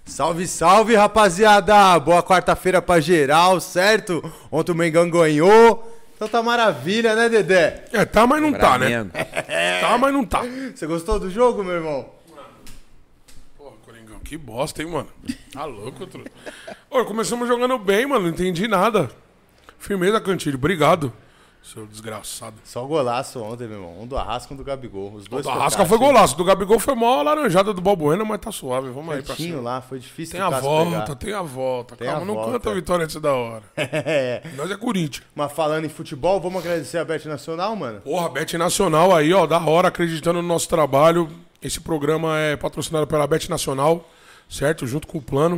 Salve, salve, rapaziada! Boa quarta-feira pra geral, certo? Ontem o Mengão ganhou. Então tá maravilha, né, Dedé? É, tá, mas não tá, né? Tá, mas não tá. Você gostou do jogo, meu irmão? Porra, Coringão, que bosta, hein, mano? Tá louco, truta. Ô, começamos jogando bem, mano, não entendi nada. Firmeza, Cantilho, obrigado. Seu desgraçado. Só golaço ontem, meu irmão. Um do Arrasca e um do Gabigol. Os O dois do Arrasca foi golaço. Do Gabigol foi mó laranjada do Balbuena, mas tá suave. Vamos aí pra cima. Lá, foi difícil. Tem a volta, tem a volta. Tem Calma, a não volta. canta a vitória antes da hora. Nós é Corinthians. Mas falando em futebol, vamos agradecer a Bet Nacional, mano? Porra, Bet Nacional aí, ó, da hora, acreditando no nosso trabalho. Esse programa é patrocinado pela Bet Nacional, certo? Junto com o plano.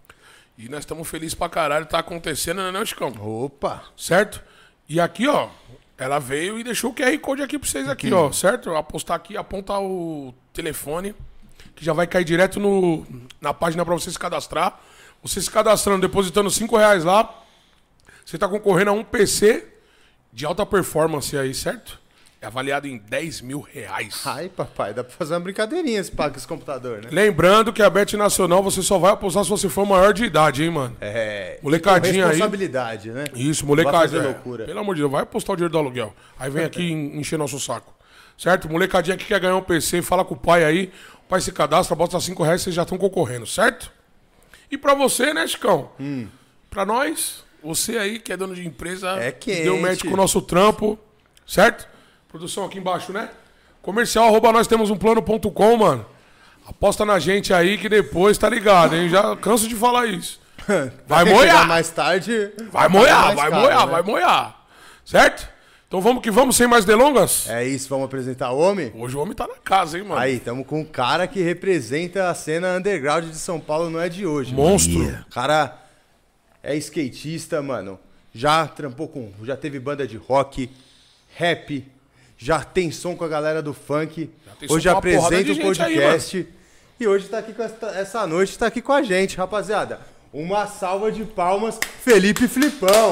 E nós estamos felizes pra caralho, tá acontecendo, né, Chicão? Opa! Certo? E aqui, ó, ela veio e deixou o QR Code aqui pra vocês aqui, ó, certo? Apostar aqui, aponta o telefone, que já vai cair direto na página pra você se cadastrar. Você se cadastrando, depositando R$5 lá, você tá concorrendo a um PC de alta performance aí, certo? É avaliado em R$10 mil. Ai, papai, dá pra fazer uma brincadeirinha se paga esse computador, né? Lembrando que a Bet Nacional você só vai apostar se você for maior de idade, hein, mano? É. Molecadinha aí. Responsabilidade, né? Isso, Não vai molecadinha. fazer loucura. Pelo amor de Deus, vai apostar o dinheiro do aluguel. Aí vem aqui encher nosso saco. Certo? Molecadinha que quer ganhar um PC, fala com o pai aí. O pai se cadastra, bota R$5, vocês já estão concorrendo, certo? E pra você, né, Chicão? Pra nós, você aí que é dono de empresa, É que quente. deu match com o nosso trampo, certo? Produção aqui embaixo, né? Comercial, nós temos um plano.com, mano. Aposta na gente aí que depois tá ligado, hein? Já canso de falar isso. Vai Quem moiar. chegar mais tarde. Vai moiar, mais vai caro, moiar, né? vai moiar. Certo? Então vamos que vamos, sem mais delongas. É isso, vamos apresentar o homem? Hoje o homem tá na casa, hein, mano? Aí, tamo com um cara que representa a cena underground de São Paulo, não é de hoje. Monstro. Mano. O cara é skatista, mano. Já trampou com. Já teve banda de rock, rap. Já tem som com a galera do funk. tem som Hoje com uma porrada apresenta de o gente aí, podcast. E hoje tá aqui com essa noite, tá aqui com a gente, rapaziada. Uma salva de palmas, Felipe Flipão.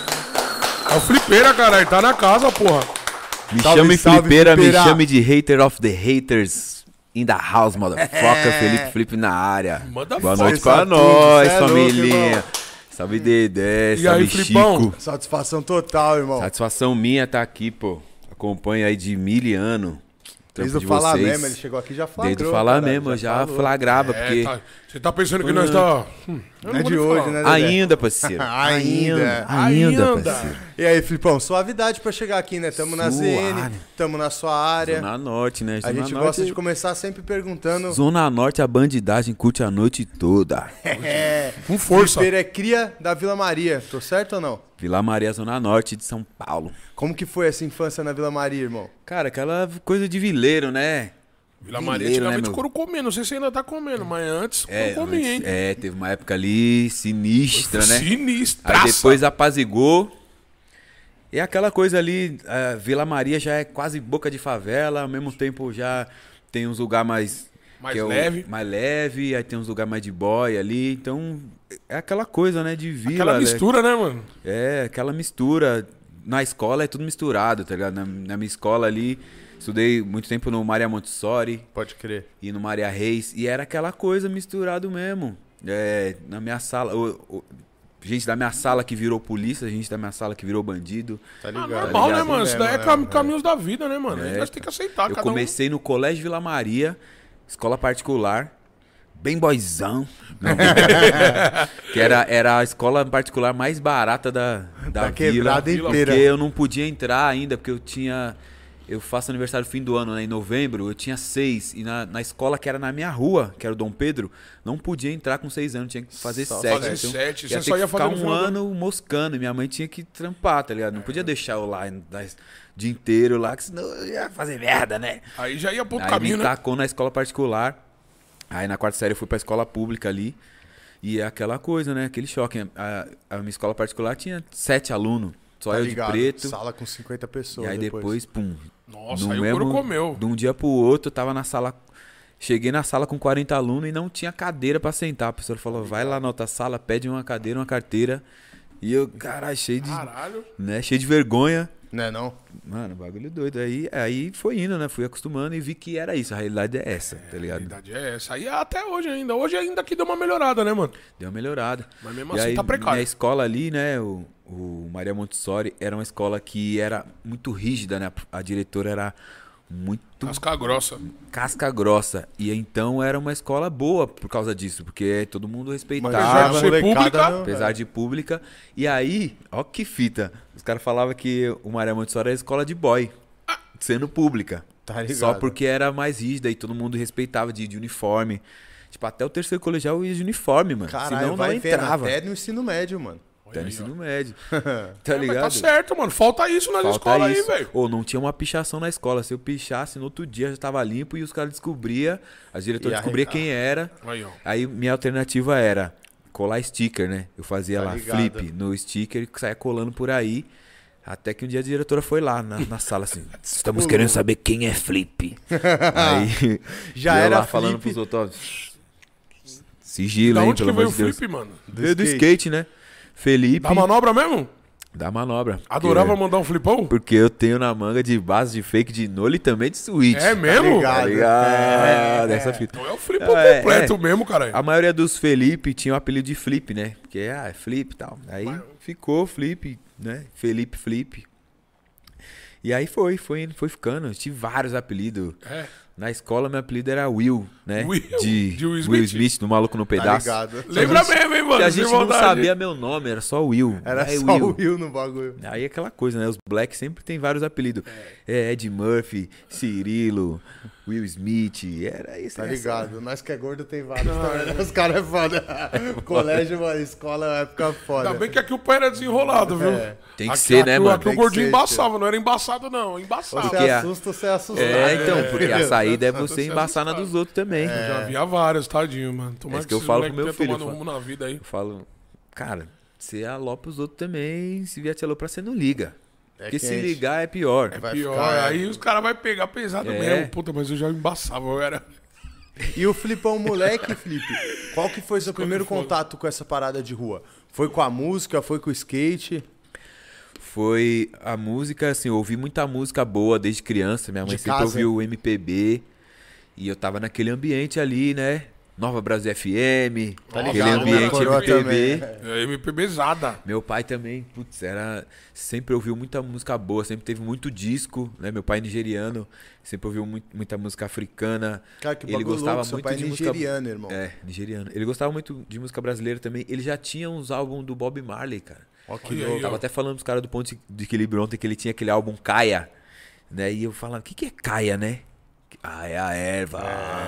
É o Flipeira, caralho. Tá na casa, porra. Me Salve, chame salve, Flipeira, me Flipeira. chame de hater of the haters. In the house, motherfucker. Felipe Flip na área. Manda Boa foda. noite pra tudo, nós, cê é louco, família. irmão. Salve Dedé, E salve aí, Flipão? Chico. Satisfação total, irmão. Satisfação minha tá aqui, pô. Acompanha aí de 1000 anos. Desde o Falar Mesmo, ele chegou aqui e já flagrou. Desde o Falar caralho, Mesmo, eu já falou. flagrava, porque... Tá. Você tá pensando que nós tá... eu Não não é vou de nem hoje, falar. né, Dedé? Ainda, parceiro. Ainda. Ainda, parceiro. E aí, Flipão, suavidade pra chegar aqui, né? Tamo na Suave. ZN, tamo na sua área. Zona Norte, né? A gente gosta de começar sempre perguntando. Zona Norte, a bandidagem curte a noite toda. É. Com força. Flipeira é cria da Vila Maria, tô certo ou não? Vila Maria, Zona Norte de São Paulo. Como que foi essa infância na Vila Maria, irmão? Cara, aquela coisa de vileiro, né? Vila Maria, Vileiro, né, antigamente meu? foram comendo. Não sei se ainda tá comendo, mas antes eu comi, hein? Teve uma época ali sinistra, né? Sinistra. Aí depois apazigou. E aquela coisa ali, a Vila Maria já é quase boca de favela, ao mesmo tempo já tem uns lugares mais... Mais que é leve. mais leve, aí tem uns lugares mais de boy ali. Então, é aquela coisa, né, de vila. Aquela né? mistura, né, mano? É, aquela mistura. Na escola é tudo misturado, tá ligado? Na minha escola ali, estudei muito tempo no Maria Montessori Pode crer. e no Maria Reis. E era aquela coisa misturado mesmo. É, na minha sala, gente da minha sala que virou polícia, gente da minha sala que virou bandido. Tá Ah, ligado? normal, né, Ligado mano? Isso mesmo, daí é né? caminhos da vida, né, mano? Nós tem que aceitar, Eu cada comecei no Colégio Vila Maria, escola particular, bem boyzão. Que era a escola particular mais barata da Da vila. quebrada inteira. Porque eu não podia entrar ainda, porque eu faço aniversário no fim do ano, né? Em novembro, eu tinha 6. E na escola que era na minha rua, que era o Dom Pedro, não podia entrar com 6 anos, tinha que fazer Só 7. fazer Então, 7, ia você ter só que ia ficar fazer no um final do ano moscando. E minha mãe tinha que trampar, tá ligado? Não podia deixar eu lá o dia inteiro lá, que senão eu ia fazer merda, né? Aí já ia pro outro Aí caminho, me né? tacou na escola particular. Aí na quarta série eu fui pra escola pública ali. E é aquela coisa, né? Aquele choque. A minha escola particular tinha 7 alunos. Só Tá eu ligado? de preto. Sala com 50 pessoas. E aí depois, pum. Nossa, no aí o mesmo- couro comeu. De um dia pro outro, eu tava na sala. Cheguei na sala com 40 alunos e não tinha cadeira pra sentar. A professora falou: vai lá na outra sala, pede uma cadeira, uma carteira. E eu, caralho, cheio de. Caralho. Né, cheio de vergonha. Não é não? Mano, bagulho doido. Aí foi indo, né? Fui acostumando e vi que era isso. A realidade é essa, tá A ligado? verdade é essa. E até hoje ainda. Hoje ainda que deu uma melhorada, né, mano? Deu uma melhorada. Mas mesmo E assim aí, tá precário. minha escola ali, né? O Maria Montessori era uma escola que era muito rígida, né? A diretora era muito Casca grossa. casca grossa. E então era uma escola boa por causa disso, porque todo mundo Apesar respeitava. de ser pública, não, Apesar de pública. E aí, ó que fita. Os caras falavam que o Maria Montessori era escola de boy, sendo pública. Tá ligado. Só porque era mais rígida e todo mundo respeitava de uniforme. Tipo, até o terceiro colegial eu ia de uniforme, mano. Caralho, Senão não vai vendo, entrava. até no ensino médio, mano. Até no Olha aí, ensino ó. médio. É, Tá mas ligado? tá certo, mano. Falta isso nas Falta escolas aí, isso. velho. Ou não tinha uma pichação na escola. Se eu pichasse, no outro dia já tava limpo e os caras descobriam, as diretoras E descobriam arregar. quem era. Aí, ó. Aí minha alternativa era colar sticker, né? Eu fazia Tá lá ligado. flip no sticker e saia colando por aí. Até que um dia a diretora foi lá na sala assim: estamos querendo saber quem é flip. Aí Já eu era lá falando flip. pros outros: ó, sigilo, Da hein, onde que pelo veio amor o de Deus. flip, mano? Veio do skate, né? Felipe. Da manobra mesmo? Da manobra. Adorava Porque- mandar um flipão? Porque eu tenho na manga de base de fake de nole e também de switch. É mesmo? ligado? Tá ligado? Essa fita. Então é o flipão É, completo mesmo, caralho. A maioria dos Felipe tinha o apelido de Flip, né? Porque, é Flip e tal. Aí ficou Flip, né? Felipe Flip. E aí foi indo, foi ficando. Eu tive vários apelidos. É. Na escola, meu apelido era Will, né? Will? De Will Will Smith? Smith, do Maluco no Tá Pedaço. ligado? Lembra mesmo, hein, mano? Se a Sem gente não maldade. sabia meu nome, era só Will. Era Aí, só o Will no bagulho. Aí é aquela coisa, né? Os Black sempre tem vários apelidos. É Ed Murphy, Cirilo, Will Smith. Era isso. Tá essa- ligado? Nós que é gordo tem vários também, né? Os caras é foda. Colégio, mano, escola é uma época foda. Ainda bem que aqui o pé era desenrolado, viu? É. Tem que Aqui- ser, né, aqui, mano? Aqui o Tem que gordinho ser, embaçava, não era embaçado, não. Embaçado. Você Porque assusta, você é assustado. É, então, né? porque a saída é você Você embaçar na dos outros também. Eu já via vários, tadinho, mano. Tomara É isso que eu esses falo moleque pro meu tenha filho, tomado eu rumo na vida aí. Eu falo, cara, você alopa os outros também, se vier te aloprar, você não liga. Porque se quente. ligar é pior. Vai Pior, ficar, aí os caras vão pegar pesado É. mesmo. Puta, mas eu já embaçava, eu era... E o Flipão moleque, Felipe, qual que foi seu primeiro foda. contato com essa parada de rua? Foi com a música, foi com o skate? Foi a música, assim, eu ouvi muita música boa desde criança. Minha mãe De sempre casa? ouviu o MPB. E eu tava naquele ambiente ali, né? Nova Brasil FM, Tá aquele ligado, ambiente né? Coroa MPB. também. É MPBzada. Meu pai também, putz, sempre ouviu muita música boa, sempre teve muito disco, né? Meu pai é nigeriano, sempre ouviu muita música africana. Cara, que Ele bagulho gostava louco, seu muito pai é de música- nigeriano, irmão. É, nigeriano. Ele gostava muito de música brasileira também. Ele já tinha uns álbuns do Bob Marley, cara. Ó, que Olha aí, louco. Tava até falando pros caras do Ponto de Equilíbrio ontem que ele tinha aquele álbum Caia, né? E eu falava, o que é Caia, né? Ah, é a erva.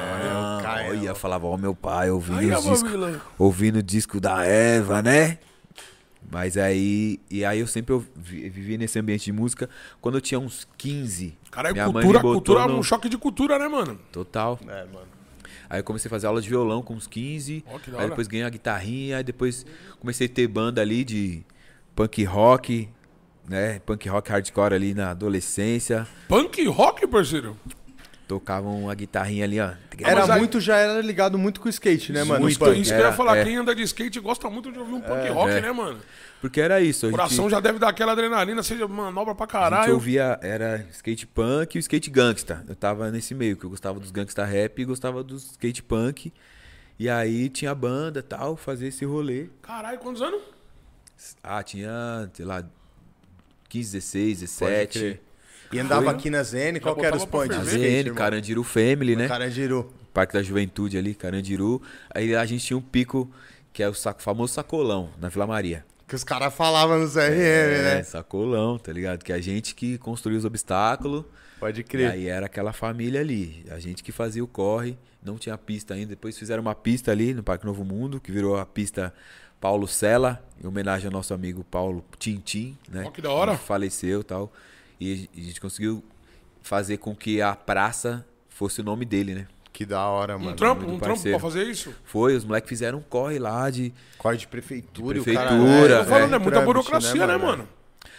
o Caia. Olha, falava, ó, meu pai ouvindo Aí a os discos. família. Ouvindo o disco da erva, né? Mas aí. E aí eu sempre vivi nesse ambiente de música. Quando eu tinha uns 15. Caralho, minha mãe cultura, me botou cultura, no- um choque de cultura, né, mano? Total. É, mano. Aí eu comecei a fazer aula de violão com uns 15. Ó, que da Aí hora. depois ganhei a guitarrinha. Aí depois comecei a ter banda ali de punk rock, né? Punk rock hardcore ali na adolescência. Punk rock, parceiro? Tocavam a guitarrinha ali, ó. Era mas aí- muito, já era ligado muito com o skate, né, mano? Muito, O punk. Isso que eu ia Era, falar, é. quem anda de skate gosta muito de ouvir um punk rock, é. né, mano? Porque era isso. O coração já deve dar aquela adrenalina, seja manobra pra A gente caralho. ouvia, era skate punk e o skate gangsta. Eu tava nesse meio, que eu gostava dos gangsta rap e gostava dos skate punk. E aí tinha banda e tal, fazia esse rolê. Caralho, quantos anos? Ah, tinha, sei lá, 15, 16, Pode 17. crer. E andava Foi. aqui na ZN, qual que era os botava pra pontos? A ferver. de skate, ZN, irmão? Carandiru Family, né? Carandiru. Parque da Juventude ali, Carandiru. Aí a gente tinha um pico, que é o famoso sacolão, na Vila Maria. Que os caras falavam no CRM, né? Sacolão, tá ligado? Que a gente que construía os obstáculos. Pode E crer. aí era aquela família ali. A gente que fazia o corre, não tinha pista ainda. Depois fizeram uma pista ali no Parque Novo Mundo, que virou a pista Paulo Sela, em homenagem ao nosso amigo Paulo Tintim, né? Ó, que da hora. Que faleceu e tal. E a gente conseguiu fazer com que a praça fosse o nome dele, né? Que da hora, mano. Um trampo muito pra parceiro. fazer isso? Foi, os moleques fizeram um corre lá de... Corre de prefeitura. De e o cara- prefeitura, Tô falando, é um muita trâmite, burocracia, né, mano?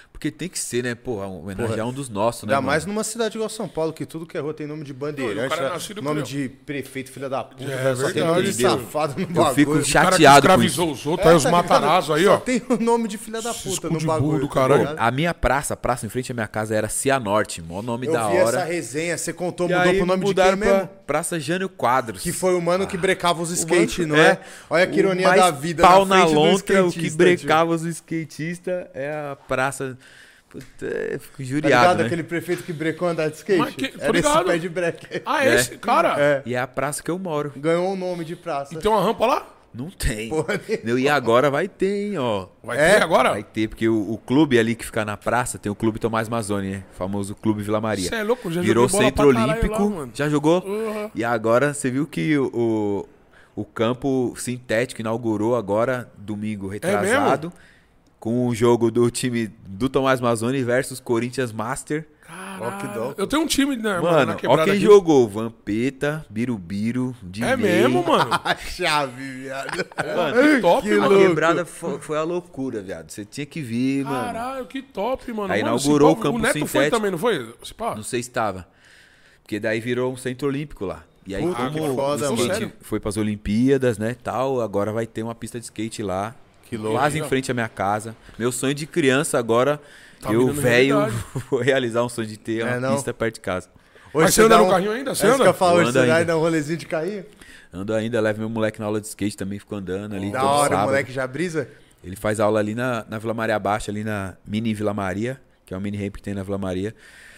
Porque tem que ser, né? Pô, homenagear um dos nossos, né? Ainda mano? mais numa cidade igual São Paulo, que tudo que é rua tem nome de bandeirante, Não, e o cara é nascido nome por- de prefeito, filha da puta, É velho, só tem nome de verdade. safado no Eu bagulho. fico O cara que chateado com escravizou isso. os outros, aí os tá ligado? matarazos aí, Só ó. tem o nome de filha da puta Escudo no de burro bagulho. do tá caralho. ligado? A minha praça em frente à minha casa era Cianorte, mó nome Eu da vi essa hora. resenha, você contou, E mudou aí pro nome de mudaram quem mesmo? pra Praça Jânio Quadros. Que foi o mano que brecava os skate, mano- não é? Olha que ironia o mais da vida pau na na frente do lontra, o que skatista, brecava os skatistas é a praça... Puta, eu fico Tá injuriado, ligado? né? Aquele prefeito que brecou andar de skate? Mas que- tô Era esse ligado. pé de breque. Ah, É. esse, cara. É. E é a praça que eu moro. Ganhou o nome de praça. E tem uma rampa lá? Não tem. Porra, Meu, e agora vai ter, hein, ó. Vai É? ter agora? Vai ter, porque o clube ali que fica na praça tem o Clube Tomás Mazzoni, né? O famoso Clube Vila Maria. Você é louco, já Virou joguei bola Centro pra caralho Olímpico. lá, mano. Já jogou? Uhum. E agora você viu que o campo sintético inaugurou agora, domingo retrasado, com o jogo do time do Tomás Mazzoni versus Corinthians Master. Ó, que dó. Eu tenho um time, né, mano, Mano, na ó quebrada quem aqui. jogou. Vampeta, Birubiru, Dinei. É mesmo, mano? A chave, viado. Mano, que top, Que A mano. louco. quebrada foi a loucura, viado. Você tinha que vir, mano. Caralho, que top, mano. Aí Mano, inaugurou esse o campo O Neto foi sintético. também, não foi? Esse pá? Não sei se estava. Porque daí virou um centro olímpico lá. E aí, Puta, como que foda, o skate mano. foi pras Olimpíadas, né, tal, agora vai ter uma pista de skate lá. Que louco. Quase em frente à minha casa. Meu sonho de criança agora, Tá eu, virando velho, realidade. vou realizar um sonho de ter uma não? pista perto de casa. Hoje Mas você anda dá no carrinho ainda? Você É isso anda? que eu falo, Eu hoje ando você vai ainda. dar um rolezinho de carrinho? Ando ainda, levo meu moleque na aula de skate também, fico andando ali Da todo hora, o sábado. moleque já brisa? Ele faz aula ali na Vila Maria Baixa, ali na Mini Vila Maria, que é um mini ramp que tem na Vila Maria.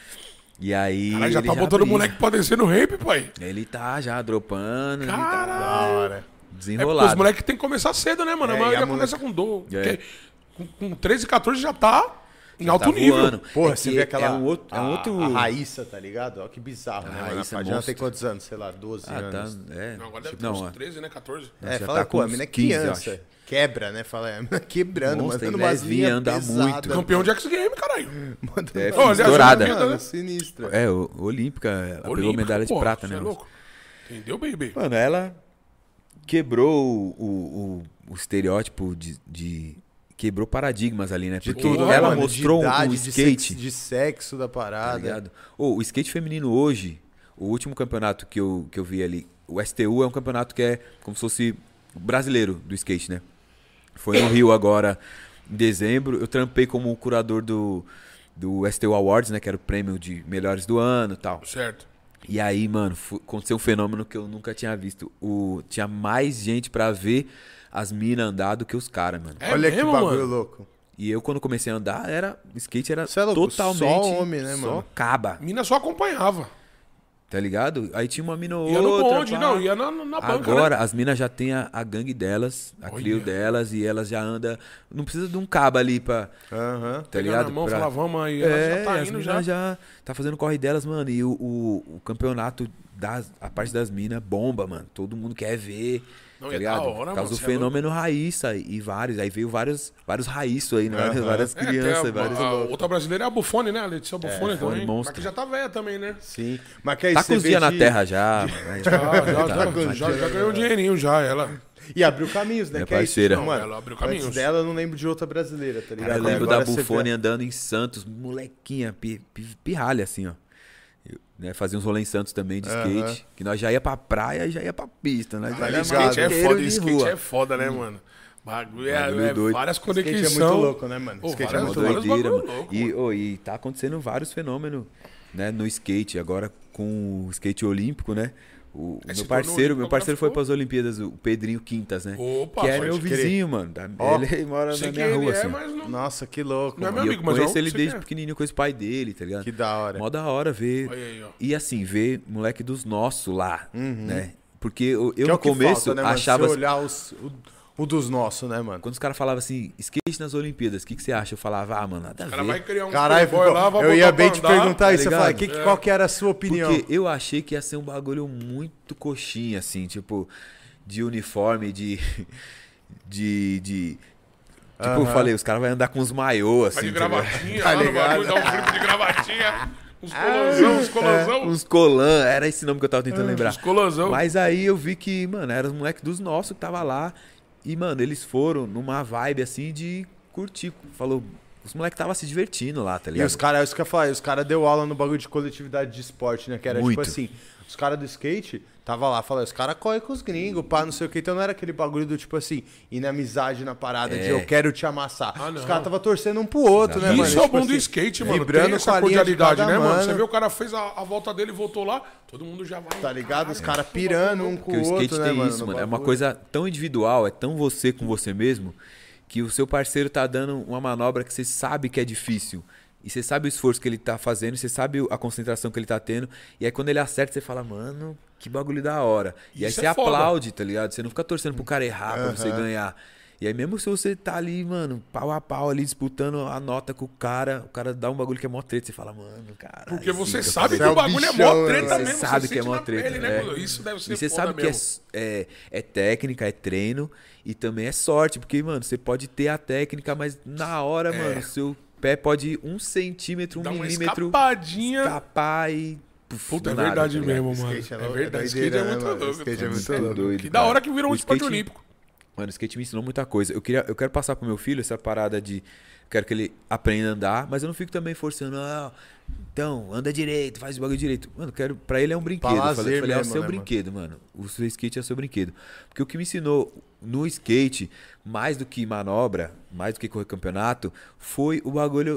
E aí. Caralho, já ele tá botando o brisa. moleque pra descer no ramp, pai. Ele tá já dropando, ele Da Caralho. hora. tá É porque os desenrolado. moleques tem que começar cedo, né, mano? É, A e maioria a começa com dor. É. Com 13, 14 já tá em Já alto tá nível. voando. Porra, É você que vê aquela. É um outro. A Raíssa, tá ligado? Ó, que bizarro, né, mano? A Raíssa é Fadinha tem monstro. quantos anos? Sei lá, 12 Ah, tá. anos. É. Não, agora deve ter Não, uns ó. 13, né? 14. É, já fala, tá pô, com a uns mina é 15, eu criança. acho. Quebra, né? Fala, é, a mina quebrando, Monstro, mandando é umas levinha, linhas anda pesadas. muito. Campeão de X Game, caralho. Mandando É, Ô, aliás, estourada. eu- Mano, sinistra. É, Olímpica, ela pegou Olímpico, medalha de pô, prata, cê né? é mano? louco. Entendeu, baby? Mano, ela quebrou o estereótipo quebrou paradigmas ali, né? De Porque tudo, ela né, mano? mostrou de idade, o skate, de sexo da tá parada. ligado? Ô, o skate feminino hoje, o último campeonato que eu vi ali, o STU é um campeonato que é como se fosse brasileiro do skate, né? Foi no Rio agora, em dezembro. Eu trampei como curador do STU Awards, né? Que era o prêmio de melhores do ano e tal. Certo. E aí, mano, aconteceu um fenômeno que eu nunca tinha visto. Tinha mais gente pra ver as minas andar do que os caras, mano. É Olha mesmo, que bagulho mano? louco. E eu, quando comecei a andar, skate era Cê é louco, totalmente só homem, né, só mano? caba, Mina só acompanhava. tá ligado? Aí tinha uma mina ou Ia no outra. bonde, pá. não, ia na banca, Agora, né? as minas já tem a gangue delas, a Olha. crio delas, e elas já andam. Não precisa de um cabo ali pra. Aham. Tá Pegar ligado? na mão, Pra- falar, vamos aí. Ela já tá as indo minas já. já tá fazendo corre delas, mano. E o campeonato, a parte das minas bomba, mano. Todo mundo quer ver. Não, Tá é ligado? da hora, Por mano, causa do cê é fenômeno Raíssa e vários. Aí veio vários Raíços aí, né? Aham. Várias É, crianças, tem vários. a outra brasileira é a Buffone, né? A Letícia Buffone Buffone, também. monstro. Mas que já tá velha também, né? Sim. Mas que aí Tá você com os vê dias na de- terra já. mas- Já ganhou um dinheirinho já, ela. E abriu caminhos, né? Minha que é isso, parceira. tipo, Não, mano, ela abriu antes caminhos. dela, eu não lembro de outra brasileira, tá ligado? Eu lembro Agora da você vê- Buffone andando em Santos, molequinha, pirralha, assim, ó. Né, fazia uns rolês em Santos também de Aham. skate. Que nós já ia pra praia e já ia pra pista. Nós já Mas ia o skate é marqueteiro foda, o de skate rua. é foda, né, mano? Bagulho é, Bagulho é doido. várias Skate conexões. é muito louco, né, mano? Pô, Skate é várias- muito várias louco. Doideira, bagulho mano. louco, E tá acontecendo vários fenômenos, né, no skate. Agora com o skate olímpico, né? O Esse meu torneio parceiro olímpico foi agora ficou- para as Olimpíadas, o Pedrinho Quintas, né? Opa, que é pode meu crer. vizinho, mano. Ó, Ele mora Sei na que minha ele rua, é, assim. mas não... Nossa, que louco, Não é mano. meu E eu amigo, mas conheço eu ele sei desde quem é. pequenininho com esse pai dele, tá ligado? Que da hora. Mó da hora ver. Olha aí, ó. E assim, ver moleque dos nossos lá, né? Porque eu Que é no o que começo falta, né, mano? achava. Você olhar o dos nossos, né, mano? Quando os caras falavam assim, skate nas Olimpíadas, o que você acha? Eu falava, ah, mano, nada a O cara vai ver. criar um Caralyo, playboy lá, vai eu ia botar bem pra te andar. perguntar isso. Você ligado? fala, qual que era a sua opinião? Porque eu achei que ia ser um bagulho muito coxinha, assim, tipo, de uniforme, tipo, eu falei, os caras vão andar com os maiô, assim. Vai de tá ligado? gravatinha Tá lá no ligado? bagulho, dá um flip de gravatinha. Uns colãozão, uns colãozão. Uns colã, era esse nome que eu tava tentando lembrar. Uns colãozão. Mas aí eu vi que, mano, eram os moleques dos nossos que tava lá. E, mano, eles foram numa vibe assim de curtir. Falou, os moleques estavam se divertindo lá, tá E ligado? os caras, isso que eu ia falar, os caras deu aula no bagulho de coletividade de esporte, né? Que era Muito. tipo assim, os caras do skate tava lá, falando, os caras correm com os gringos, pá, não sei o que. Então não era aquele bagulho do tipo assim, ir na amizade na parada, de eu quero te amassar. Ah, não. Os caras tava torcendo um pro outro, né, mano? Isso é o Tipo bom do assim, skate, mano. vibrando Tem essa com a linha de cordialidade, cada né, mano? mano. Você vê o cara fez a volta dele e voltou lá, todo mundo já vai. Tá ligado? Os caras Caralho, pirando um com Porque o o outro, skate né, tem mano? isso, no mano. É uma bagulho. coisa tão individual, é tão você com você mesmo, que o seu parceiro tá dando uma manobra que você sabe que é difícil. E você sabe o esforço que ele tá fazendo, você sabe a concentração que ele tá tendo. E aí quando ele acerta, você fala, mano, que bagulho da hora. E aí Isso você é foda. aplaude, tá ligado? Você não fica torcendo pro cara errar pra você ganhar. E aí mesmo se você tá ali, mano, pau a pau ali, disputando a nota com o cara dá um bagulho que é mó treta, você fala, mano, cara. Porque você zica, sabe que é o o bagulho é bichão, mó né, treta mano? mesmo. Você sabe que é sente mó na treta, pele, né, é. mano? Isso deve ser E você foda sabe mesmo. que é técnica, é treino e também é sorte, porque, mano, você pode ter a técnica, mas na hora, mano, seu pé pode ir 1 centímetro, 1 Dá uma milímetro escapadinha. escapar e... Puta, é do nada, verdade tá ligado? mesmo, mano. Skate é É louco, verdade. é Skate é doideira, muito né, mano? louco. Skate é muito Muito louco. doido, Que da cara. hora que virou um O esporte skate- olímpico. Mano, o skate me ensinou muita coisa. Eu quero passar pro meu filho essa parada de... Quero que ele aprenda a andar, mas eu não fico também forçando, então, anda direito, faz o bagulho direito. Mano, pra ele é um brinquedo. Pra Eu falei, lazer é o mesmo, seu né, brinquedo, mano. O seu skate é o seu brinquedo. Porque o que me ensinou no skate, mais do que manobra, mais do que correr campeonato, foi o bagulho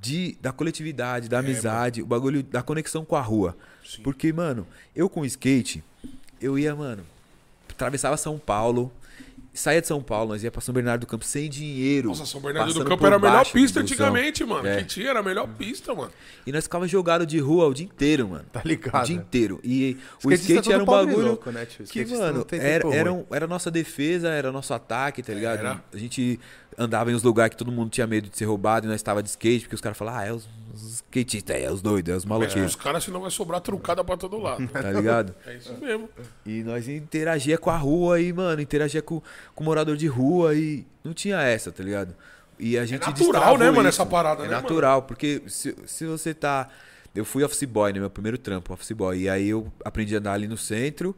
da coletividade, da amizade, o bagulho da conexão com a rua. Sim. Porque, mano, eu com skate, eu ia, mano, atravessava São Paulo, saía de São Paulo, nós ia pra São Bernardo do Campo sem dinheiro. Nossa, São Bernardo do passando Campo por era a melhor baixo do pista busão. antigamente, mano. É. Que tinha, era a melhor pista, mano. E nós ficava jogado de rua o dia inteiro, mano. Tá ligado? O dia inteiro. E o Skatista é skate tudo era um pobre e bagulho louco, né, tio? que, Skatista mano, não tem tempo ruim. era a nossa defesa, era nosso ataque, tá ligado? Era. A gente andava em uns lugares que todo mundo tinha medo de ser roubado e nós tava de skate, porque os caras falavam, é os skatistas, é os doidos, é os Mas maluquinhos, os caras, senão vai sobrar trucada pra todo lado. tá ligado? É isso mesmo. E nós interagia com a rua e, mano, interagia com o morador de rua e não tinha essa, tá ligado? E a gente natural, destravou né, mano, isso. essa parada, é né, mano? natural, porque se você tá... Eu fui office boy, né, meu primeiro trampo, office boy. E aí eu aprendi a andar ali no centro.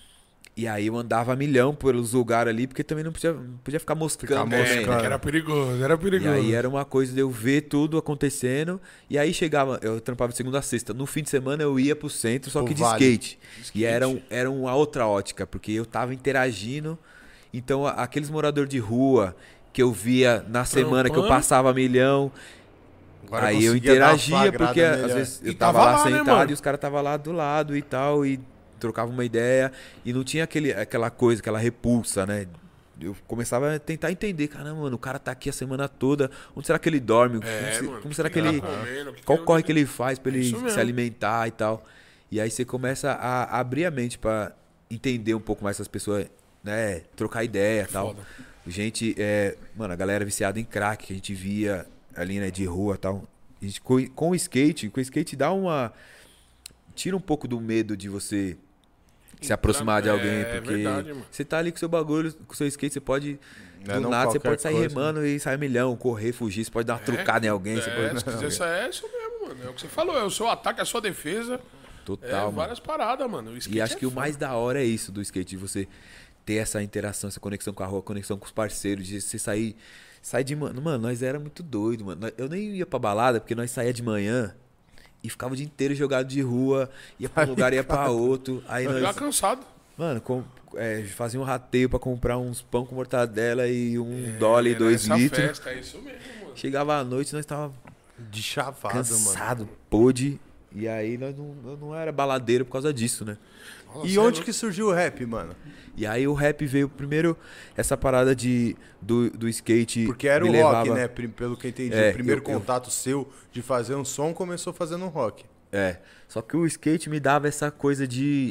E aí eu andava a milhão pelos lugares ali, porque também não podia ficar moscando Ficar também, moscando. né? Era perigoso, era E perigoso. aí era uma coisa de eu ver tudo acontecendo. E aí chegava, eu trampava de segunda a sexta. No fim de semana eu ia pro centro, só Pro que de Vale. skate. E era uma outra ótica, porque eu tava interagindo. Então aqueles moradores de rua que eu via na semana, que eu Trampando. passava a milhão. Agora Aí eu conseguia dar uma interagia, flagrada porque melhor. às vezes eu E tava tava lá lá, né, sentado mano? e os caras tava lá do lado e tal, e trocava uma ideia, e não tinha aquela coisa, aquela repulsa, né? Eu começava a tentar entender, caramba, mano, o cara tá aqui a semana toda, onde será que ele dorme? Mano, Como será o que tá ele... comendo, Qual corre que ele faz pra É ele isso se mesmo. alimentar e tal? E aí você começa a abrir a mente pra entender um pouco mais essas pessoas, né? Trocar ideia e tal. Foda. Gente, mano, a galera viciada em crack que a gente via ali, né, de rua e tal. A gente, com o skate dá uma... Tira um pouco do medo de você se aproximar de alguém, porque verdade, mano. você tá ali com seu bagulho, com seu skate, você pode... Do não nada você qualquer pode sair coisa, remando e sair milhão, correr, fugir, você pode dar uma trucada em alguém, você pode... Se quiser sair, é isso mesmo, mano. É o que você falou, é o seu ataque, a sua defesa. Total, mano. Várias paradas, mano. O skate E acho é que o foda. mais da hora é isso do skate, de você ter essa interação, essa conexão com a rua, conexão com os parceiros, de você sair de manhã. Mano, nós era muito doido, mano. Eu nem ia pra balada, porque nós saía de manhã e ficava o dia inteiro jogado de rua, ia pra um lugar, ia pra outro. Aí Já nós, cansado. mano, fazia um rateio pra comprar uns pão com mortadela e um dólar e 2 Essa litros. festa, é isso mesmo, mano. Chegava à noite, nós tava De chavado, mano. cansado, pôde. E aí nós não era baladeiro por causa disso, né? Nossa, E onde que surgiu o rap, mano? E aí o rap veio primeiro, essa parada do skate. Porque era me o levava- rock, né? Pelo que eu entendi. É, o primeiro eu- contato seu de fazer um som começou fazendo um rock. É. Só que o skate me dava essa coisa de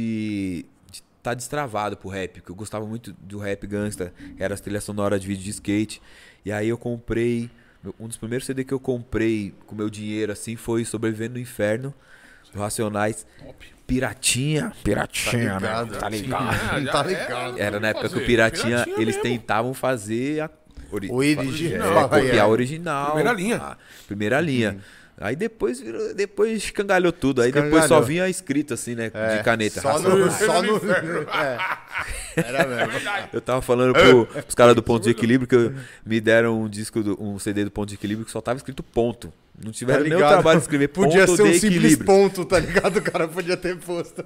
tá destravado pro rap, porque eu gostava muito do rap gangsta, era as trilhas sonoras de vídeo de skate. E aí eu comprei, um dos primeiros CD que eu comprei com meu dinheiro assim foi Sobrevivendo no Inferno, do Racionais. Top. Piratinha, né? Tá ligado? Tá ligado. Era na época que o fazer. Piratinha, eles mesmo. tentavam fazer O original. copiar é. o original. Primeira linha. Primeira linha. Aí depois escangalhou tudo. Aí depois Escangalhou. só vinha escrito assim, né? De caneta. Só no... Era mesmo. Eu tava falando pros caras do Ponto de Equilíbrio que me deram um CD do Ponto de Equilíbrio que só tava escrito ponto. Não tiveram nem o trabalho de escrever ponto Podia ser um de simples equilíbrio. ponto, tá ligado? O cara podia ter posto.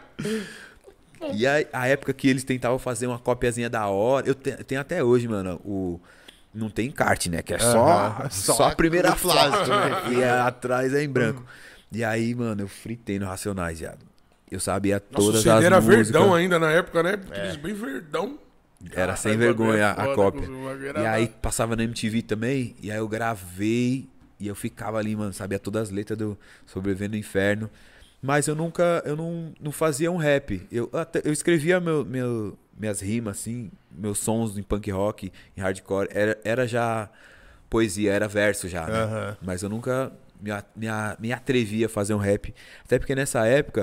E a época que eles tentavam fazer uma copiazinha da hora, eu tenho até hoje, mano, não tem encarte, né? Que é só a primeira plástico, frase, né? E atrás é em branco. E aí, mano, eu fritei no Racionais, viado. Eu sabia todas Nossa, o CD as era músicas. verdão ainda na época, né? Aqueles bem verdão. Era sem Caralho, vergonha bagulho é a foda, cópia. o bagulho era E aí da- passava na MTV também, e aí eu gravei, e eu ficava ali, mano, sabia todas as letras do Sobrevivendo no Inferno. Mas eu não fazia um rap. Eu escrevia minhas rimas, assim, meus sons em punk rock, em hardcore. Era já poesia, era verso já, né? Aham. Mas eu nunca me atrevia a fazer um rap. Até porque nessa época,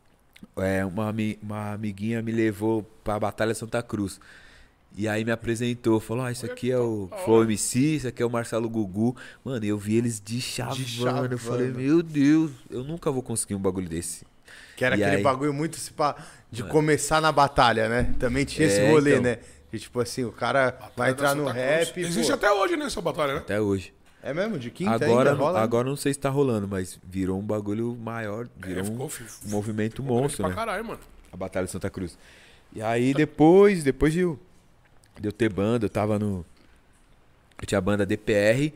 uma amiguinha me levou pra Batalha Santa Cruz. E aí me apresentou, falou, isso aqui é o Flow MC, isso aqui é o Marcelo Gugu. Mano, eu vi eles de chavando. Eu falei, meu Deus, eu nunca vou conseguir um bagulho desse. Que era E aquele aí? bagulho muito de começar na batalha, né? Também tinha esse rolê, então. né? Que tipo assim, o cara vai entrar no Santa rap. Cruz. Existe pô. até hoje, né, essa batalha, né? Até hoje. É mesmo? De quinta Agora, ainda rola? agora não sei se tá rolando, mas virou um bagulho maior, virou ficou, um filho. movimento Ficou grande monstro, pra né? caralho, mano. A Batalha de Santa Cruz. E aí depois de eu ter banda, eu tinha a banda DPR,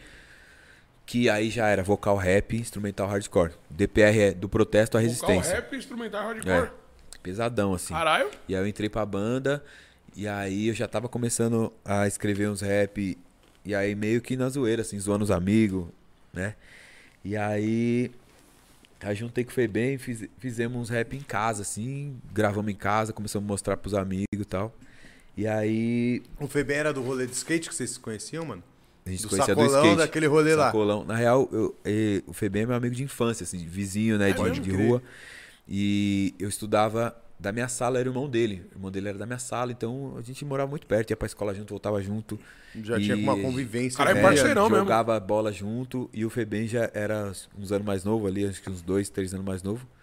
que aí já era vocal rap, instrumental hardcore. DPR é do protesto à resistência. Vocal rap, instrumental hardcore. É, pesadão assim. Caralho. E aí eu entrei pra banda, e aí eu já tava começando a escrever uns rap, e aí meio que na zoeira, assim, zoando os amigos, né? E aí juntei com o Febem, fizemos uns rap em casa, assim, gravamos em casa, começamos a mostrar pros amigos e tal. E aí O Febem era do rolê de skate que vocês se conheciam, mano? a gente Do conhecia do sacolão, skate. daquele rolê lá. Sacolão. Na real, o Febem é meu amigo de infância, assim, vizinho, né, Pode de crer. rua. E eu estudava, da minha sala era o irmão dele. O irmão dele era da minha sala, então a gente morava muito perto, ia pra escola junto, voltava junto. Já tinha uma convivência. Cara, é né? parceirão mesmo. Jogava bola junto e o Febem já era uns anos mais novo ali, acho que uns 2, 3 anos mais novo.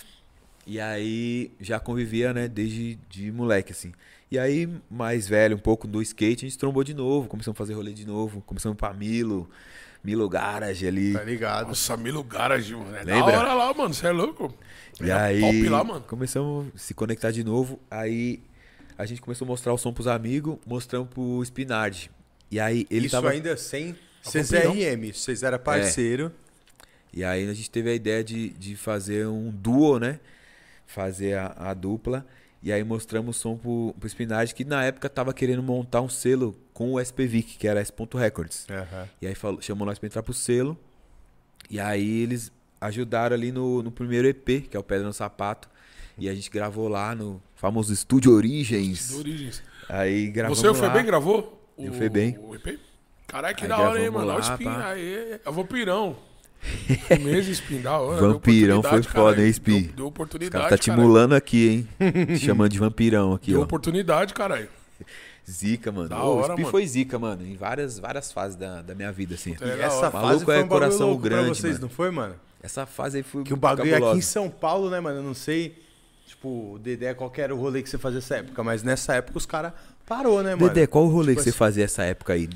E aí já convivia, né, desde de moleque, assim. E aí, mais velho, um pouco do skate, a gente trombou de novo, começamos a fazer rolê de novo, começamos pra Milo Garage ali. Tá ligado? Nossa, Milo Garage, mano. É Lembra? da hora lá, mano. Você é louco? E Era aí top lá, mano. começamos a se conectar de novo. Aí a gente começou a mostrar o som pros amigos, mostramos pro Spinard. E aí ele Isso tava. ainda sem Vampirão. CZRM. Vocês eram parceiro. E aí a gente teve a ideia de fazer um duo, né? Fazer a dupla. E aí mostramos o som pro Spinard, que na época tava querendo montar um selo com o SPVIC, que era S. Records. Aham. E aí chamou nós pra entrar pro selo. E aí eles ajudaram ali no primeiro EP, que é o Pedra no Sapato. E a gente gravou lá no famoso Estúdio Origens. De Origens. Aí gravamos Você e o lá. Febem gravou? E o Febem. O EP? Caralho, que Aí da hora, hein, gravamos mano. Olha o lá, Spin pá. aí. É vampirão. Firmeza, Spin, da hora. Vampirão deu foi oportunidade, foda, caralho. hein, Spi? Deu Os oportunidade, caras tá te caralho. mulando aqui, hein? Te chamando de vampirão aqui, Deu ó. oportunidade, caralho. Zica, mano. Da Ô, hora, o Spi mano. foi zica, mano. Em várias fases da minha vida, assim. É E da essa hora. fase Maluco foi é um bagulho coração louco pra grande, vocês, mano. não foi, mano? Essa fase aí foi Que o bagulho é aqui cabulosa. em São Paulo, né, mano? Eu não sei, tipo, o Dedé, qual que era o rolê que você fazia nessa época, mas nessa época os caras parou, né, mano? Dedé, qual o rolê Tipo que você assim- fazia essa época aí?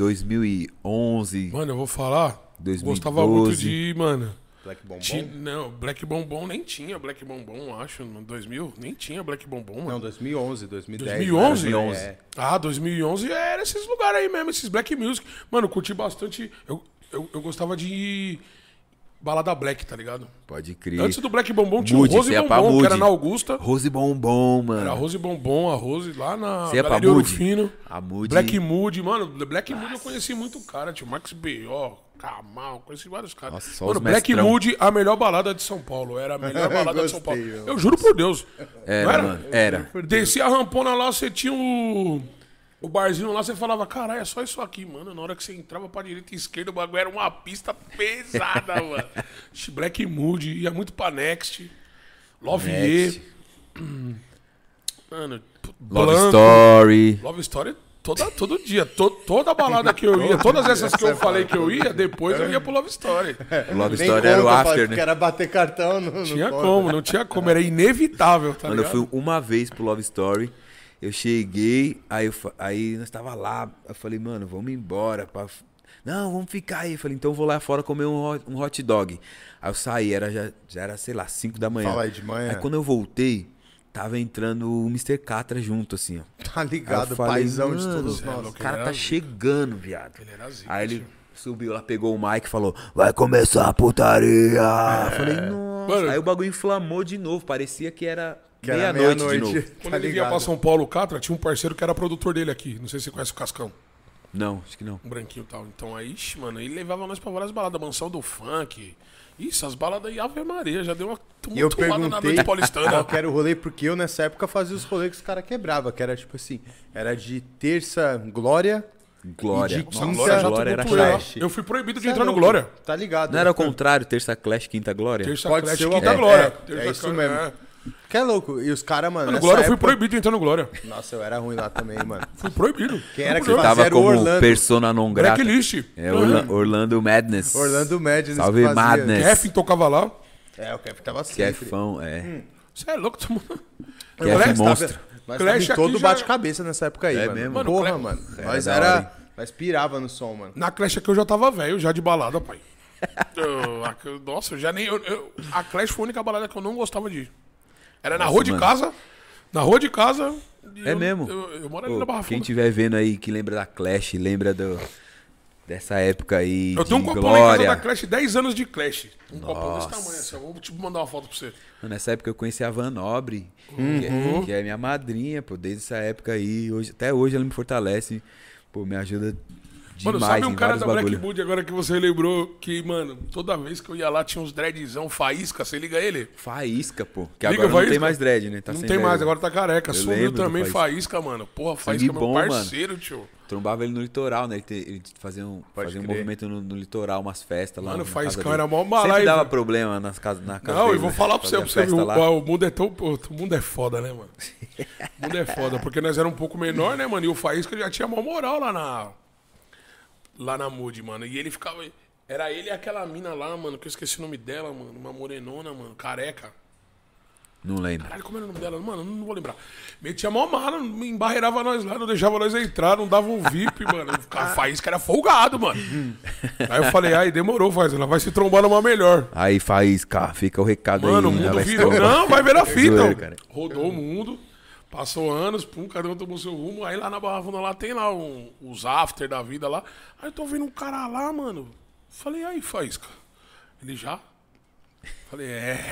2011? Mano, eu vou falar. 2012. Gostava muito de, mano. Black Bombom? Não, Black Bombom nem tinha Black Bombom, acho. No 2000 nem tinha Black Bombom, mano. Não, 2011, 2010. 2011? 2011. É. Ah, 2011 era esses lugares aí mesmo, esses Black Music. Mano, eu curti bastante. Eu gostava de balada Black, tá ligado? Pode crer. Antes do Black Bombom tinha Moody, o Rose você ia pra Bombom, que Moody. era na Augusta. Rose Bombom, mano. Era Rose Bombom, a Rose lá na Você ia pra Galeria Ouro Moody? Fino. A Moody. Black Moody, mano, Black Moody eu conheci muito cara, tio Max B.O., Kamal, conheci vários caras. Nossa, só Mano, os Black mestrão. Moody, a melhor balada de São Paulo. Era a melhor balada de São Paulo. Gostei, meu. Eu juro por Deus. Era, Não era? mano. Era. Descia a rampona lá, você tinha o barzinho lá, você falava, caralho, é só isso aqui, mano. Na hora que você entrava pra direita e esquerda, o bagulho era uma pista pesada, mano. Black Moody, ia muito pra Next. Love Next. Ye. Mano, Love Blanco. Story. Love Story Todo dia. Toda balada que eu ia, todas essas que eu falei que eu ia, depois eu ia pro Love Story. O Love Story era o after, né? Que era bater cartão. Não tinha como. Era inevitável, tá Mano, ligado? eu fui uma vez pro Love Story. Eu cheguei, aí nós tava lá. Eu falei, mano, vamos embora. Não, vamos ficar aí. Eu falei, então eu vou lá fora comer um hot dog. Aí eu saí, já era, sei lá, 5 da manhã. Fala aí de manhã. Aí quando eu voltei, tava entrando o Mr. Catra junto, assim, ó. Tá ligado, eu falei, paizão de mano, todos é nós. louco. O cara Ele tá era chegando, viado. Ele era zica, Aí ele tio. subiu lá, pegou o mic e falou, vai começar a putaria. Eu falei, nossa. Mano, Aí o bagulho inflamou de novo, parecia que era Que era meia-noite de meia-noite. novo. Quando Tá ele vinha ligado? pra São Paulo, o Catra, tinha um parceiro que era produtor dele aqui. Não sei se você conhece o Cascão. Não, acho que não. Um branquinho e tal. Então aí, ixi, mano, ele levava nós pra várias baladas. Mansão do Funk. Isso, as baladas aí, Ave Maria. Já deu uma E eu tumultuada na perguntei noite paulistana. qual que era o rolê, porque eu nessa época fazia os rolês que os caras quebravam, que era tipo assim, era de terça Glória, Glória. E de Nossa, quinta- Glória já Glória era tumultuou lá. Clash. Eu fui proibido de Cê é entrar no louco, Glória. Tá ligado? Não era o contrário, terça Clash, quinta Glória? Terça Pode Clash, ser o quinta é, Glória. é Terça isso Clash, mesmo. é. Que é louco. E os caras, mano, No nessa Glória eu fui época... proibido de entrar no Glória. Nossa, eu era ruim lá também, mano. Fui proibido. Quem era que Não, fazia? Tava Era o como Orlando. persona non grata. Blacklist. É, Orlando Madness. Orlando Madness Salve, que fazia. Madness. Kevin tocava lá. É, o Kevin tava sempre. Kefão, é. Você é louco, todo mundo. Kef Clash monstro. Nós Clash tava em todo aqui já- bate-cabeça nessa época aí, É mano. mesmo? Mano, Porra, Clash- mano. É, Nós da hora, era... hein? Nós pirava no som, mano. Na Clash aqui eu já tava velho, já de balada, pai. Nossa, eu já nem. A Clash foi a única balada que eu não gostava de ir. Era na Nossa, rua de mano. casa. Na rua de casa. e É eu- mesmo? Eu moro ali Pô, na Barra quem Funda. estiver vendo aí, que lembra da Clash, lembra dessa época aí Eu de tenho um copão lá em casa glória. da Clash, 10 anos de Clash. Um copão desse tamanho, assim. Eu vou tipo mandar uma foto pra você. Nessa época eu conheci a Van Nobre, que é minha madrinha, pô, desde essa época aí. Até hoje ela me fortalece, pô, me ajuda demais Mano, sabe um em cara vários da Black bagulho. Mood agora que você lembrou que, mano, toda vez que eu ia lá tinha uns dreadzão, faísca, você liga ele? Faísca, pô. Que Liga agora não Faísca? tem mais dread, né? Tá Não sem tem dread. mais, agora tá careca. Eu Sumiu lembro do também Faísca. Faísca, mano. Porra, Faísca é Sangue meu bom, mano. parceiro, tio. Trombava ele no litoral, né? Ele fazia um Pode crer. movimento no litoral, umas festas lá. Mano, na Faíscão casa dele. era mó bala Sempre aí, dava velho. problema na casa Não, dele, eu vou né? falar pra você, Fazia ver. festa lá. O mundo é tão. Pô, o mundo é foda, né, mano? O mundo é foda, porque nós era um pouco menor, né, mano? E o Faísca já tinha mó moral lá na Mood, mano. E ele ficava. Era ele e aquela mina lá, mano, que eu esqueci o nome dela, mano. Uma morenona, mano, careca. Não lembro. Caralho, como era o nome dela? Mano, não vou lembrar. Metia mó mala, embarreirava nós lá, não deixava nós entrar, não dava um VIP, mano. A Faísca era folgado, mano. Aí eu falei, ai, demorou, Faísca, ela vai se trombar numa melhor. Aí, Faísca, fica o recado Mano, o aí. mundo ela virou. estoura. Não, vai ver a fita. zoeira, cara. Rodou o mundo, passou anos, pum, cada um tomou seu rumo. Aí lá na Barra Funda lá tem lá os after da vida lá. Aí eu tô vendo um cara lá, mano. Falei, aí, Faísca. Ele já? Falei,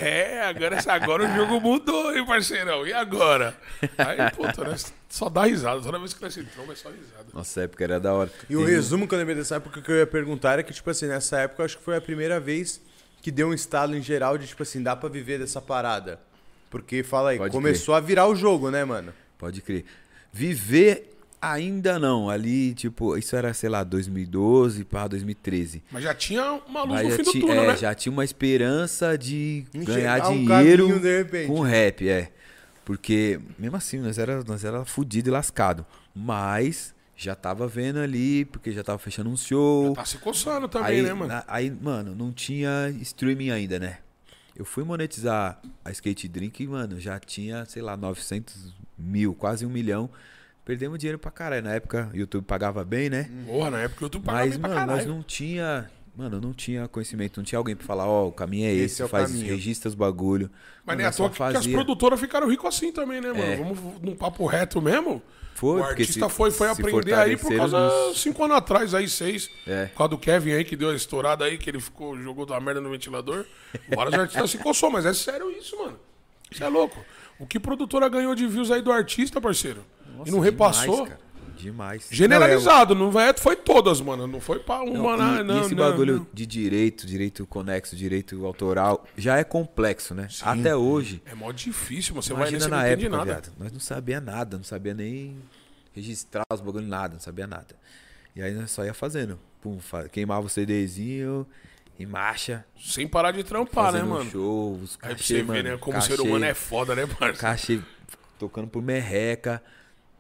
agora o jogo mudou, hein, parceirão? E agora? Aí, puta, né? Só dá risada. Toda vez que nós se tromba é só risada. Nossa época era da hora. E o resumo que eu lembrei dessa época que eu ia perguntar era que, tipo assim, nessa época eu acho que foi a primeira vez que deu um estalo em geral de, tipo assim, dá pra viver dessa parada. Porque, fala aí, Pode começou a virar o jogo, né, mano? Pode crer. Viver ainda não. Ali, tipo, isso era, sei lá, 2012 para 2013. Mas já tinha uma luz Mas no já, fim do túnel, né? já tinha uma esperança de Enxergar ganhar um dinheiro caminho, de repente. com rap, Porque, mesmo assim, nós era fudido e lascado. Mas já tava vendo ali, porque já tava fechando um show. Tá se coçando também, né, mano? Aí, mano, não tinha streaming ainda, né? Eu fui monetizar a Skate Drink, mano, já tinha, sei lá, 900 mil, quase 1 milhão. Perdemos dinheiro pra caralho. Na época, o YouTube pagava bem, né? Porra, na época eu tô pagando Mas, bem pra mano, nós caralho. não tinha... Mano, não tinha conhecimento, não tinha alguém pra falar, ó, o caminho é Esse esse, é o faz, caminho. registra os bagulho. Mas Mano, nem à nós só toa que as produtoras ficaram ricas assim também, né, mano? É. Vamos num papo reto mesmo. Foi, O porque artista se- foi se aprender aí por causa fortaleceram 5 anos atrás, aí 6. É. Por causa do Kevin aí, que deu a estourada aí, que ele jogou da merda no ventilador. Vários artistas se coçou, mas é sério isso, mano. Isso é louco. O que produtora ganhou de views aí do artista, parceiro? Nossa, e não demais, repassou? cara, demais. Generalizado, não é, foi todas, mano. Não foi pra Não, uma, e não. esse não, bagulho não. de direito conexo, direito autoral, já é complexo, né? Até hoje. É mó difícil, mas você vai Imagina nesse na não entende época, nada. viado. Nós não sabia nada, não sabia nem registrar os bagulhos, nada, não sabia nada. E aí nós só ia fazendo. Pum, queimava o CDzinho e marcha. Sem parar de trampar, né, fazendo mano? show, os Aí pra cachê, você ver, mano, né? Como o cachê, ser humano é foda, né, parceiro? cachê tocando por merreca.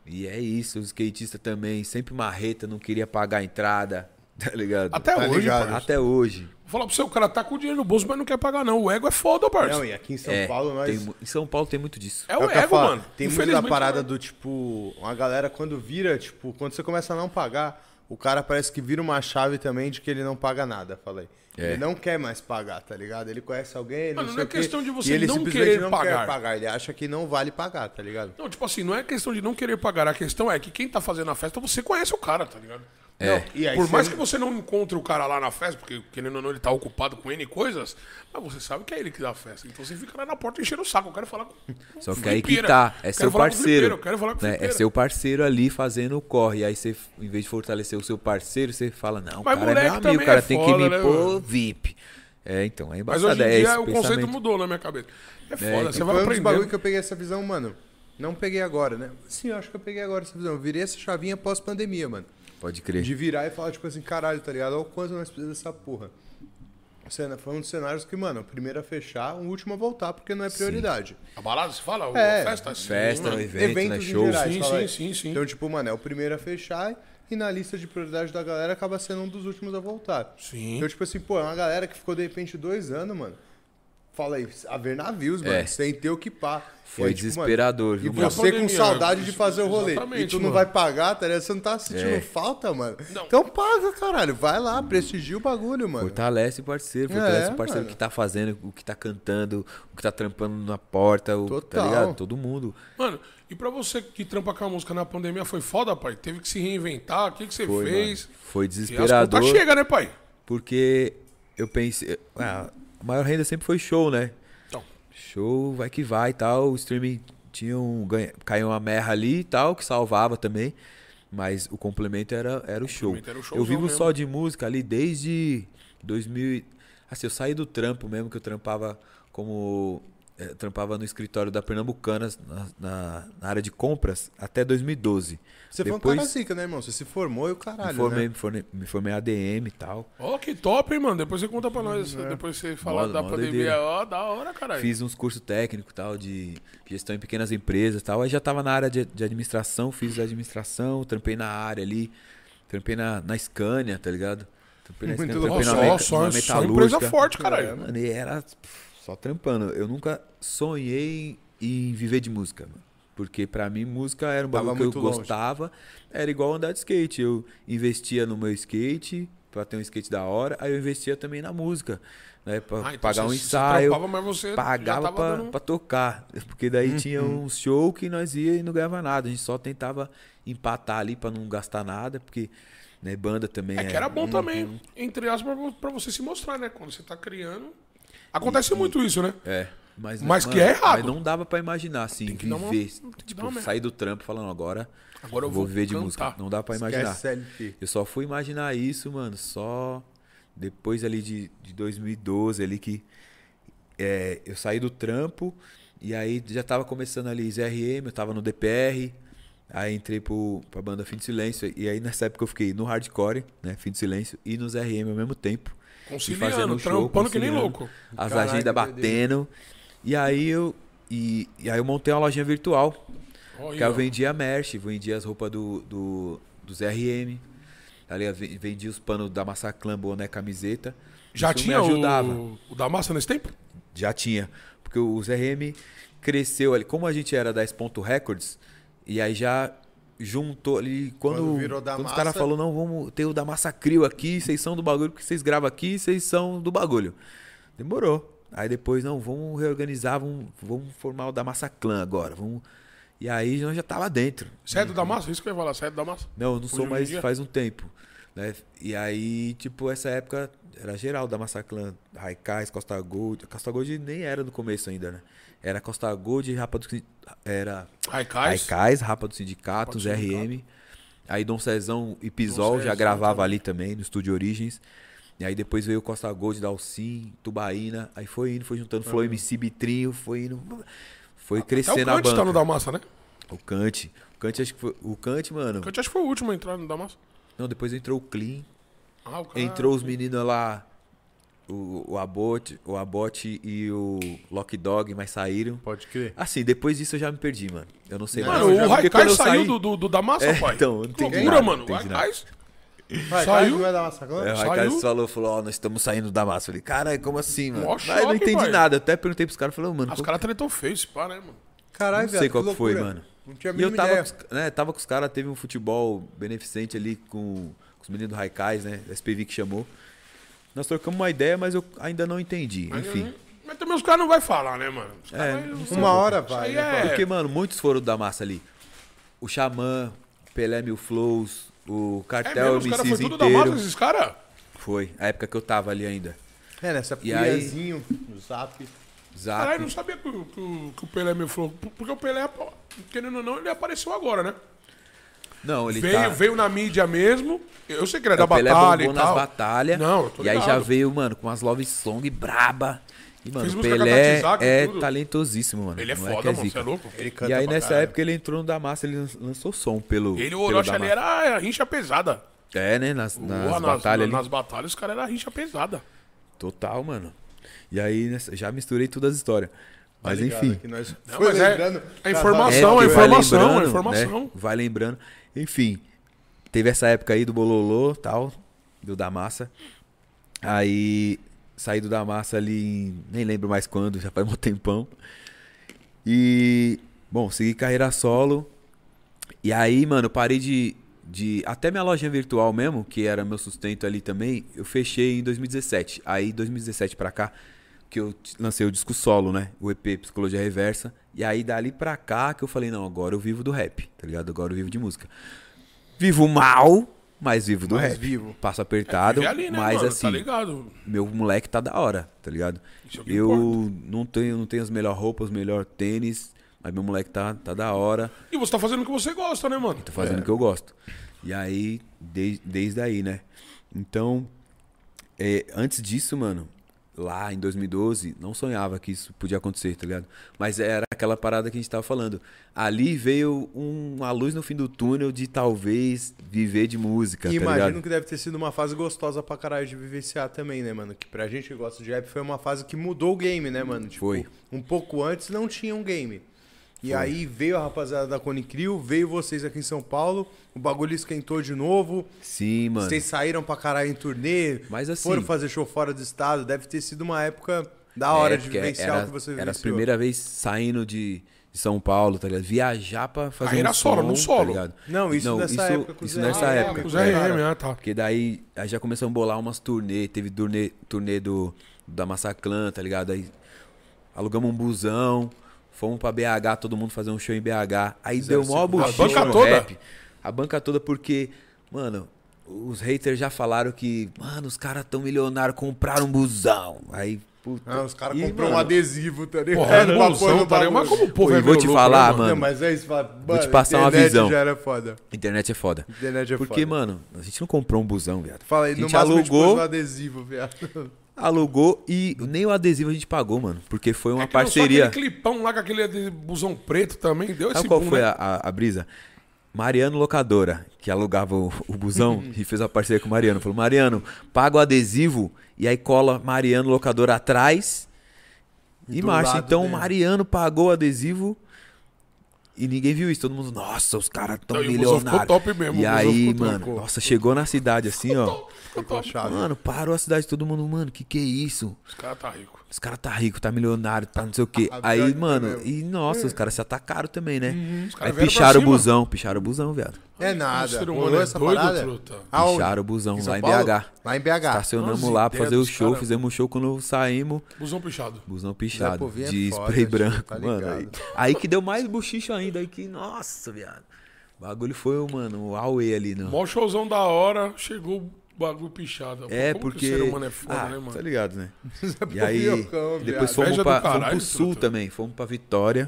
E é isso, os skatistas também, sempre marreta, não queria pagar a entrada, tá ligado? Até Tá hoje, ligado? pai. Até hoje. Vou falar pro seu, o cara tá com o dinheiro no bolso, mas não quer pagar, não. O ego é foda, parça. Não, e aqui em São É, Paulo nós... em São Paulo tem muito disso. É o É o que eu ego, falo, mano. tem muito da Infelizmente, parada é. do tipo, uma galera quando vira, tipo, quando você começa a não pagar, o cara parece que vira uma chave também de que ele não paga nada, falei. É. Ele não quer mais pagar, tá ligado? Ele conhece alguém, Mano, não não sei é o quê, questão de você e ele não simplesmente querer não pagar. quer pagar, ele acha que não vale pagar, tá ligado? Não, tipo assim, não é questão de não querer pagar. A questão é que quem tá fazendo a festa, você conhece o cara, tá ligado? É. Não, e aí Por você- mais que você não encontre o cara lá na festa, porque querendo ou não, ele tá ocupado com N coisas, mas você sabe que é ele que dá a festa. Então você fica lá na porta enchendo o saco. Eu quero falar com Só o que aí que Flipeira. tá, é Quero seu falar com o Flipeira, parceiro. Eu quero falar com o Né? É Flipeira. seu parceiro ali fazendo o corre. E aí você, em vez de fortalecer o seu parceiro, você fala, não, o Mas cara é moleque meu amigo, também o cara é tem que foda, me né, pôr mano? VIP. É, então, é Mas embaçado. hoje em É dia esse o conceito pensamento. mudou na minha cabeça. É foda, você E vai foi um dos bagulho aprendendo. que eu peguei essa visão, mano. Não peguei agora, né? Sim, eu acho que eu peguei agora essa visão. Eu virei essa chavinha pós-pandemia, mano. Pode crer. De virar e falar, tipo assim, caralho, tá ligado? Olha o quanto nós precisamos dessa porra. Foi um dos cenários que, mano, o primeiro a fechar, o último a voltar, porque não é prioridade. A balada, você fala? É, A festa? Sim, festa, mano. evento, né? Eventos em Shows. gerais, Sim, fala aí. sim. Então, tipo, mano, é o primeiro a fechar e na lista de prioridade da galera acaba sendo um dos últimos a voltar. Sim. Então, tipo assim, pô, é uma galera que ficou, de repente, 2 anos, mano. Fala aí, a ver navios, mano, É. sem ter o que pá. Foi E aí, tipo, desesperador, mano, viu, E mano? você com Pandemia, saudade de fazer o rolê. exatamente, E tu não mano. vai pagar, tá ligado? Você não tá sentindo É. falta, mano. Não. Então paga, caralho. Vai lá, prestigia o bagulho, mano. Fortalece o parceiro, fortalece É, o parceiro mano. que tá fazendo, o que tá cantando, o que tá trampando na porta, o, tá Total. ligado? Todo mundo. Mano, e pra você que trampa com a música na pandemia, foi foda, pai? Teve que se reinventar? O que você Foi, fez? mano. Foi E as desesperador. contas chegam, né, pai? Porque eu pensei. A maior renda sempre foi show, né? Então, Show, vai que vai e tal. O streaming caiu uma merra ali e tal, que salvava também. Mas o complemento era o show. complemento era o Eu showzão vivo mesmo. só de música ali desde 2000. Assim, eu saí do trampo mesmo, que eu trampava como. Trampava no escritório da Pernambucanas, na área de compras, até 2012. Você foi um cara zica, né, irmão? Você se formou e o caralho, né? Me formei ADM e tal. ó, que top, hein, mano? Depois você conta pra nós. É. Depois você falar Mó da pandemia. doideira. Ó, da hora, caralho. Fiz uns cursos técnicos e tal, de gestão em pequenas empresas e tal. Aí já tava na área de administração, fiz administração, trampei na área ali, trampei na Scania, tá ligado? Trampei na Muito Scania, louco. trampei Ó, na só empresa metalúrgica. forte, caralho. Mano, e era só trampando. Eu nunca sonhei em viver de música, mano. Porque pra mim música era um Tava bagulho que eu muito longe. gostava. Era igual andar de skate. Eu investia no meu skate pra ter um skate da hora. Aí eu investia também na música, né? Pra Ah, então pagar um você ensaio. trampava, mas você já Pagava tava pra, dando- pra tocar. Porque daí tinha um show que nós ia e não ganhava nada. A gente só tentava empatar ali pra não gastar nada. Porque, né, banda também É que era bom também, entre aspas, pra você se mostrar, né? Quando você tá criando. Acontece muito isso, né? É. Mas que é errado. Mas não dava pra imaginar, assim, que dar uma- viver. tem que Tipo, dar uma- sair do trampo falando, agora Agora eu vou vou viver de cantar. música. Não dá pra imaginar. Esquece CLT. Eu só fui imaginar isso, mano, só depois ali de 2012, ali que eu saí do trampo e aí já tava começando ali ZRM, eu tava no DPR, aí entrei pra banda Fim de Silêncio e aí nessa época eu fiquei no hardcore, né, Fim de Silêncio e no ZRM ao mesmo tempo. E Conciliando, trampando que nem conciliando, louco. As Caraca, agendas que doideira. batendo. E aí eu montei uma lojinha virtual. Ó, Que aí eu ó. vendia merch, vendia as roupas dos RM. Ali vendia os panos da Massaclan, boné, camiseta. Já Isso tinha me ajudava. o da massa nesse tempo? Já tinha. Porque os RM cresceu ali. Como a gente era da Esponto Records, e aí já juntou ali. Quando virou da os Massa- caras falaram, não, vamos ter o da Massa Crio aqui, vocês são do bagulho, porque vocês gravam aqui, vocês são do bagulho. Demorou. Aí depois, não, vamos reorganizar, vamos formar o da Massa Clan agora. E aí nós já tava dentro. Você é do da massa? Isso que eu ia falar, você é do da massa? Não, eu não sou Hoje em mais dia? faz um tempo. Né? E aí, tipo, essa época era geral da Massaclan, Raikais, Costa Gold. Costa Gold nem era no começo ainda, né? Era Costa Gold, Rapa do Era Raikais. Raikais, Rapa do Sindicato, Rapa do os RM. Aí Dom Cezão e Pisol Dom já Cezão gravava também. ali também, no Estúdio Origens. E aí depois veio o Costa Gold, Dalcin, Tubaína. Aí foi indo, foi juntando Flow MC, Bitrinho, foi indo. Foi crescendo Até a o Kant banca. tá no da massa, né? O Kant. O Kant, acho que foi. O Kant, mano. O Kant acho que foi o último a entrar no da massa. Não, depois entrou o Clean. Ah, o cara... Entrou os meninos lá. o Abote e o Lock Dog, mas saíram. Pode crer. Assim, depois disso eu já me perdi, mano. Eu não sei Mano, mais. o Porque quando Raikais eu saiu saí- do da massa, pai. Então, eu não Que entendi loucura, nada, mano. não O entendi nada. Raikais Vai, Saiu? não vai dar massa clã? O Saiu? Raikais falou, nós estamos saindo da massa. Eu falei, cara, como assim, mano? Mó Mas eu não choque, entendi pai. nada. Eu até perguntei pros caras, falei, mano, Os caras tretou feio esse pá, né, mano? Caralho, não sei viado, qual que foi, loucura. mano. Não tinha a E eu mínima tava, ideia. tava com os caras, teve um futebol beneficente ali com os meninos do Raikais, né? Da SPV que chamou. Nós trocamos uma ideia, mas eu ainda não entendi. Enfim. Mas também os caras não vão falar, né, mano? Os caras não vai- sei. Uma hora Isso vai, aí né? é- Porque, mano, muitos foram da massa ali. O Xamã, Pelé Mil Flows, o É Cartel mesmo, os caras MCs foi tudo da massa, inteiro. esses caras? Foi, a época que eu tava ali ainda. É, nessa E aí- friazinho no zap. Caralho, Zap. não sabia que o Pelé me falou. Porque o Pelé, querendo ou não, ele apareceu agora, né? Não, ele tá... Veio na mídia mesmo. Eu sei que ele é da O Pelé batalha bombou e tal. nas batalhas. Não, eu tô E aí já ligado. veio, mano, com umas love song braba. E, mano, Fez o música com a Pelé Tati Zak e é tudo. talentosíssimo, mano. Ele é Não foda, que é mano, você zica. é louco? Ele canta E aí, pra nessa caralho. época, ele entrou no da massa, ele lançou som pelo. Ele e o pelo Orochi da ali massa. era rincha pesada. É, né? Nas Porra, batalhas ali. nas batalhas, os caras eram rincha pesada. Total, mano. E aí, já misturei todas as histórias. Mas Tá ligado, enfim. que nós Não, foi mas é- lembrando- é informação, porque a vai informação, a lembrando, informação. né? Vai lembrando. Enfim, teve essa época aí do Bololô, tal, do da massa. Aí saí do da massa ali, nem lembro mais quando, já faz um tempão. E, bom, segui carreira solo. E aí, mano, eu parei de... Até minha lojinha virtual mesmo, que era meu sustento ali também, eu fechei em 2017. Aí, 2017 pra cá, que eu lancei o disco solo, né? O EP Psicologia Reversa. E aí, dali pra cá, que eu falei, não, agora eu vivo do rap, tá ligado? Agora eu vivo de música. Vivo mal, mas vivo do Mas rap. vivo. Passo apertado, Vive ali, né, mas mano? assim, Tá ligado? meu moleque tá da hora, tá ligado? Isso é o que Eu não tenho as melhores roupas, os melhores tênis, mas meu moleque tá da hora. E você tá fazendo o que você gosta, né, mano? Tô fazendo o que eu gosto. E aí, desde aí, né? Então, antes disso, mano, lá em 2012, não sonhava que isso podia acontecer, tá ligado? Mas era aquela parada que a gente tava falando. Ali veio uma luz no fim do túnel de talvez viver de música, E tá imagino ligado? que deve ter sido uma fase gostosa pra caralho de vivenciar também, né, mano? Que pra gente que gosta de rap foi uma fase que mudou o game, né, mano? Tipo, Foi. um pouco antes não tinha um game. E aí veio a rapaziada da Cone Crew, veio vocês aqui em São Paulo, o bagulho esquentou de novo. Sim, mano. Vocês saíram pra caralho em turnê, Mas assim- foram fazer show fora do estado. Deve ter sido uma época da hora de porque vivenciar o que você Era as vivenciou. primeiras vezes saindo de São Paulo, tá ligado? Viajar pra fazer Carreira um solo, som, no solo. Tá ligado? Não, isso nessa época com o Isso Zé nessa RM, época. O Zé Cara. RM, tá. Porque daí aí já começamos a bolar umas turnê. Teve turnê da Massaclan, tá ligado? Aí alugamos um busão, fomos pra BH, todo mundo fazer um show em BH. Aí deu mó buchicho banca no toda? rap. A banca toda porque, mano, os haters já falaram que, mano, os caras tão milionários, compraram um busão. Aí, puta. Ah, os caras E, compram um mano, adesivo, tá ligado? Porra, Pra pôr busão, no tá ligado? Mas bagulho. como o povo Pô, é e vou meio te louco, falar, né, mano. Não, mas é isso, Vou te passar uma internet visão. já era foda. Internet é foda. Internet é Porque, foda. mano, a gente não comprou um busão, viado. Fala aí, a no gente máximo a gente pôs alugou, um adesivo, viado. alugou e nem o adesivo a gente pagou, mano. Porque foi uma É que lançou parceria. aquele clipão lá com aquele busão preto também, deu esse Sabe qual boom, foi né? a brisa? Mariano Locadora, que alugava o busão e fez uma parceria com o Mariano. Falou, Mariano, paga o adesivo e aí cola Mariano Locadora atrás e Do marcha. lado Então o dele. Mariano pagou o adesivo e ninguém viu isso. Todo mundo, nossa, os caras tão Não, e o busão ficou milionários. top mesmo, o E busão aí, ficou mano, top. nossa, chegou na cidade assim, ó. Ficou chave. Mano, parou a cidade, todo mundo, mano, que é isso? Os caras tá rico. Os caras tá rico, tá milionário, tá não sei o quê. Pior Aí, que mano, foi mesmo. e nossa, os caras se atacaram também, né? Os Aí caras vieram picharam pra o cima. picharam o busão, viado. É O nada. ser Rolou humano é essa doido, parada? truta. Aonde? Picharam o busão Em São lá em Paulo? BH. Lá em BH. Estacionamos Nossa, lá pra ideia fazer o dos show, cara. fizemos o show quando saímos, Busão pichado. busão pichado, Povinho é de foda, spray tio, branco, tá mano. ligado. Aí que deu mais buchicho ainda, aí que, nossa, viado. O bagulho foi, mano, o Huawei ali, não. Mó showzão da hora, chegou o bagulho pichado. É, Como porque... que o ser humano é foda, né, tá mano? ligado, né? E Povinho, aí, cão, depois viado. fomos, Inveja do fomos caralho, pro sul truta. também, fomos pra Vitória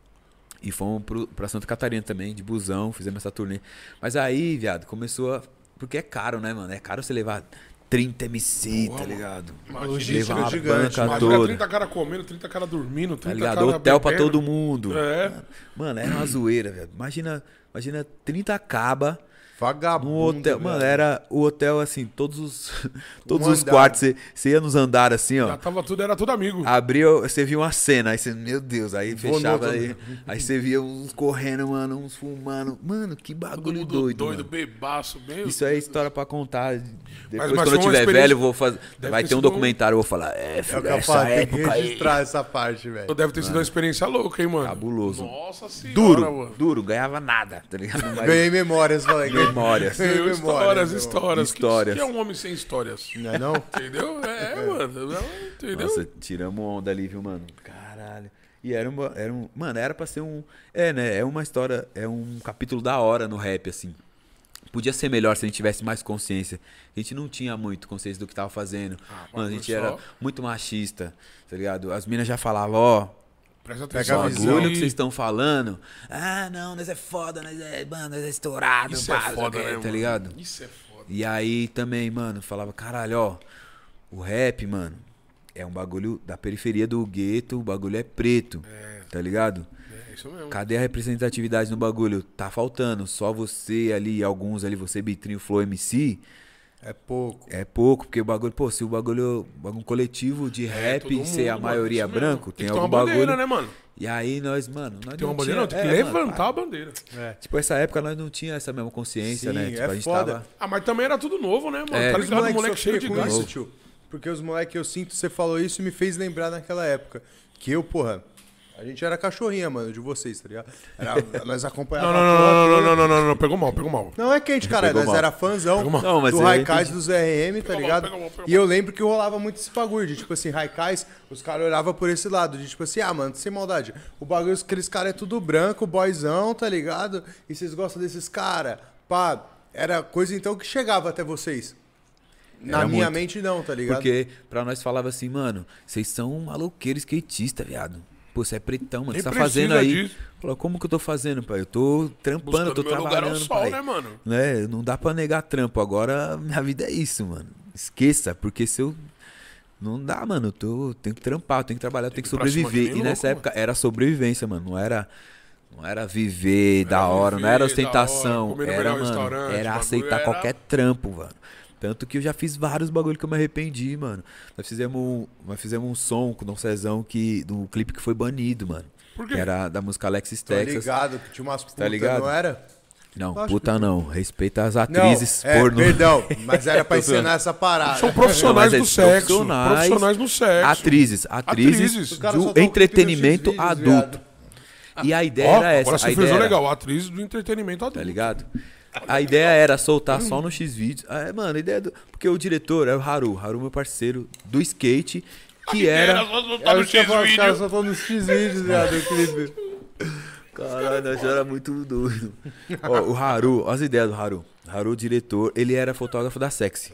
e fomos pra Santa Catarina também, de busão, fizemos essa turnê. Mas aí, viado, começou a... Porque é caro, né, mano? É caro você levar 30 MC, tá ligado? Logística Levar uma gigante, banca Imagina toda. 30 caras comendo, 30 caras dormindo, 30 Tá ligado? caras Hotel pra bebendo. todo mundo. É. Mano, era uma zoeira, velho. Imagina 30 caba Vagabundo. No hotel, mano, era o hotel assim, todos os andar. quartos, você ia nos andares assim, ó. Já tava tudo, era tudo amigo. Abria, você via uma cena, aí você, meu Deus, aí Vou fechava, no aí você via uns correndo, mano, uns fumando. Mano, que Todo bagulho mundo doido, doido, mano. bebaço, meu. Isso é história pra contar. Depois, mas quando foi eu uma tiver experiência- velho, eu vou fazer. Deve Vai ter ter um sido documentário, eu vou falar, É o filho, que eu essa falo, tem que época aí. registrar essa parte, velho. Deve ter sido uma experiência louca, hein, mano? Cabuloso. Nossa senhora, Duro, mano. duro, ganhava nada, tá ligado? Mas- Ganhei memórias, falei. Memórias. Ganhei Meu, memórias, histórias. Histórias. Que é um homem sem histórias? Não é não? Entendeu? Mano. Não, entendeu? Nossa, tiramos onda ali, viu, mano? Caralho. E mano, era pra ser um... né? É uma história, é um capítulo da hora no rap, assim. Podia ser melhor se a gente tivesse mais consciência. A gente não tinha muito consciência do que tava fazendo. Mano, a gente só. era muito machista, tá ligado? As minas já falavam, ó... Presta Pega atenção. a O visão. bagulho que vocês estão falando. Ah, não, nós é foda, nós é estourado. Isso pá, é foda, não sei o quê, né, tá mano? ligado? Isso é foda. E aí também, mano, falava, caralho, ó, o rap, mano, é um bagulho da periferia do gueto, o bagulho é preto, tá ligado? É isso mesmo. Cadê a representatividade no bagulho? Tá faltando, só você ali, alguns ali, você, Bitrinho, Flow, MC, É pouco. é pouco, porque o bagulho, pô, se o bagulho, um coletivo de rap todo mundo, ser a mano, maioria isso mesmo. branco, Tem tem que ter algum uma bandeira, bagulho... né, mano? E aí nós, mano, nós Tem uma não bandeira, não. tinha... Tem que mano, levantar a bandeira. tipo, essa época nós não tinha essa mesma consciência, Sim, né? Tipo, é a gente foda. tava... Ah, mas também era tudo novo, né, mano? É. Tá Os ligado? O moleques moleque cheio de sofriam com gás. isso, tio. Porque os moleques, eu sinto, você falou isso e me fez lembrar naquela época. Que eu, porra, a gente era cachorrinha, mano, de vocês, tá ligado? Nós acompanhávamos. Não. Pegou mal. Não é quente, cara. Pegou Nós mal. era fãzão Não, mas do eu Raikais entendi. dos RM, tá Pegou mal, ligado? pegou mal. E eu lembro que rolava muito esse bagulho de, tipo assim, Raikais, os caras olhavam por esse lado, de tipo assim, ah, mano, sem maldade. O bagulho, aqueles caras é tudo branco, boyzão, tá ligado? E vocês gostam desses caras. Pá, era coisa então que chegava até vocês. Na Era minha muito. mente não, tá ligado? Porque pra nós falava assim, mano, vocês são um maloqueiro skatista, viado. Pô, você é pretão, mano. O que Nem você tá fazendo precisa aí? disso. Falou, como que eu tô fazendo, pai? Eu tô trampando, Buscando tô meu lugar ao trabalhando, sol, pai. né, mano? Né? Não dá pra negar trampo. Agora, minha vida é isso, mano. Esqueça, porque se eu... Não dá, mano. Tenho que trampar, tenho que trabalhar, tenho que que ir pra cima que sobreviver. nem E nessa louco, época era sobrevivência, mano. Não era viver da Era hora, não viver era da hora, ostentação. comer no Era, melhor mano, restaurante, era bagulho aceitar era- qualquer trampo, mano. Tanto que eu já fiz vários bagulho que eu me arrependi, mano. Nós fizemos um som com o Dom Cezão do clipe que foi banido, mano. Por quê? Que era da música Alexis Tô Texas. ligado que tinha umas putas, ligado? não era? Não, Lógico puta que- não. Respeita as Não, atrizes pornô. perdão, mas era pra Tô zoando. ensinar essa parada. São profissionais Não, do mas é sexo. profissionais. Profissionais do sexo. Atrizes Atrizes. Os caras só do tão entretenimento curtindo X-Vídeos, adulto. E a ideia Ó, era essa. agora você A frisou ideia era, legal. Atriz do entretenimento adulto. tá ligado? A ideia era soltar só no X-Vídeos. Mano, a ideia porque o diretor é o Haru. Haru, meu parceiro do skate, que era... só soltar Eu no tinha falado, os X-Vídeo. caras só estão nos X-Vídeos, viado, o clipe. Caralho, nós era muito doido. Ó, o Haru, olha as ideias do Haru. Haru, diretor, ele era fotógrafo da Sexy.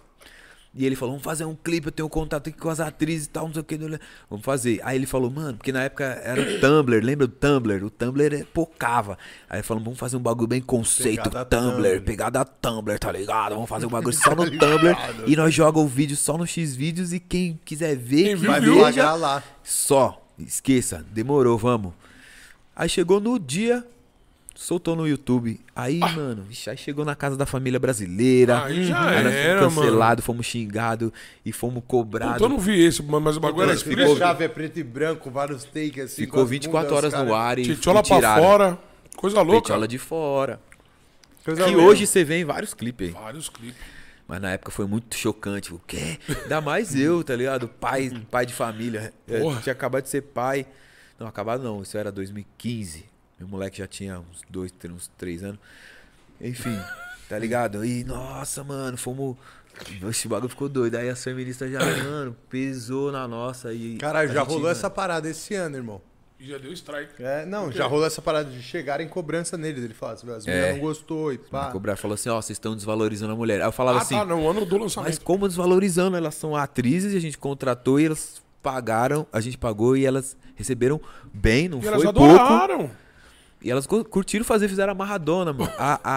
E ele falou, vamos fazer um clipe, eu tenho contato aqui com as atrizes e tal, não sei o que. Vamos fazer. Aí ele falou, mano, porque na época era o Tumblr, lembra do Tumblr? O Tumblr pocava. Aí ele falou, vamos fazer um bagulho bem conceito, Pegada Tumblr, Tumblr. pegada Tumblr, tá ligado? Vamos fazer um bagulho só no Tumblr e nós jogamos o vídeo só no X-Vídeos e quem quiser ver, Quem que viu, Vai viu? flagrar lá. só. Esqueça, demorou, vamos. Aí chegou no dia, soltou no YouTube. Aí, mano, vixe, aí chegou na casa da família brasileira. Aí já Aí nós era, fomos mano. cancelados, fomos xingados e fomos cobrados. Então eu não vi esse, mas o bagulho era Ficou explícito. chave é preto e branco, vários takes assim. Ficou 24 horas no ar e Titiola pra tiraram. fora. Coisa louca. Petiola de fora. Coisa Que louca. hoje você vê em vários clipes aí. Vários clipes. Mas na época foi muito chocante. O quê? Ainda mais eu, tá ligado? Pai de família. Eu Porra. tinha acabado de ser pai. Não, acabado não. Isso era 2015. Meu moleque já tinha uns 3 anos. Enfim, tá ligado? E, nossa, mano, fomos... Esse bagulho ficou doido. Aí as feministas já, mano, pesou na nossa. E Caralho, a já gente, rolou mano, essa parada esse ano, irmão. E já deu strike. É, não, já rolou essa parada de chegar em cobrança neles. Ele fala assim, as mulheres não gostou e pá. Cobrar falou assim, ó, vocês estão desvalorizando a mulher. Aí eu falava assim, tá, no ano do mas lançamento. como desvalorizando? Elas são atrizes e a gente contratou e elas pagaram, a gente pagou e elas receberam bem, não E foi elas pouco. adoraram. E elas curtiram fazer, fizeram amarradona, mano.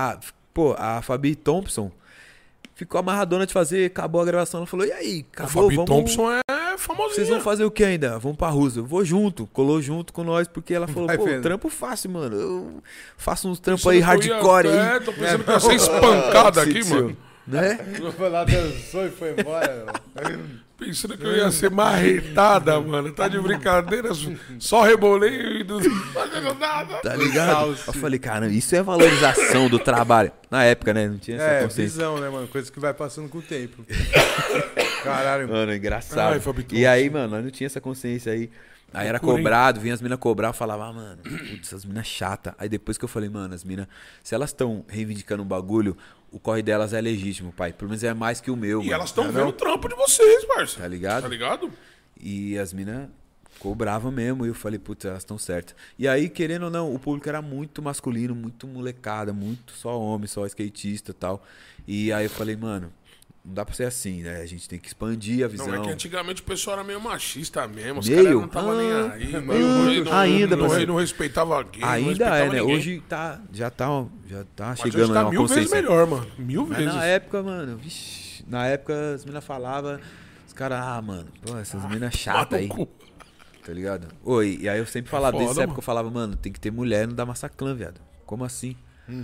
A Fabi Thompson ficou amarradona de fazer, acabou a gravação, ela falou, e aí, A acabou, Fabi vamos... Thompson é famosinha. Vocês vão fazer o que ainda? Vamos pra Rússia. Eu vou junto. Colou junto com nós, porque ela falou, Vai pô, vendo. trampo fácil, mano. Eu faço uns trampos Pensando aí que eu ia- hardcore aí. tô pensando que eu ia ser espancado aqui, Tio, mano. Né? Foi lá, dançou e foi embora. Pensando que eu ia ser marretada, mano. Tá de brincadeira? Só rebolei e não fazendo nada. Tá ligado? Salve. Eu falei, cara, isso é valorização do trabalho. Na época, né? Não tinha essa É, consciência. visão, né, mano? Coisa que vai passando com o tempo. Caralho. Mano, engraçado. Ai, Fabito. E aí, mano, nós não tinha essa consciência aí. Aí era Loucura, hein? cobrado, vinha as minas cobrar, eu falava, mano, putz, essas minas chatas. Aí depois que eu falei, mano, as minas, se elas estão reivindicando um bagulho, o corre delas é legítimo, pai. Pelo menos é mais que o meu, E mano. elas estão vendo o trampo de vocês, parça. Tá ligado? Tá ligado? E as minas cobravam mesmo. E eu falei, putz, elas estão certas. E aí, querendo ou não, o público era muito masculino, muito molecada, muito só homem, só skatista e tal. E aí eu falei, mano, não dá pra ser assim, né? A gente tem que expandir a visão. Não, é que antigamente o pessoal era meio machista mesmo. Os Meio? caras não estavam nem aí. Ainda, não, mas- não respeitava gay. não Ainda respeitava é, né? ninguém. Hoje já tá Mas chegando hoje tá numa mil vezes consciência. melhor, mano. Mil Mas vezes. na época, mano, vixi, na época as minas falavam, os caras, mano, pô, essas minas chatas aí, Maluco. tá ligado? Oi, e aí eu sempre falava, desde foda, essa época mano. eu falava, mano, tem que ter mulher no da Massaclan, viado. Como assim?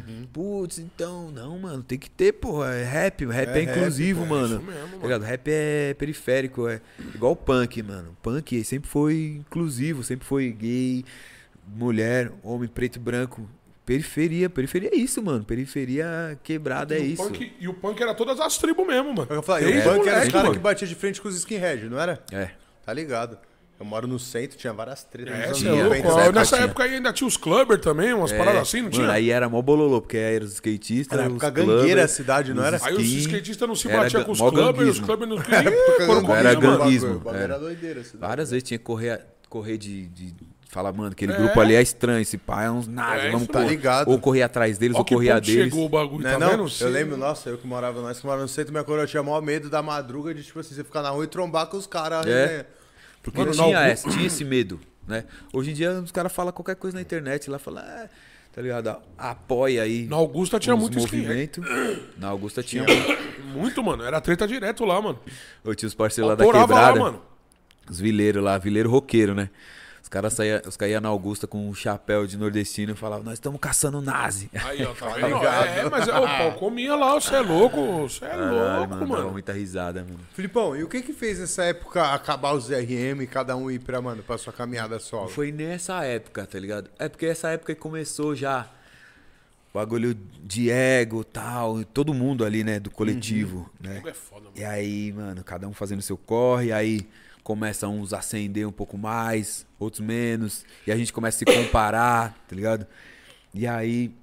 Putz, então, não, mano, tem que ter, porra, é rap é rap, inclusivo, pô, é mano. isso mesmo, mano. Tá ligado? Rap é periférico, é igual o punk, mano. Punk sempre foi inclusivo, sempre foi gay, mulher, homem, preto e branco. Periferia é isso, mano. Periferia quebrada é E o isso. punk- e o punk era todas as tribos mesmo, mano. Eu falei, Desde o punk era os moleque, caras mano. que batia de frente com os skinhead, não era? É. Tá ligado. Eu moro no centro, tinha várias tretas. É, nos você anos é 90, louco. né? Nessa tinha. época aí ainda tinha os clubber também, umas paradas assim, não Mano, tinha? aí era mó bololô, porque aí eram os skatistas, Era os época clubbers, gangueira a cidade, não os era? Aí os skin, skatistas não se era batiam com os mó clubbers, os ganguismo. clubbers não Época queriam. gangueira, Era mano, ganguismo, o bagulho era. era doideira. a cidade. Várias vezes tinha que correr de falar, mano, aquele grupo ali é estranho, esse pai é uns nazis, É vamos isso correr. mesmo. Tá ligado. Ou correr atrás deles, Olha ou que correr a ponto deles. chegou o bagulho, Não, tá não, vendo? eu lembro, nossa, eu que morava, nós que morava no centro, minha coroa tinha maior medo da madruga de, tipo assim, você ficar na rua e trombar com os caras. É. Né? Porque Mano, tinha esse medo, né? Hoje em dia os caras falam qualquer coisa na internet, lá falam, tá ligado? Apoia aí. Na Augusta tinha os muito skinhead. movimento. Na Augusta tinha. Muito, mano. Era treta direto lá, mano. Eu tinha os parceiros lá da Autorava lá, quebrada. mano. Os vileiros lá, vileiro roqueiro, né? Os caras iam na Augusta com um chapéu de nordestino e falavam, nós estamos caçando nazi. Aí, ó, tá vendo? Mas o pau comia lá, você é louco, você é Caralho, louco, mano, dava mano. muita risada, mano. Filipão, e o que fez nessa época acabar os RM e cada um ir pra sua caminhada solo? Foi nessa época, tá ligado? É porque essa época que começou já bagulho de ego e tal, e todo mundo ali, né, do coletivo, né? É foda, mano. E aí, mano, cada um fazendo seu corre, aí começam uns a acender um pouco mais, outros menos, e a gente começa a se comparar, tá ligado? E aí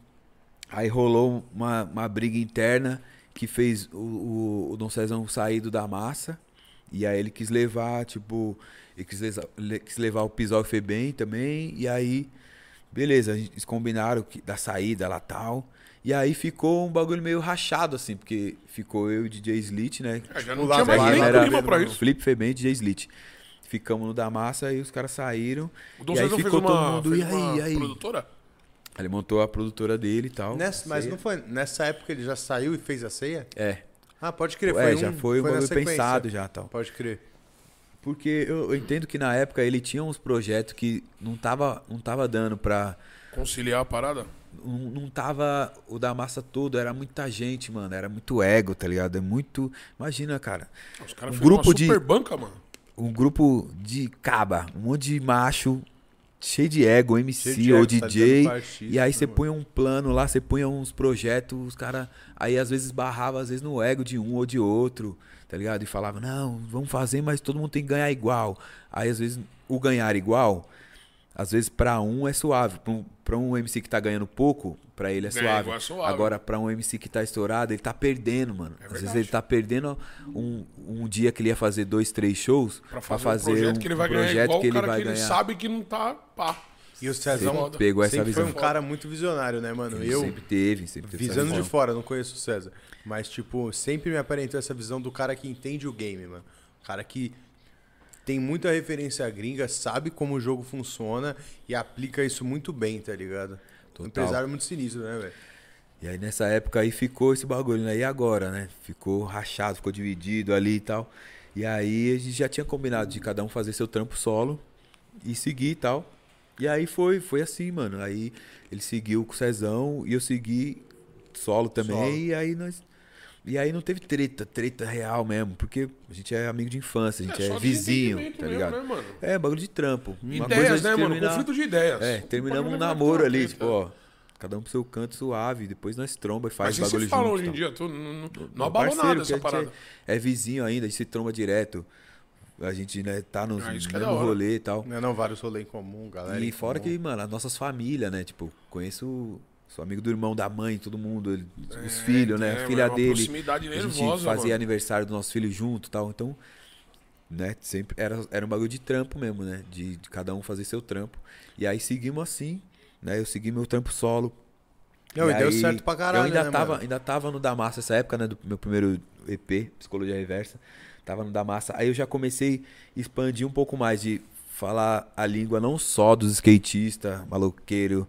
rolou uma briga interna que fez o Dom Cezão sair do da massa, e aí ele quis levar, tipo, ele quis levar o Pisol e o Febem também, e aí, beleza, eles combinaram da saída lá tal. E aí ficou um bagulho meio rachado, assim, porque ficou eu e o DJ Slit, né? Já não Lá tinha mais vai, nem era clima pra isso. Flip Febem e DJ Slit. Ficamos no da massa e os caras saíram. O Dom E aí Cezão fez ficou todo uma, mundo, fez e aí, uma e aí? produtora? Ele montou a produtora dele e tal. Mas não foi nessa época ele já saiu e fez a ceia? É. Ah, pode crer. Já foi um na bagulho sequência. pensado já tal. Pode crer. Porque eu entendo que na época ele tinha uns projetos que não tava dando pra... Conciliar a parada? Não tava o da massa todo, era muita gente, mano. Era muito ego, tá ligado? É muito... Imagina, cara. Os caras Um fizeram grupo uma de- super banca, mano. Um grupo de caba, um monte de macho, cheio de ego, MC Cheio de ou ego, DJ. tá dizendo partista, E aí você né, põe um plano lá, você põe uns projetos, os caras... Aí às vezes barrava, às vezes no ego de um ou de outro, tá ligado? E falava, não, vamos fazer, mas todo mundo tem que ganhar igual. Aí às vezes o ganhar igual, às vezes pra um é suave. Pra um MC que tá ganhando pouco, pra ele é Ganhar suave. igual é suave. Agora, pra um MC que tá estourado, ele tá perdendo, mano. Às vezes verdade. ele tá perdendo um dia que ele ia fazer 2, 3 shows Pra fazer um projeto que ele vai ganhar projeto igual que o ele cara vai que ele ganhar. sabe que não tá pá. E o Cezão Foda. Pegou essa sempre foi visão. um cara muito visionário, né, mano? Ele Eu, sempre teve essa visando de visão. fora, não conheço o César. Mas, tipo, sempre me aparentou essa visão do cara que entende o game, mano. O cara que tem muita referência gringa, sabe como o jogo funciona e aplica isso muito bem, tá ligado? Um Total. empresário muito sinistro, né, velho? E aí nessa época aí ficou esse bagulho, né? E agora, né? Ficou rachado, ficou dividido ali e tal. E aí a gente já tinha combinado de cada um fazer seu trampo solo e seguir e tal. E aí foi assim, mano. Aí ele seguiu com o Cezão e eu segui solo também. Solo. E aí não teve treta real mesmo, porque a gente é amigo de infância, a gente é só vizinho, desentendimento tá mesmo, ligado? né, mano? É, bagulho de trampo. Uma Ideias, coisa né, de mano? terminar- Conflito de ideias. É, terminamos um Bagulho vai namoro pra ali, treta. tipo, ó, cada um pro seu canto suave, depois nós tromba e faz Mas bagulho vocês falam junto. hoje em tal. dia, não Meu abalou parceiro, nada que essa a gente parada. é vizinho ainda, a gente se tromba direto. A gente, né, tá no Isso que é mesmo da hora. rolê e tal. Não, vários rolês em comum, galera. E em fora comum. que, mano, as nossas famílias, né? Tipo, conheço. Sou amigo do irmão, da mãe, todo mundo, os filhos, né? A filha é uma dele. proximidade A gente nervosa, fazia mano. aniversário do nosso filho junto e tal. Então, né? Sempre era um bagulho de trampo mesmo, né? De cada um fazer seu trampo. E aí seguimos assim, né? Eu segui meu trampo solo. Não, e deu certo pra caralho, Eu ainda, né, tava, mano? ainda tava no Damassa essa época, né? Do meu primeiro EP, Psicologia Reversa. Tava no Damassa. Aí eu já comecei a expandir um pouco mais de falar a língua não só dos skatistas, maloqueiro,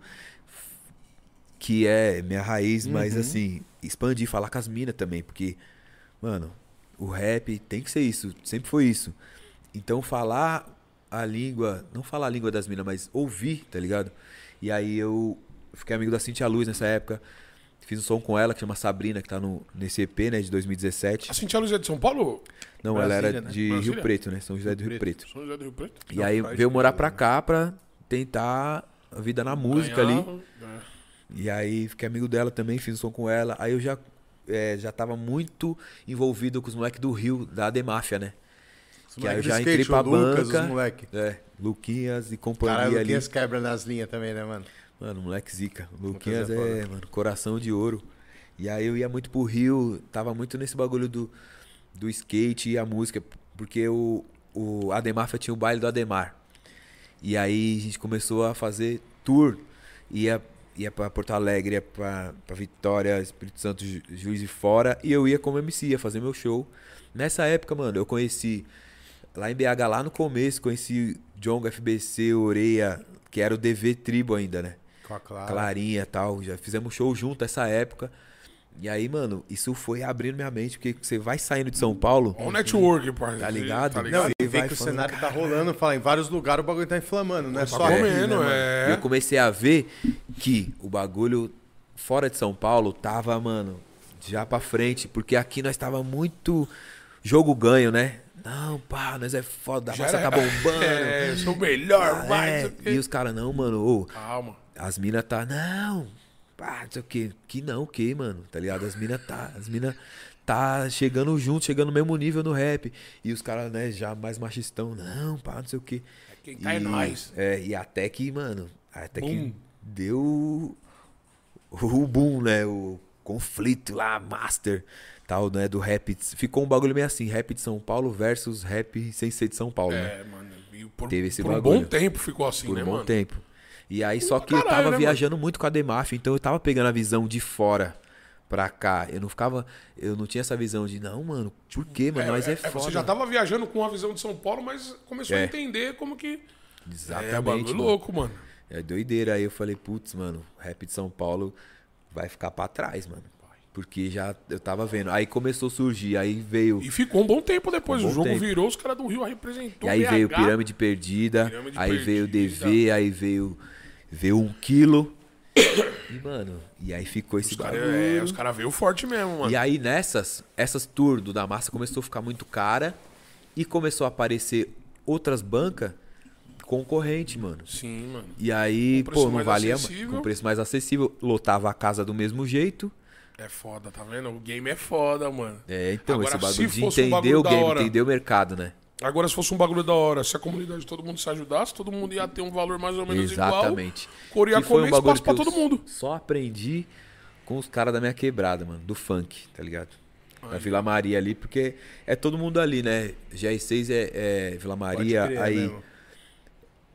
que é minha raiz, mas assim, expandir, falar com as minas também, porque, mano, o rap tem que ser isso, sempre foi isso. Então falar a língua, não falar a língua das minas, mas ouvir, tá ligado? E aí eu fiquei amigo da Cintia Luz nessa época, fiz um som com ela que chama Sabrina, que tá nesse EP, né, de 2017. A Cintia Luz é de São Paulo? Não, Brasília, ela era né? de Brasília? Rio Preto, né? São José do Rio Preto. São José do Rio Preto? E aí Freud, veio morar né? pra cá pra tentar a vida na música ali. Ganhava, E aí fiquei amigo dela também, fiz um som com ela. Aí eu já tava muito envolvido com os moleques do Rio, da Ademáfia, né? Os Que aí eu moleques do já skate, entrei pra o Lucas, banca. os moleque. Luquinhas e companhia Caralho, o ali. Luquinhas quebra nas linhas também, né, mano? Mano, moleque zica. Lucas Luquinhas é é, foda. mano, coração de ouro. E aí eu ia muito pro Rio, tava muito nesse bagulho do skate e a música, porque o Ademáfia tinha o baile do Ademar. E aí a gente começou a fazer tour, ia pra Porto Alegre, ia pra Vitória, Espírito Santo, Juiz de Fora, e eu ia como MC, ia fazer meu show. Nessa época, mano, eu conheci, lá em BH, lá no começo, conheci Djonga, FBC, Oreia, que era o DV Tribo ainda, né? Com a Clara. Clarinha e tal, já fizemos show junto essa época. E aí, mano, isso foi abrindo minha mente, porque você vai saindo de São Paulo, Olha o network, parceiro. Tá ligado? Tá Não, ligado? e Você vê vai que o falando, cenário tá rolando, fala, em vários lugares o bagulho tá inflamando, não é Tá só aqui, né, comendo, mano? E eu é. comecei a ver que o bagulho fora de São Paulo tava, mano, já pra frente, porque aqui nós tava muito jogo ganho, né? Não, pá, nós é foda, a Já massa era- tá bombando. É, eu sou o melhor, vai. É, não sei o quê. e os caras, não, mano, ô, Calma. as minas tá, não, pá, não sei o que, que não, o que, mano, tá ligado? As minas tá chegando junto, chegando no mesmo nível no rap. E os caras, né, já mais machistão, não, pá, não sei o que. Quem tá é nós. É, e até que, mano, até Boom. que deu o boom, né, o conflito lá, master, tal, né, do rap. Ficou um bagulho meio assim, rap de São Paulo versus rap sem ser de São Paulo, né? É, mano. E por, Teve esse por um bagulho. bom tempo ficou assim, Por né, um bom mano? tempo. E aí, só que eu caralho, tava né, viajando muito com a Demáfia, então eu tava pegando a visão de fora pra cá. Eu não tinha essa visão de, não, mano, por quê, mano? Nós é foda. Você já tava viajando com a visão de São Paulo, mas começou a É. entender como que... Exatamente, É, bagulho mano. louco, mano. É doideira. Aí eu falei, putz, mano, rap de São Paulo vai ficar pra trás, mano. Porque já eu tava vendo. Aí começou a surgir, aí veio. E ficou um bom tempo depois. Um bom O jogo tempo. virou, os caras do Rio representou. E aí BH. veio Pirâmide Perdida, Pirâmide aí veio Perdida. DV, aí veio 1 quilo. E, mano, e aí ficou esse bagulho. Os caras veio forte mesmo, mano. E aí essas tours do Da Massa começou a ficar muito cara e começou a aparecer outras bancas concorrente, mano. Sim, mano. E aí, Com preço pô, não mais valia acessível. com preço mais acessível, lotava a casa do mesmo jeito. É foda, tá vendo? O game é foda, mano. É, então Agora, esse se bagulho de fosse um entender bagulho o da game, hora- entender o mercado, né? Agora, se fosse um bagulho da hora, se a comunidade todo mundo se ajudasse, todo mundo ia ter um valor mais ou menos Exatamente. igual. Coro ia Que foi comer um bagulho espaço pra que eu todo mundo. Só aprendi com os caras da minha quebrada, mano, do funk, tá ligado? Da Vila Maria ali, porque é todo mundo ali, né? GR6 é Vila Maria, Pode crer, aí mesmo.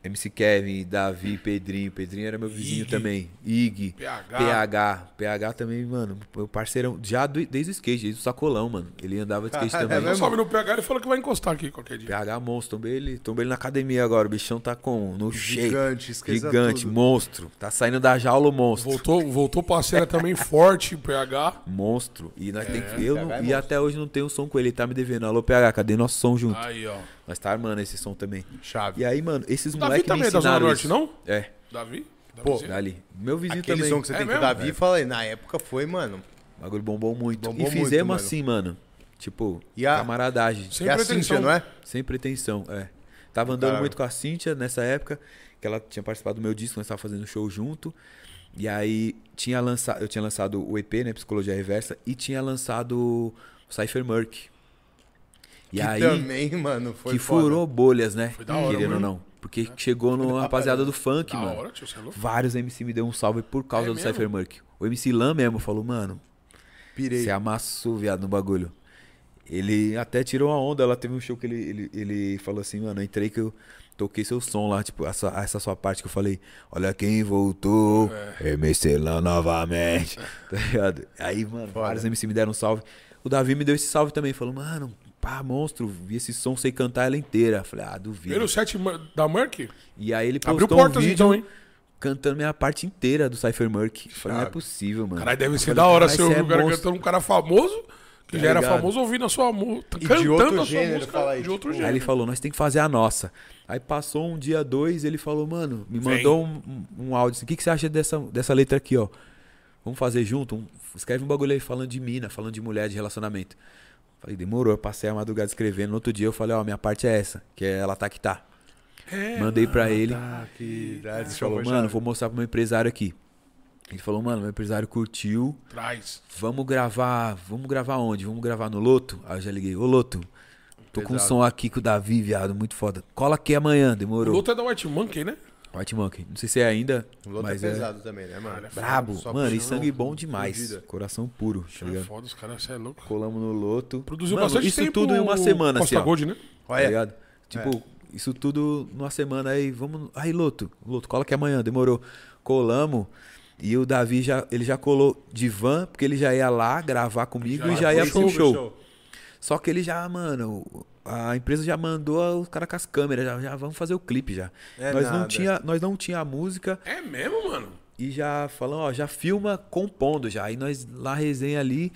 MC Kevin, Davi, Pedrinho. Pedrinho era meu vizinho Ig. também. Ig. PH. PH também, mano. Meu parceirão. Já desde o skate, desde o sacolão, mano. Ele andava de skate Caralho, também. é Não sobe no PH, ele falou que vai encostar aqui qualquer dia. PH monstro. Tombei ele na academia agora. O bichão tá com no shape. Gigante, esqueça Gigante, tudo. monstro. Tá saindo da jaula o monstro. Voltou pra cena também forte, PH. Monstro. E nós tem que. PH é monstro. Até hoje não tenho som com ele. Ele tá me devendo. Alô, PH, cadê nosso som junto? Aí, ó. Nós tá armando esse som também. Chave. E aí, mano, esses Davi moleques me também é da Zona ensinaram Norte, isso. não? É, Davi? Pô, Davizinho? dali. Meu vizinho Aquele também. som que você É tem com o mesmo? Davi, falei, na época foi, mano. O bagulho bombou muito. Bombou e fizemos muito, mano. assim, mano. Tipo, E a- camaradagem. Sem é a pretensão. Cíntia, não é? Sem pretensão, é. Tava andando Caralho. muito com a Cíntia nessa época, que ela tinha participado do meu disco, nós tava fazendo show junto. E aí eu tinha lançado o EP, né, Psicologia Reversa, e tinha lançado o Cypher Merc. E Que aí, também, mano, foi que foda. furou bolhas, né? Foi da hora, Querendo ou mano. não. Porque chegou no rapaziada do funk, Da mano. hora, tio, você é louco. Vários MC me deu um salve por causa É do mesmo? Cypher Merc. O MC Lan mesmo falou, mano, Pirei. você amassou, viado, no bagulho. Ele até tirou uma onda, ela teve um show que ele falou assim, mano, eu entrei que eu toquei seu som lá, tipo, essa sua parte que eu falei, olha quem voltou, MC Lan novamente, tá ligado? Aí, mano, Foda. vários MC me deram um salve. O Davi me deu esse salve também, falou, mano, pá, monstro, vi esse som, sei cantar ela inteira. Falei, duvido. Primeiro set da Merck? E aí ele Abriu postou um portas vídeo então, hein? cantando minha parte inteira do Cypher Merc. Falei, não é Chave. possível, mano. Caralho, deve Eu ser falei, da hora "Caralho, ser cê é um cara monstro." cantando um cara famoso, que Tá já era ligado? famoso ouvindo a sua música, E de cantando outro a sua gênero, música fala aí, de outro tipo, gênero. Aí ele falou, nós tem que fazer a nossa. Aí passou um dia, dois, ele falou, mano, me Vem. mandou um áudio assim, o que você acha dessa letra aqui, ó? Vamos fazer junto? Escreve um bagulho aí falando de mina, falando de mulher, de relacionamento. Falei, demorou, eu passei a madrugada escrevendo. No outro dia eu falei, ó, minha parte é essa, que é ela tá que tá. Mandei pra ele. Que Ele falou, mano, vou mostrar pro meu empresário aqui. Ele falou, mano, meu empresário curtiu. Traz. Vamos gravar onde? Vamos gravar no Loto? Aí eu já liguei, ô Loto, tô com um Pesado. som aqui com o Davi, viado, muito foda. Cola aqui amanhã, O demorou. Luto é da White Monkey, né? White Monkey, não sei se é ainda, O Loto mas é pesado também, né, mano? brabo. Só Mano, e puxando sangue bom demais. fugida. Coração puro, tá É ligado? foda, os caras, você é louco. Colamos no Loto. Produziu Mano, bastante isso tempo tudo em uma semana, Costa assim, ó. Gold, né? Tá Olha, ligado? Tipo, isso tudo numa semana aí, vamos. Aí, Loto, cola aqui amanhã, demorou. Colamos. E o Davi ele já colou de van, porque ele já ia lá gravar comigo e já ia pro show. Só que ele já, mano, a empresa já mandou os caras com as câmeras, já vamos fazer o clipe já. É Nós não tinha a música É mesmo, mano? e já falando, ó, já filma compondo já. Aí nós lá resenha ali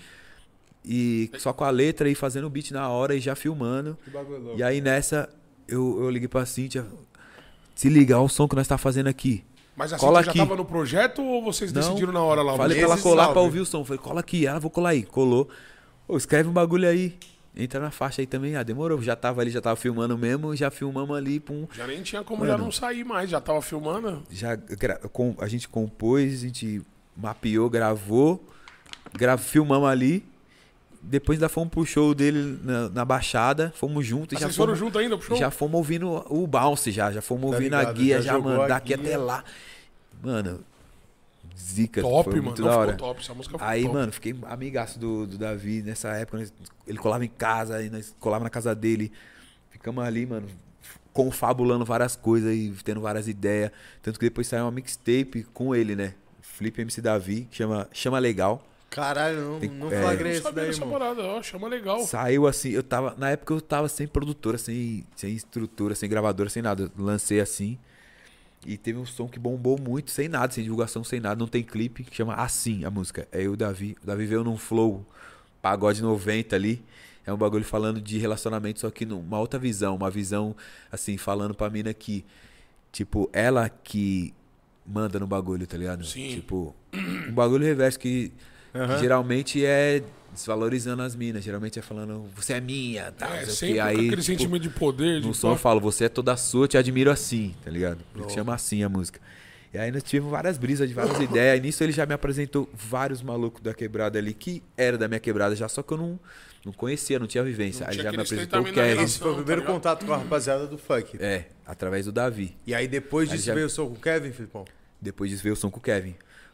e só com a letra e fazendo o beat na hora e já filmando. Que bagulho louco. E aí nessa eu liguei pra Cíntia, se liga, olha o som que nós tá fazendo aqui. Mas assim, Cola já aqui. tava no projeto ou vocês Não, decidiram na hora lá? Falei Esse pra ela colar salve. pra ouvir o som. Falei, cola aqui. Ela, vou colar aí. Colou. Ô, escreve um bagulho aí. Entra na faixa aí também. Demorou. Já tava ali, já tava filmando mesmo. Já filmamos ali. Pum. Já nem tinha como Mano. já não sair mais, já tava filmando. A gente compôs, a gente mapeou, gravou. Filmamos ali. Depois ainda fomos pro show dele na Baixada. Fomos juntos. Ah, Já vocês foram fomos, juntos ainda pro show? já fomos ouvindo o bounce já fomos Tá ouvindo a ligado, guia, já já, jogou mano, a daqui guia. até lá. Mano, zica. Top, foi mano. muito Não, da ficou hora. top. Essa música ficou Aí, top. mano, fiquei amigaço do Davi nessa época. Ele colava em casa, aí nós colava na casa dele. Ficamos ali, mano, confabulando várias coisas e tendo várias ideias. Tanto que depois saiu uma mixtape com ele, né? Flip MC Davi, que chama Legal. Caralho, Tem- não é. flagrei Eu isso sabia daí, dessa mano. parada, ó, chama legal. Saiu assim, na época eu tava sem produtora, sem estrutura, sem gravadora, sem nada. Eu lancei assim. E teve um som que bombou muito, sem nada, sem divulgação, sem nada. Não tem clipe, que chama Assim a música. Aí o Davi veio num flow pagode 90 ali. É um bagulho falando de relacionamento, só que numa outra visão. Uma visão, assim, falando pra mina que, tipo, ela que manda no bagulho, tá ligado? Sim. Tipo, um bagulho reverso que geralmente é desvalorizando as minas. Geralmente é falando, você é minha, tá? É, não sei o sempre quê. com Aí, aquele tipo, sentimento de poder. no de som eu pá. falo, você é toda sua, eu te admiro assim, tá ligado? Por isso que chama Assim a música. E aí nós tivemos várias brisas, de várias ideias. E nisso ele já me apresentou vários malucos da quebrada ali, que era da minha quebrada já, só que eu não conhecia, não tinha vivência. Não aí ele tinha já me aquele apresentou o estreitamento na Kevin. relação. Esse foi o primeiro Tá ligado? contato com a rapaziada do funk. É, através do Davi. E aí depois Aí disso já- veio o som com o Kevin, Filipão? Depois disso veio o som com o Kevin.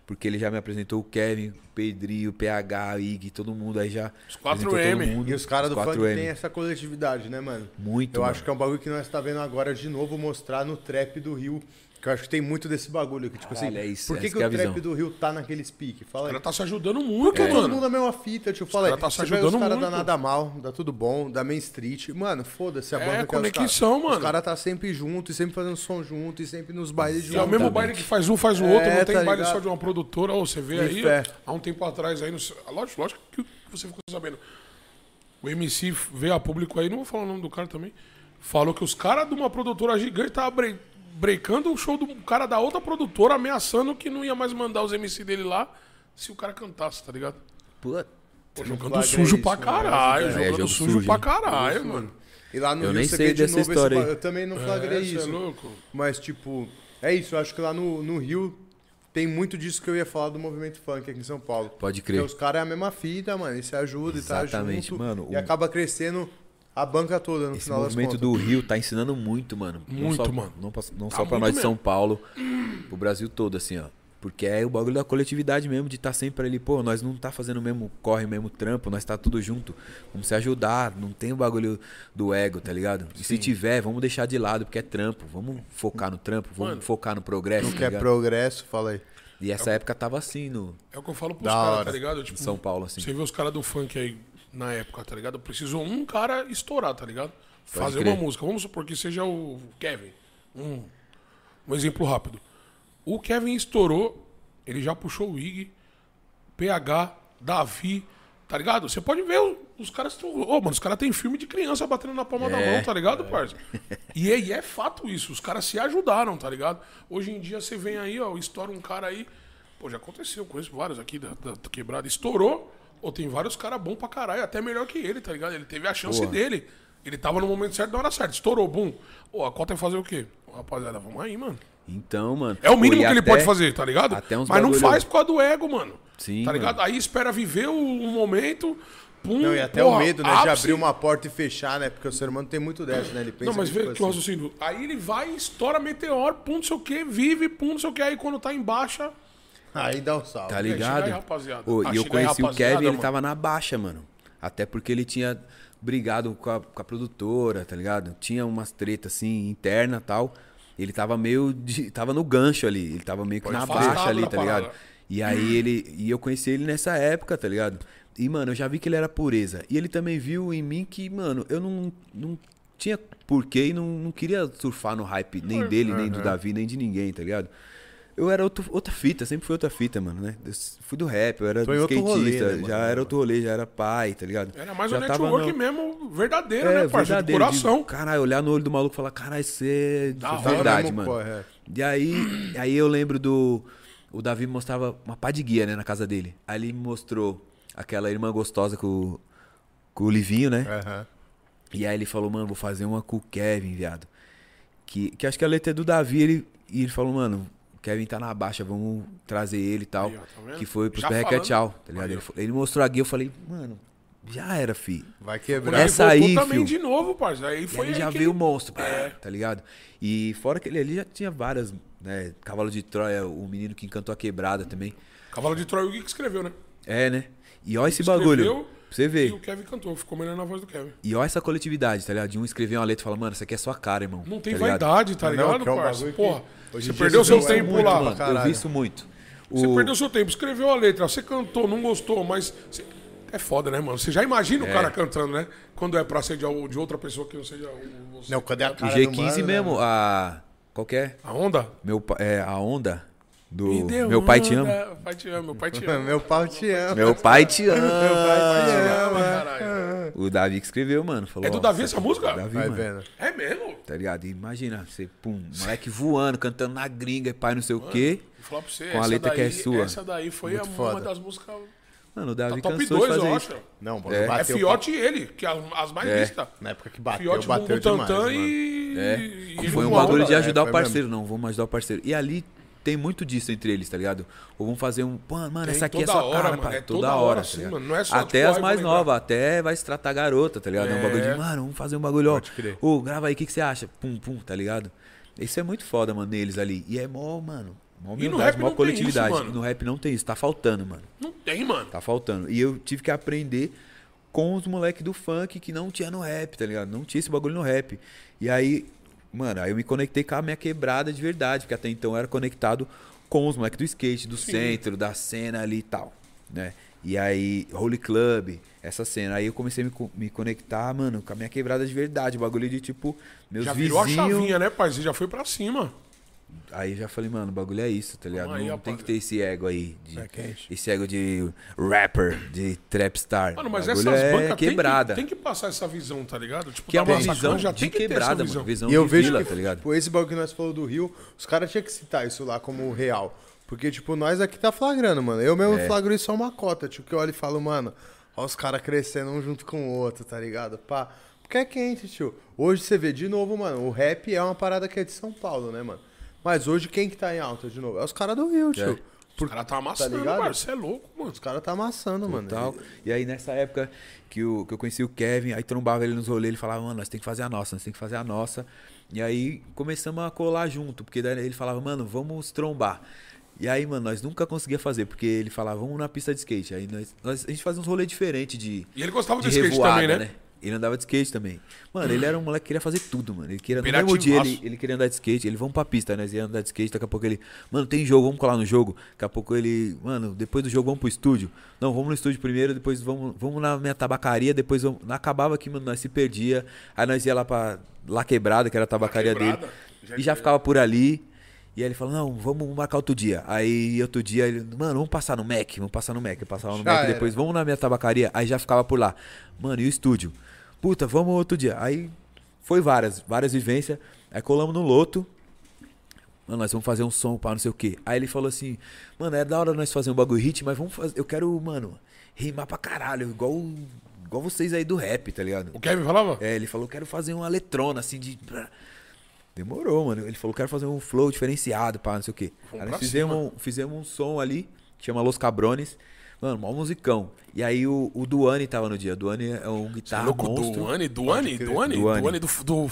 porque ele já me apresentou o Kevin, o Pedrinho, o PH, o Ig, todo mundo aí já. Os apresentou 4M. todo mundo, E os caras do funk 4M. têm essa coletividade, né, mano? Muito, Eu mano. acho que é um bagulho que nós tá vendo agora de novo mostrar no trap do Rio. Que eu acho que tem muito desse bagulho aqui. Tipo Caralho, assim, é isso, por que, essa que que é o a trap visão. do Rio tá naqueles piques? Fala O aí. cara tá se ajudando muito, Porque todo mano. mundo é a mesma fita, deixa eu falar. cara tá se Você vê ajudando os caras da muito. Nada Mal, da Tudo Bom, da Main Street. Mano, foda-se a É, banda que é os conexão, caras. mano. Os caras tá sempre junto, e sempre fazendo som junto, e sempre nos bailes E juntos. é o mesmo baile que faz um, faz o outro, É, não tem tá baile ligado? só de uma produtora. Ô, você vê De aí, fé. há um tempo atrás aí, lógico que você ficou sabendo. O MC veio a público aí, não vou falar o nome do cara também, falou que os caras de uma produtora gigante estavam breakando o show do cara da outra produtora, ameaçando que não ia mais mandar os MC dele lá se o cara cantasse, tá ligado? Puta. Pô, jogando flagra sujo isso, pra mano. caralho, É, jogando jogo sujo sujo, pra hein? caralho, mano. E lá no Eu Rio nem você sei vê de dessa novo história aí. Eu também não flagrei Cê isso. é louco. Mas, tipo, é isso. Eu acho que lá no Rio tem muito disso que eu ia falar do movimento funk aqui em São Paulo. Pode crer. Porque os caras é a mesma fita, mano. E se ajuda e tá Exatamente, junto. mano. E acaba crescendo a banca toda no Esse final das movimento contas. do Rio tá ensinando muito, mano. Muito, não só, mano. Não Tá só pra muito nós de mesmo. São Paulo, pro Brasil todo, assim, ó. Porque é o bagulho da coletividade mesmo, de estar sempre ali, pô, nós não tá fazendo o mesmo corre, o mesmo trampo, nós tá tudo junto. Vamos se ajudar, não tem o bagulho do ego, tá ligado? E se tiver, vamos deixar de lado, porque é trampo. Vamos focar no trampo, vamos Mano, focar no progresso, Não tá quer ligado? progresso, fala aí. E essa época tava assim no É o que eu falo pros Da caras, hora. tá ligado? em Tipo, São Paulo, assim. você vê os caras do funk aí na época, tá ligado? Precisou um cara estourar, tá ligado? Fazer crer. uma música. Vamos supor que seja o Kevin. Um exemplo rápido. O Kevin estourou, ele já puxou o Ig, PH, Davi, tá ligado? Você pode ver os caras. Ô, mano, os caras têm filme de criança batendo na palma da mão, tá ligado, parça? E é fato isso. Os caras se ajudaram, tá ligado? Hoje em dia você vem aí, ó, estoura um cara aí. Pô, já aconteceu, conheço vários aqui da quebrada. Estourou, ou tem vários caras bons pra caralho, até melhor que ele, tá ligado? Ele teve a chance Porra. dele. Ele tava no momento certo, na hora certa. Estourou, bum. Ô, a cota é fazer o quê? Ô, rapaziada, vamos aí, mano. Então, mano. É o mínimo pô, e que ele até- pode fazer, tá ligado? até uns Mas não bagulho- faz por causa do ego, mano. Sim, tá ligado? mano. Aí espera viver um momento. Pum, Não, e até porra, o medo, né, de ápice. abrir uma porta e fechar, né? Porque o ser humano tem muito dessa, né? Ele pensa Não, mas que, vê tipo que o assim, raciocínio. Aí ele vai, estoura meteoro, pum, não sei o que, vive, pum, não sei o que. Aí quando tá em baixa. Aí dá um salve. Tá chega ligado? aí, rapaziada. Ô, Ah, e eu chega aí, conheci o rapaziada, Kevin, ele mano. tava na baixa, mano. Até porque ele tinha brigado com a produtora, tá ligado? Tinha umas tretas assim, interna e tal. Ele tava meio. Tava no gancho ali. Ele tava meio que na afastado baixa ali, da tá ligado? parada. E aí ele. E eu conheci ele nessa época, tá ligado? E, mano, eu já vi que ele era pureza. E ele também viu em mim que, mano, eu não tinha porquê e não queria surfar no hype nem dele, nem do Davi, nem de ninguém, tá ligado? Eu era outra fita, sempre fui outra fita, mano, né? Eu fui do rap, eu era Tô em outro skatista, rolê, né, mano? já era outro rolê, já era pai, tá ligado? Era mais já um network no- mesmo, verdadeiro, né, parceiro? De verdadeiro, coração. Caralho, olhar no olho do maluco e falar, caralho, isso é Da isso é hora, verdade, mesmo, mano. corre, é. E aí eu lembro o Davi me mostrava uma pá de guia, né, na casa dele. Aí ele me mostrou aquela irmã gostosa com o Livinho, né? Aham. E aí ele falou, mano, vou fazer uma com o Kevin, viado. Que acho que a letra é do Davi, e ele falou, mano, o Kevin tá na baixa, vamos trazer ele e tal. Aí, ó, tá vendo? Que foi pro Já Perreca falando. Tchau, tá ligado? Aí, ó. Ele mostrou a guia, eu falei, mano, já era, fi. Vai Quando quebrar. ele Essa voltou aí, também fio. de novo, parceiro. Aí E foi aí já aí que veio o ele- monstro, tá ligado? E fora que ele ali já tinha várias, né? Cavalo de Troia, o menino que encantou a quebrada também. Cavalo de Troia, o Gui que escreveu, né? É, né? E ó esse Escreveu bagulho. Pra você E ver. o Kevin cantou, ficou melhor na voz do Kevin. E ó essa coletividade, tá ligado? De um escrever uma letra e falar, mano, isso aqui é sua cara, irmão. Não tem tá ligado? vaidade, tá Não, ligado, que é um parceiro? bagulho Porra, que hoje você em dia perdeu você seu vê tempo muito, lá. mano. Eu Caralho. vi isso muito. Você perdeu seu tempo, escreveu a letra, você cantou, não gostou, mas... É foda, né, mano? Você já imagina o cara cantando, né? Quando é pra ser de outra pessoa que não seja você. Não, cadê a O cara do G15 mano, né, mesmo, mano? a. Qual que é? A onda? A onda do. Me deu Meu pai te onda. ama. Meu pai te ama, meu pai te ama. Meu pau te ama. Meu pai te ama. Ama, caralho. O Davi que escreveu, mano. Falou, É do ó, Davi essa música? Davi, Vai mano. vendo. É mesmo? Tá ligado? E imagina, você, pum, moleque voando, cantando na gringa, e pai não sei o quê. Vou falar pra você, Com a essa letra que é daí- sua. Essa daí foi Muito uma foda. das músicas... Mano, o Davi Tá top cansou 2, de fazer eu isso. acho. Não, quando É bateu. Fiote e ele, que as mais vistas. Na época que bateu, Fiote, bateu Bumbum demais, Tantan mano. e... É, e ele foi um numa bagulho onda. de ajudar foi o parceiro, não, vamos ajudar o parceiro. E ali tem muito disso entre eles, tá ligado? Ou vamos fazer um, pô, mano, Tem essa aqui é toda sua hora, cara, mano, pai. é Toda toda hora, hora, tá sim, ligado? mano. Não é só, até tipo, as ai, mais vou lembrar. novas, até vai se tratar garota, tá ligado? É um bagulho de, mano, vamos fazer um bagulho, ó. Pode crer. Ô, grava aí, o que você acha? Pum, pum, tá ligado? Isso é muito foda, mano, neles ali. E é mó, mano, Mó E no humildade, rap mó não tem coletividade. isso, mano. E no rap não tem isso, tá faltando, mano. Não tem, mano. Tá faltando. E eu tive que aprender com os moleques do funk que não tinha no rap, tá ligado? Não tinha esse bagulho no rap. E aí, mano, aí eu me conectei com a minha quebrada de verdade, porque até então eu era conectado com os moleques do skate, do centro, da cena ali e tal, né? E aí, Holy Club, essa cena. Aí eu comecei a me conectar, mano, com a minha quebrada de verdade. O bagulho de, tipo, meus Já vizinhos... virou a chavinha, né, pai? Você já foi pra cima. Aí eu já falei, mano, o bagulho é isso, tá ligado? Calma aí, Não tem rapaz. que ter esse ego aí. É quente. Esse ego de rapper, de trapstar. Mano, mas O essas bagulho é bancas quebrada. tem que passar essa visão, tá ligado? Tipo, Que é da uma Massacrão visão já de tem que ter quebrada, essa mano. Visão E eu de vejo vila, que, tá ligado? tipo, esse bagulho que nós falou do Rio, os caras tinham que citar isso lá como real. Porque, tipo, nós aqui tá flagrando, mano. Eu mesmo flagro isso só uma cota, tipo, que eu olho e falo, mano, ó os caras crescendo um junto com o outro, tá ligado? Pá. Porque é quente, tio. Hoje você vê de novo, mano, o rap é uma parada que é de São Paulo, né, mano? Mas hoje quem que tá em alta de novo? É os caras do Rio, tio. Os caras tá amassando, ligado? mano. Você é louco, mano. Os caras tá amassando, mano. Tal. E aí nessa época que eu conheci o Kevin, aí trombava ele nos rolês, ele falava, mano, nós tem que fazer a nossa, nós tem que fazer a nossa. E aí começamos a colar junto, porque daí ele falava, mano, vamos trombar. E aí, mano, nós nunca conseguia fazer, porque ele falava, vamos na pista de skate. Aí a gente fazia uns rolês diferentes de E ele gostava de do skate revoada, também, né? Ele andava de skate também. Mano, ele era um moleque que queria fazer tudo, mano. Ele queria, no mesmo dia ele queria andar de skate. Ele, vamos pra pista, nós ia andar de skate. Daqui a pouco ele, mano, tem jogo, vamos colar no jogo. Daqui a pouco ele, mano, depois do jogo vamos pro estúdio. Não, vamos no estúdio primeiro, depois vamos na minha tabacaria. Depois vamos... Acabava aqui, mano, nós se perdia. Aí nós ia lá pra La Quebrada, que era a tabacaria dele. E já ficava por ali. E aí ele falou, não, vamos marcar outro dia. Aí outro dia ele, mano, vamos passar no Mac. Eu passava no Mac, depois vamos na minha tabacaria. Aí já ficava por lá. Mano, e o estúdio? Puta, vamos outro dia. Aí foi várias vivências. Aí colamos no Loto. Mano, nós vamos fazer um som pra não sei o quê. Aí ele falou assim, mano, é da hora nós fazer um bagulho hit, mas vamos fazer. Eu quero, mano, rimar pra caralho, igual vocês aí do rap, tá ligado? O Kevin falava? É, ele falou, quero fazer uma eletrona, assim, de... Demorou, mano. Ele falou, quero fazer um flow diferenciado, pá, não sei o quê. Aí nós fizemos um som ali, chama Los Cabrones. Mano, mó musicão. E aí o Duane tava no dia. O Duane é um guitarra monstro. Duane do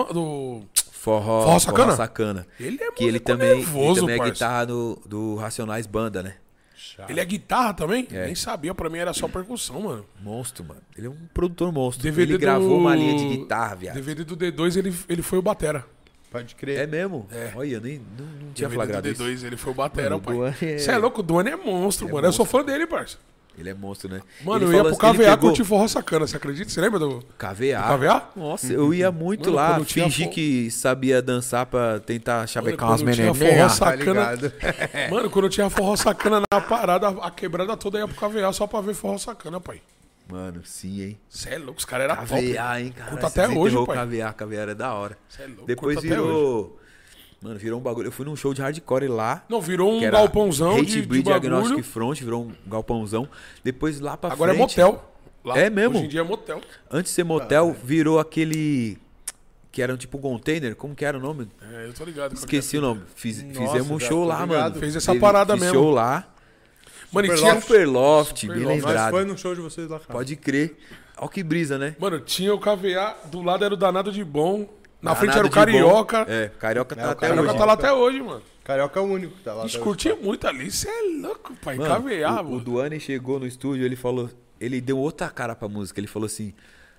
Forró Sacana? Sacana. Ele é que ele músico também nervoso, é parça. guitarra do Racionais Banda, né? Ele é guitarra também? Nem sabia, pra mim era só percussão, mano. Monstro, mano. Ele é um produtor monstro. DVD ele gravou uma linha de guitarra, viado. DVD do D2, ele foi o batera. Pode crer. É mesmo? É. Olha, eu não tinha DVD flagrado do isso. D2, ele foi o batera, Mano, o pai. Duane Você é louco, o Duane é monstro, mano. Eu sou fã dele, parça. Ele é monstro, né? Mano, Ele eu ia falou pro assim, KVA curtir forró sacana, você acredita? Você lembra do KVA? KVA? Nossa, eu ia muito Mano, lá, quando tinha fingir que sabia dançar pra tentar chavecar umas Quando tinha menininhas. forró Tá sacana. ligado? Mano, quando eu tinha forró sacana na parada, a quebrada toda ia pro KVA só pra ver forró sacana, pai. Mano, sim, hein? Você é louco, os caras eram top. KVA, hein, cara. Conta até hoje, pai. KVA era da hora. Cê é louco, Depois conta até virou... Mano, virou um bagulho. Eu fui num show de hardcore lá. Não, virou um que era galpãozão Hate de Breed Diagnostic bagulho. Front, virou um galpãozão. Depois lá pra Agora frente... é motel. Lá, É mesmo? Hoje em dia é motel. Antes de ser motel, virou aquele... Que era um tipo container. Como que era o nome? É, eu tô ligado. Esqueci o nome. Fizemos um já show tô lá, ligado. mano. Fez essa parada Fiz mesmo. show lá. Mano, e Super tinha... Loft. Super Loft, bem Loft. Nós lembrado. foi no show de vocês lá, cara. Pode crer. Olha que brisa, né? Mano, tinha o KVA, do lado era o Danado de Bom. Na Danado frente era o de bom. Carioca. É, Carioca tá É, o até O Carioca hoje. tá lá até hoje, mano. Carioca é o único que tá lá. A gente até curtia hoje. muito ali. Você é louco, pai. Mano, KVA, o mano. Duane chegou no estúdio, ele falou... Ele deu outra cara pra música. Ele falou assim...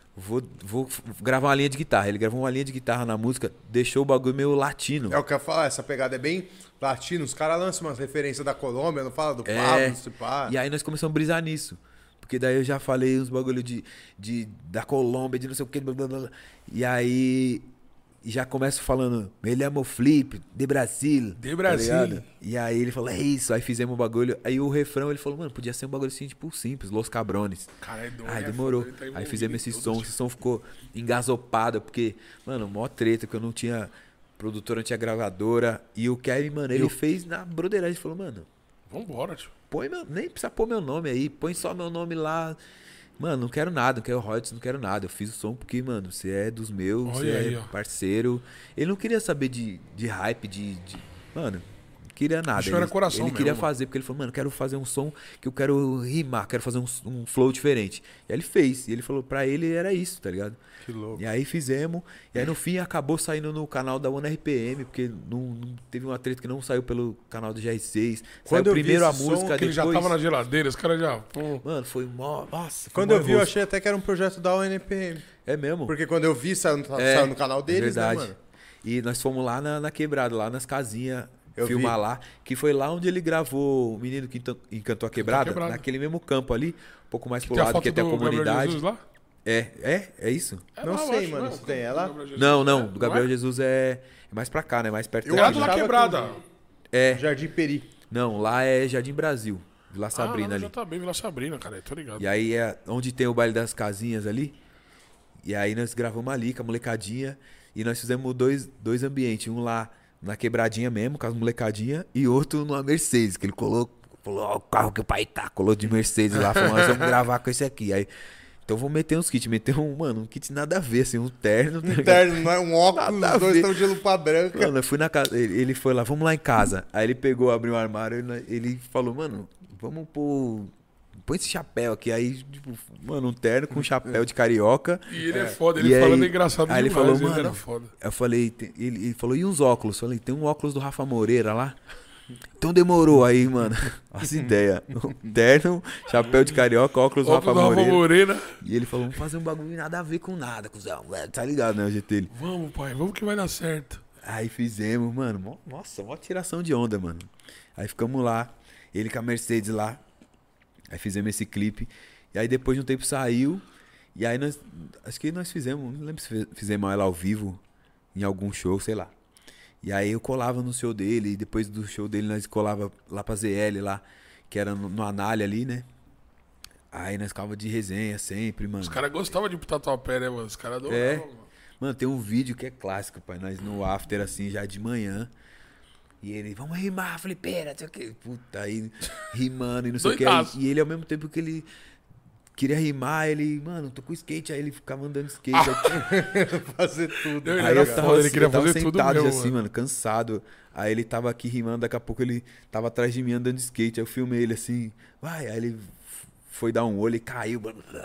Vou gravar uma linha de guitarra. Ele gravou uma linha de guitarra na música, deixou o bagulho meio latino. É o que eu ia falar, essa pegada é bem latina. Os caras lançam umas referências da Colômbia, não fala do Pablo, se pá. E aí nós começamos a brisar nisso. Porque daí eu já falei uns bagulho da Colômbia, de não sei o que, blá, blá, blá. E aí já começo falando, ele é meu flip, de Brasil. De Brasil. Tá ligado? E aí ele falou, é isso. Aí fizemos o bagulho. Aí o refrão ele falou, mano, podia ser um bagulho assim, tipo simples, Los Cabrones. Cara, é doido. Aí é demorou. foda, ele tá Aí envolvido fizemos em esse tudo, som. tipo. Esse som ficou engasopado, porque, mano, mó treta, que eu não tinha produtora, não tinha gravadora. E o Kevin, mano, ele fez na broderagem. Ele falou, mano, Vambora, tio. nem precisa pôr meu nome aí, põe só meu nome lá. Mano, não quero nada, não quero royalties, não quero nada. Eu fiz o som porque, mano, você é dos meus, Olha você aí, é ó. parceiro. Ele não queria saber de hype, Mano, queria nada. Bicho era coração ele queria mesmo. fazer, porque ele falou, mano, quero fazer um som que eu quero rimar, quero fazer um flow diferente. E aí ele fez. E ele falou, pra ele era isso, tá ligado? Que louco. E aí fizemos. E aí no fim acabou saindo no canal da One RPM, porque não teve uma treta que não saiu pelo canal do GR6. Quando Saiu eu vi primeiro a esse som, música, Que ele já depois... tava na geladeira, os caras já... Pô. Mano, foi mó... Nossa, foi Quando mó eu vi, eu nervoso. achei até que era um projeto da ONPM. É mesmo? Porque quando eu vi, saiu no canal deles, né, verdade. mano? E nós fomos lá na quebrada, lá nas casinhas, Eu filmar vi. lá. Que foi lá onde ele gravou o Menino que Encantou a Quebrada, Quebrada. naquele mesmo campo ali, um pouco mais pro Tem a lado, foto que tem a do Gabriel comunidade. Jesus lá? É isso? É Não lá, eu sei, acho, mano, não, se tem, é do lá? Gabriel Jesus. Não, do Gabriel é? Jesus é mais pra cá, né? Mais perto Eu É lá daqui. do achava La Quebrada. É, Jardim Peri. não, lá é Jardim Brasil, Vila Sabrina Ah, ali. já tá bem, Vila Sabrina, cara, eu tô ligado. E aí é onde tem o baile das casinhas ali. E aí nós gravamos ali com a molecadinha. E nós fizemos dois ambientes. Um lá na quebradinha mesmo, com as molecadinhas. E outro numa Mercedes, que ele falou, ó, o carro que o pai tá. Colou de Mercedes lá. Falou, nós vamos gravar com esse aqui. Aí, então vou meter uns kits. Meter um kit nada a ver, assim, um terno. tá ligado? Terno, não é um óculos, Nada a os dois ver. estão de lupa branca. Mano, eu fui na casa. Ele foi lá, vamos lá em casa. Aí ele pegou, abriu o armário. Ele falou, mano, vamos pôr. Põe esse chapéu aqui. Aí, tipo, mano, um terno com um chapéu de carioca. E ele é foda, ele E falando aí- engraçado aí ele demais, falou, ele mano, era foda. Eu falei, ele falou, e os óculos? Eu falei, tem um óculos do Rafa Moreira lá. Então demorou aí, mano. As ideias. Terno, chapéu de carioca, óculos do Rafa Óculos do Rafa Moreira. Moreira. E ele falou, vamos fazer um bagulho nada a ver com nada, cuzão. Tá ligado, né, o GT dele. Vamos, pai, vamos que vai dar certo. Aí fizemos, mano. Nossa, mó tiração de onda, mano. Aí ficamos lá, ele com a Mercedes lá. Aí fizemos esse clipe. E aí depois de um tempo saiu. E aí nós. Acho que nós fizemos. Não lembro se fizemos ela ao vivo. Em algum show, sei lá. E aí eu colava no show dele. E depois do show dele nós colava lá pra ZL lá. Que era no Anália ali, né? Aí nós ficava de resenha sempre, mano. Os caras gostavam de tatuapé, né, mano? Os caras adoravam, É. mano. Mano, tem um vídeo que é clássico, pai. Nós no after, assim, já de manhã. E ele, vamos rimar. Eu falei, pera, não sei o que. Puta, aí rimando e não sei o que. Doidaço. E ele, ao mesmo tempo que ele queria rimar, ele, mano, tô com skate. Aí ele ficava andando de skate. Fazer tudo. Ele Aí era eu foda, tava, ele queria eu tava fazer tudo sentado mesmo, assim, mano. mano, cansado. Aí ele tava aqui rimando, daqui a pouco ele tava atrás de mim andando de skate. Aí eu filmei ele assim, vai. Aí ele foi dar um olho e caiu.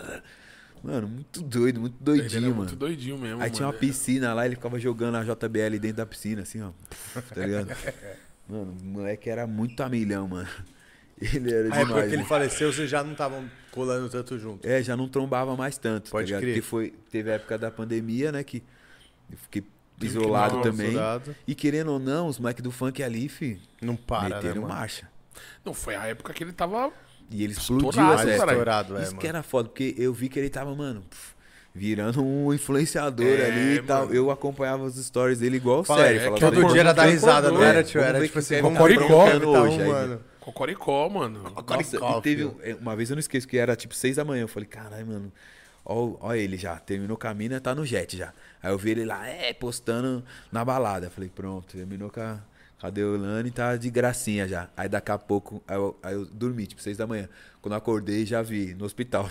Mano, muito doido, muito Ele doidinho, era mano. muito doidinho mesmo, Aí tinha uma mano. piscina lá, ele ficava jogando a JBL dentro da piscina, assim, ó. Tá ligado? Mano, o moleque era muito a milhão, mano. Ele era A época demais. que ele né? faleceu, vocês já não estavam colando tanto junto. É, já não trombava mais tanto, Pode tá ligado? crer. Porque teve a época da pandemia, né, que eu fiquei isolado não, também. isolado. E querendo ou não, os moleques do funk ali, fi, Não para, meteram né, mano? marcha. Não, foi a época que ele tava... E ele explodiu Estourado, essa época. caralho. Estourado, Isso mano. que era foda, porque eu vi que ele tava, mano, virando um influenciador É, ali e tal. mano. eu acompanhava os stories dele igual Fala, sério. é falava, que Todo Todo dia era dar mundo risada, não acordou, era, é. tio? Vamos Era ver tipo que assim, tem vamos Cocoricó. aprontando, tá hoje aí. mano. Cocoricó, mano. Nossa, Cocoricó, e teve filho. uma vez eu não esqueço que era tipo 6 da manhã. Eu falei, caralho, mano, ó ele já, terminou o caminho, tá no jet já. Aí eu vi ele lá, postando na balada. Eu falei, pronto, terminou com a Deolane, tá de gracinha já. Aí daqui a pouco, aí eu dormi, tipo 6 da manhã. Quando eu acordei, já vi no hospital.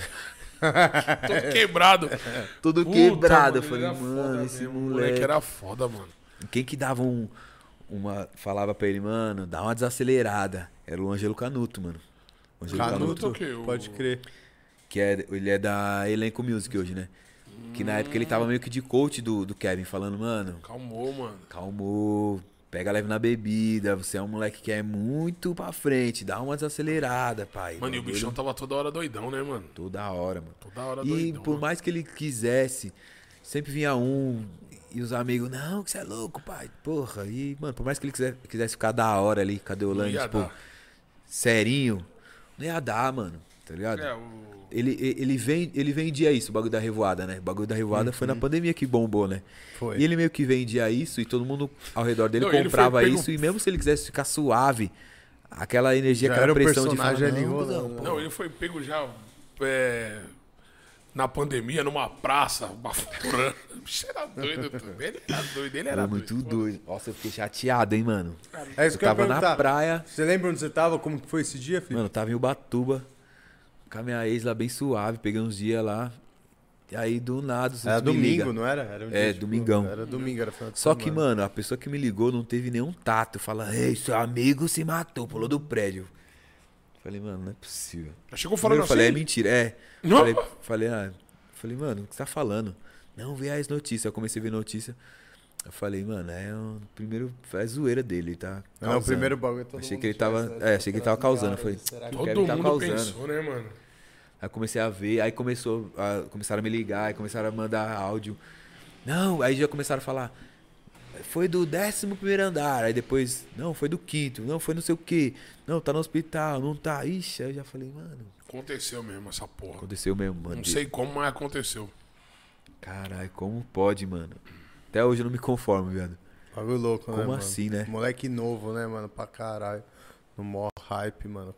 Todo quebrado. Tudo Puta, quebrado. Eu mano, falei, ele era mano, foda esse mesmo, o moleque. era foda, mano. Quem que dava falava pra ele, mano, dá uma desacelerada. Era o Ângelo Canuto, mano. O Ângelo Canuto é o quê? Pode crer. Que ele é da Elenco Music hoje, né? Que na época ele tava meio que de coach do Kevin, falando, mano, Calmou, mano. calmou, pega leve na bebida, você é um moleque que é muito pra frente, dá uma desacelerada, pai. Mano, e o Bagulho bichão tava toda hora doidão, né, mano? toda hora, mano. Toda hora E doidão. por mano. mais que ele quisesse, sempre vinha um e os amigos, não, que você é louco, pai. Porra, e, mano, por mais que ele quisesse ficar da hora ali, cadê o Não Lane, ia tipo, dar. serinho, não ia dar, mano, tá ligado? É, o... Ele vendia isso, o bagulho da revoada, né? O bagulho da revoada foi na pandemia que bombou, né? Foi. E ele meio que vendia isso e todo mundo ao redor dele Não, ele comprava foi pego- isso. E mesmo se ele quisesse ficar suave, aquela energia, Já aquela era o pressão de personagem falar, ali não, rolando, não, né? pô. Não, ele foi pego já na pandemia, numa praça, baforando. O bicho era doido, tudo. Ele era doido, ele era Era muito doido. doido. Nossa, eu fiquei chateado, hein, mano. É isso Eu que eu ia tava na perguntar. praia, Você lembra onde você tava? Como que foi esse dia, filho? mano, eu tava em Ubatuba, com a minha ex lá bem suave, peguei uns dias lá. E aí, do nada, os Era outros me domingo, ligam. não era? Era um É, dia, tipo, domingão. Era domingo, era final de Só que, semana. mano, a pessoa que me ligou não teve nenhum tato. Fala, ei, seu amigo se matou, pulou do prédio. Falei, mano, não é possível. Já chegou falando Eu assim? falei, é mentira. É. Não? Falei, mano, o que você tá falando? Não, vê as notícias. Eu comecei a ver notícia. Eu falei, mano, primeiro é zoeira dele, tá? Não, o primeiro bagulho todo Achei mundo que ele tinha tava. essa- Achei que ele tava causando. Falei, Será que Kevin Todo tá mundo causando. pensou, né, mano? Aí comecei a ver, aí começaram a me ligar, aí começaram a mandar áudio. Não, aí já começaram a falar, foi do 11º andar, aí depois, não, foi do 5º, não, foi não sei o quê, não, tá no hospital, não tá, ixi, aí eu já falei, mano, Aconteceu mesmo essa porra. aconteceu mesmo, mano. Não sei como, mas aconteceu. Caralho, como pode, mano? Até hoje eu não me conformo, viado. Bagulho louco, né, Como mano? assim, né? Moleque novo, né, mano? Pra caralho. No maior hype, mano.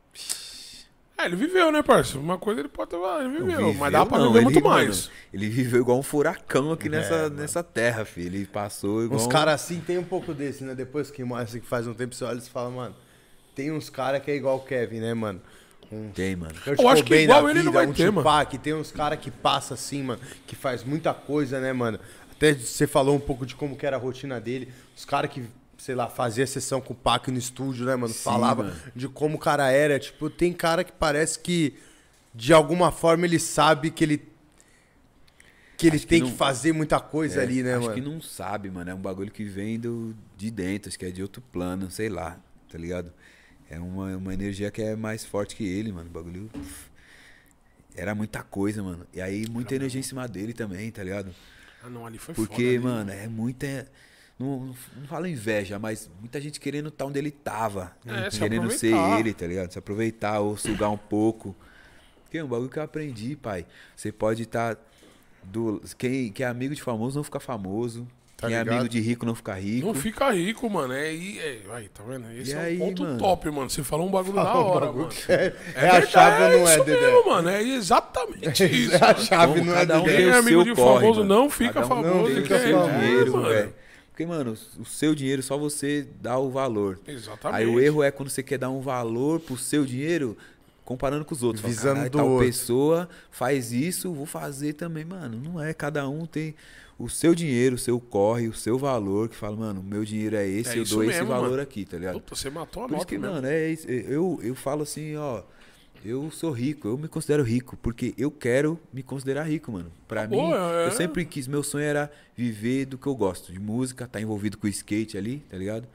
É, ele viveu, né, parceiro? Uma coisa ele pode ter. Ele Não viveu, mas viveu, dá pra não, viver ele, muito mano, mais. Ele viveu igual um furacão aqui mano. nessa terra, filho. Ele passou igual Uns caras assim tem um pouco desse, né? Depois que assim, que faz um tempo você olha e você fala, mano, tem uns caras que é igual o Kevin, né, mano? Tem, mano. Eu acho que igual ele não vai ter, mano. Tupac, tem uns caras que passa assim, mano, que faz muita coisa, né, mano? Até você falou um pouco de como que era a rotina dele. Os caras que, sei lá, fazia sessão com o Pac no estúdio, né, mano? Sim, Falava mano. de como o cara era. Tipo, tem cara que parece que, de alguma forma, ele sabe que ele Acho que tem não- que fazer muita coisa ali, né, acho mano? que não sabe, mano. É um bagulho que vem de dentro, acho que é de outro plano, sei lá, tá ligado? É uma energia que é mais forte que ele, mano. O bagulho. Era muita coisa, mano. E aí, muita energia em cima dele também, tá ligado? Ah, não, ali foi Porque, foda. mano, é muita. Não falo inveja, mas muita gente querendo estar onde ele tava. É, se Querendo ser aproveitar. ele, tá ligado? Se aproveitar ou sugar um pouco. Que é um bagulho que eu aprendi, pai. Você pode estar. Quem é amigo de famoso não fica famoso. Tá Quem é ligado? amigo de rico não fica rico. Não fica rico, mano. Aí, tá vendo? Esse E é aí, o ponto mano? top, mano. Você falou um bagulho da Fala um hora, bagulho mano. que é a verdade, chave ou não é, isso Dedé? mesmo, mano. É exatamente isso. É a mano. chave, Como não é, cada um Dedé? Quem é tem o amigo seu de corre, famoso mano. não fica Cada um famoso. tem que seu é famoso, dinheiro, mano. velho. Porque, mano, o seu dinheiro só você dá o valor. Exatamente. Aí o erro é quando você quer dar um valor pro seu dinheiro comparando com os outros. Fala, Visando "Caralho, do tal outro." pessoa faz isso, vou fazer também, mano. Não é, cada um tem o seu dinheiro, o seu corre, o seu valor, que fala, mano, o meu dinheiro é esse, É eu isso dou esse mesmo, valor mano. aqui, tá ligado? Puta, você matou a Por isso nota que, mesmo. mano, é isso. Eu falo assim, ó, eu sou rico, eu me considero rico, porque eu quero me considerar rico, mano. Pra Acabou, mim, é. eu sempre quis, meu sonho era viver do que eu gosto, de música, tá envolvido com o skate ali, tá ligado?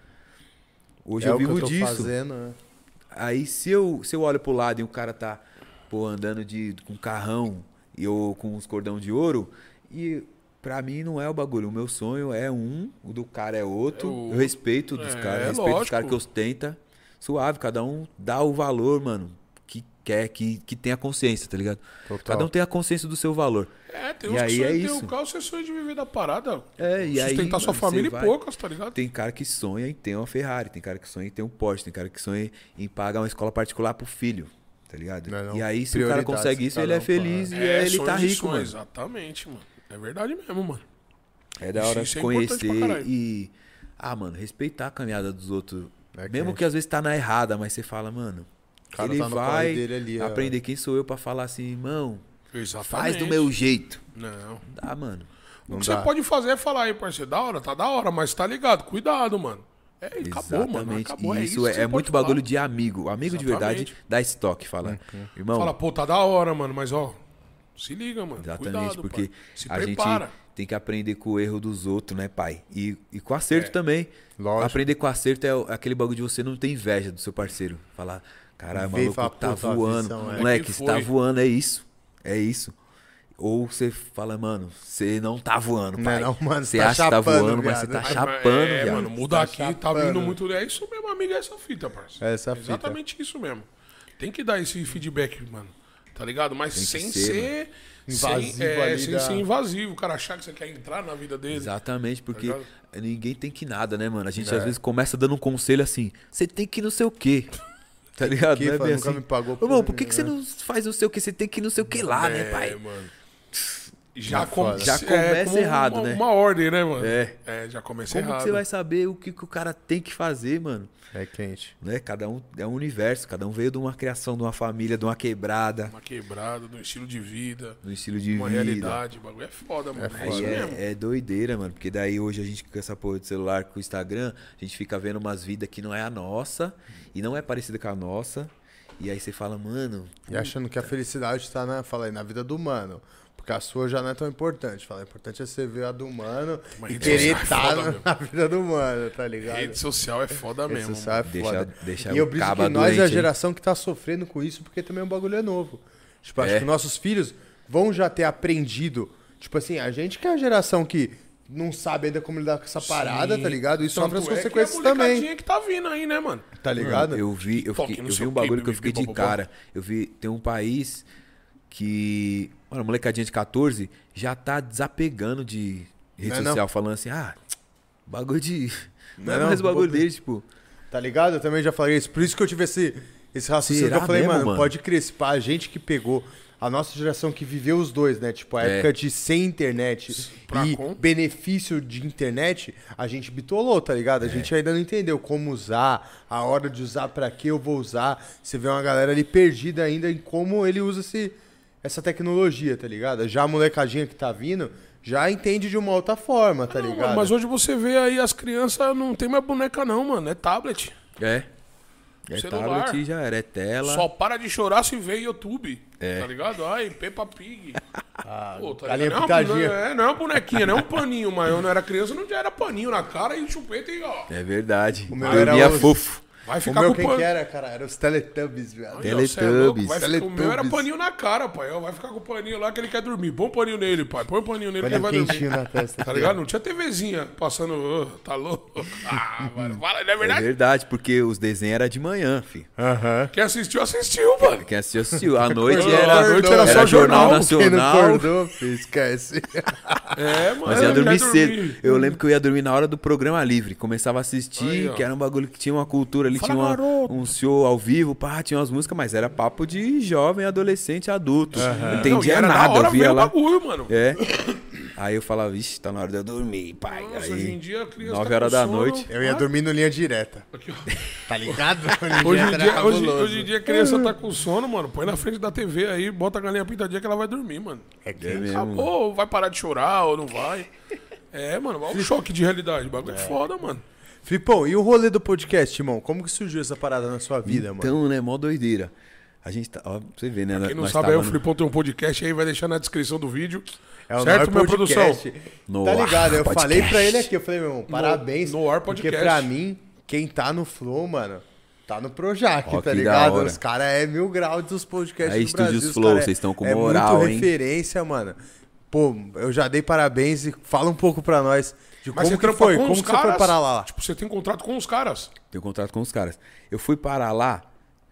Hoje É eu o que vivo eu tô disso. fazendo, né? Aí se eu olho pro lado e o cara tá, pô, andando com carrão e eu com uns cordão de ouro, e pra mim não é o bagulho. O meu sonho é o do cara é outro. É outro. Eu respeito dos caras, respeito os lógico. caras que ostenta. Suave, cada um dá o valor, mano, que quer, que tem a consciência, tá ligado? Total. Cada um tem a consciência do seu valor. É, tem E uns que aí sonham é em ter isso. o carro, você sonha de viver da parada. É, e aí, sustentar sua mano, família você e vai- poucas, tá ligado? Tem cara que sonha em ter uma Ferrari, tem cara que sonha em ter um Porsche, tem cara que sonha em pagar uma escola particular pro filho, tá ligado? Não é não. E aí, se o cara Prioridades, consegue isso, cada ele é um, feliz claro. e ele sonhos tá e rico, sonhos, mano. Exatamente, mano. É verdade mesmo, mano. É da hora Isso é importante pra conhecer caralho. e... Ah, mano, respeitar a caminhada dos outros. É que Mesmo que às vezes tá na errada, mas você fala, mano... O cara ele tá no corre vai dele ali, é. aprender quem sou eu pra falar assim, irmão, Exatamente. faz do meu jeito. Não. Dá, mano. O Não que dá. você pode fazer é falar aí, parceiro, tá da hora, mas tá ligado, cuidado, mano. É, acabou, mano, Exatamente. acabou. E É isso que é você muito pode bagulho falar. de amigo. Amigo de verdade Exatamente. dá estoque, fala. Irmão, Fala, pô, tá da hora, mano, mas ó, se liga, mano. exatamente, Cuidado, porque pai. Se a prepara. gente tem que aprender com o erro dos outros, né, pai? E com acerto também. Lógico. Aprender com acerto é aquele bagulho de você não ter inveja do seu parceiro. Falar, caralho, o Vê e maluco fala, tá puta, a voando. visão, é. Moleque, Que você tá foi. voando, é isso. É isso. Ou você fala, mano, você não tá voando, Não pai. é não, mano, Você você tá acha que tá chapando, voando, mas você viado. tá chapando, É, viado. mano, muda Tá aqui, tá chapando. vindo muito. É isso mesmo, amigo, é essa fita, parceiro. É essa fita. Exatamente isso mesmo. Tem que dar esse feedback, mano. Tá ligado? Mas Tem que sem ser, ser. Invasivo sem, ali sem da- ser invasivo. O cara achar que você quer entrar na vida dele. Exatamente, porque ligado? ninguém tem que nada, né, mano? A gente É. às vezes começa dando um conselho assim, você tem que não sei o quê. Tá ligado? que, Não é fala, bem nunca assim. me pagou Ô, irmão, por por que mim, você né? não faz não sei o que? Você tem que não sei o que lá, né, pai? mano. Já, Já começa errado, né? Uma ordem, né, mano? É. Já começa Como errado. que você vai saber o que o cara tem que fazer, mano? É quente. Né? Cada um é um universo, cada um veio de uma criação, de uma família, de uma quebrada, Uma quebrada, do estilo de vida, do estilo de uma vida. realidade. O bagulho é foda, mano. É isso Aí mesmo. é doideira, mano. Porque daí hoje a gente com essa porra de celular, com o Instagram, a gente fica vendo umas vidas que não é a nossa e não é parecida com a nossa. E aí você fala, mano. E achando que a felicidade tá na vida do humano. Porque a sua já não é tão importante. Fala, o importante é você ver a do humano Mas e rede querer social é estar foda mesmo. na vida do humano, tá ligado? Rede social é foda Rede mesmo. social é Deixa- foda. deixa E eu o brinco caba que nós é a doente, hein? geração que tá sofrendo com isso, porque também o bagulho é novo. Tipo, acho É. que nossos filhos vão já ter aprendido. Tipo assim, a gente que é a geração que não sabe ainda como lidar com essa parada, Sim. tá ligado? E sofre as Tanto é que consequências a também, molecadinha que tá vindo aí, né, mano? tá ligado? Mano, eu vi Toque, não sei um o bagulho quê, que eu fiquei de bibibobobó. cara. Tem um país que. Mano, a molecadinha de 14 já tá desapegando de rede Não é social, não? falando assim, bagulho de. Não é Não é mais não? bagulho deles, tipo. Tá ligado? Eu também já falei isso. Por isso que eu tive esse raciocínio que Será eu falei, mesmo, mano, mano? pode crer, se pá, a gente que pegou a nossa geração que viveu os dois, né? Tipo, a É. época de sem internet Pra e com. benefício de internet, a gente bitolou, tá ligado? A gente ainda não entendeu como usar, a hora de usar, pra que eu vou usar. Você vê uma galera ali perdida ainda em como ele usa essa tecnologia, tá ligado? Já a molecadinha que tá vindo já entende de uma outra forma, tá Não, ligado? mano, mas hoje você vê aí as crianças não tem mais boneca não, mano. É tablet. É. É Celular. tablet e já era. É tela. Só para de chorar se vê YouTube. É. Tá ligado? Ai, Peppa Pig. Pô, tá galinha ligado? pintadinha. Não é uma bonequinha, não é um paninho, mas eu não era criança, não já era paninho na cara e chupeta e ó. É verdade. O meu Dormia era os- fofo. Vai O ficar meu com quem pano. que era, cara? Era os Teletubbies, velho. Aí, ó, Teletubbies. cê é louco, vai ficar- O meu era Teletubbies. paninho na cara, pai. Ó, vai ficar com o paninho lá que ele quer dormir. Põe um paninho nele, pai. Põe um paninho nele que ele vai Quentinho dormir. na testa. Tá ligado? Não tinha TVzinha passando. Tá louco? Ah, mano. Fala, não é É verdade? verdade, porque os desenhos eram de manhã, filho. Aham. Quem assistiu, assistiu, mano. Quem assistiu, assistiu. À noite Acordou, era, à noite era só jornal. Quem não Nacional. acordou, filho, esquece. É, mano. Mas ia ele dormir quer cedo. Eu lembro que eu ia dormir na hora do programa livre. Começava a assistir, Aí, ó. que era um bagulho que tinha uma cultura ali, Fala, tinha garoto. um show ao vivo, pá, tinha umas músicas, mas era papo de jovem, adolescente, adulto. Não Não, e entendia era da nada, hora eu via ver o lá. bagulho, mano. É. Aí eu falava, vixe, tá na hora de eu dormir, pai. Nossa, Aí, hoje em dia a criança 9 tá horas com da sono. noite. Eu ia dormir no linha direta. Aqui, ó. Tá ligado? Hoje em dia a criança tá com sono, mano. Põe na frente da TV aí, bota a galinha pintadinha que ela vai dormir, mano. É É que mesmo. Acabou, ou vai parar de chorar ou não vai. É, mano, olha o choque de realidade. O bagulho é foda, mano. Flipão, e o rolê do podcast, irmão? Como que surgiu essa parada na sua vida, mano? Então, né, mó doideira. A gente tá, ó, pra você ver, né? Quem não nós sabe, tava aí o no- Flipão tem um podcast aí, vai deixar na descrição do vídeo. É o certo, Noir minha produção? Podcast. No Tá ligado? Eu Ar falei pra Podcast. ele aqui, eu falei, meu irmão, parabéns. No Ar Porque Podcast. pra mim, quem tá no Flow, mano, tá no Projac, Ó, tá que da ligado? hora. Os caras é 1000 graus dos podcasts Aí, do Brasil. Estúdios os Flow, cara vocês estão com é moral, muito hein? referência, mano. Pô, eu já dei parabéns e fala um pouco pra nós de Mas como você que trampa foi, com como os que você foi caras? parar lá. Tipo, você tem contrato com os caras. Tenho contrato com os caras. Eu fui parar lá.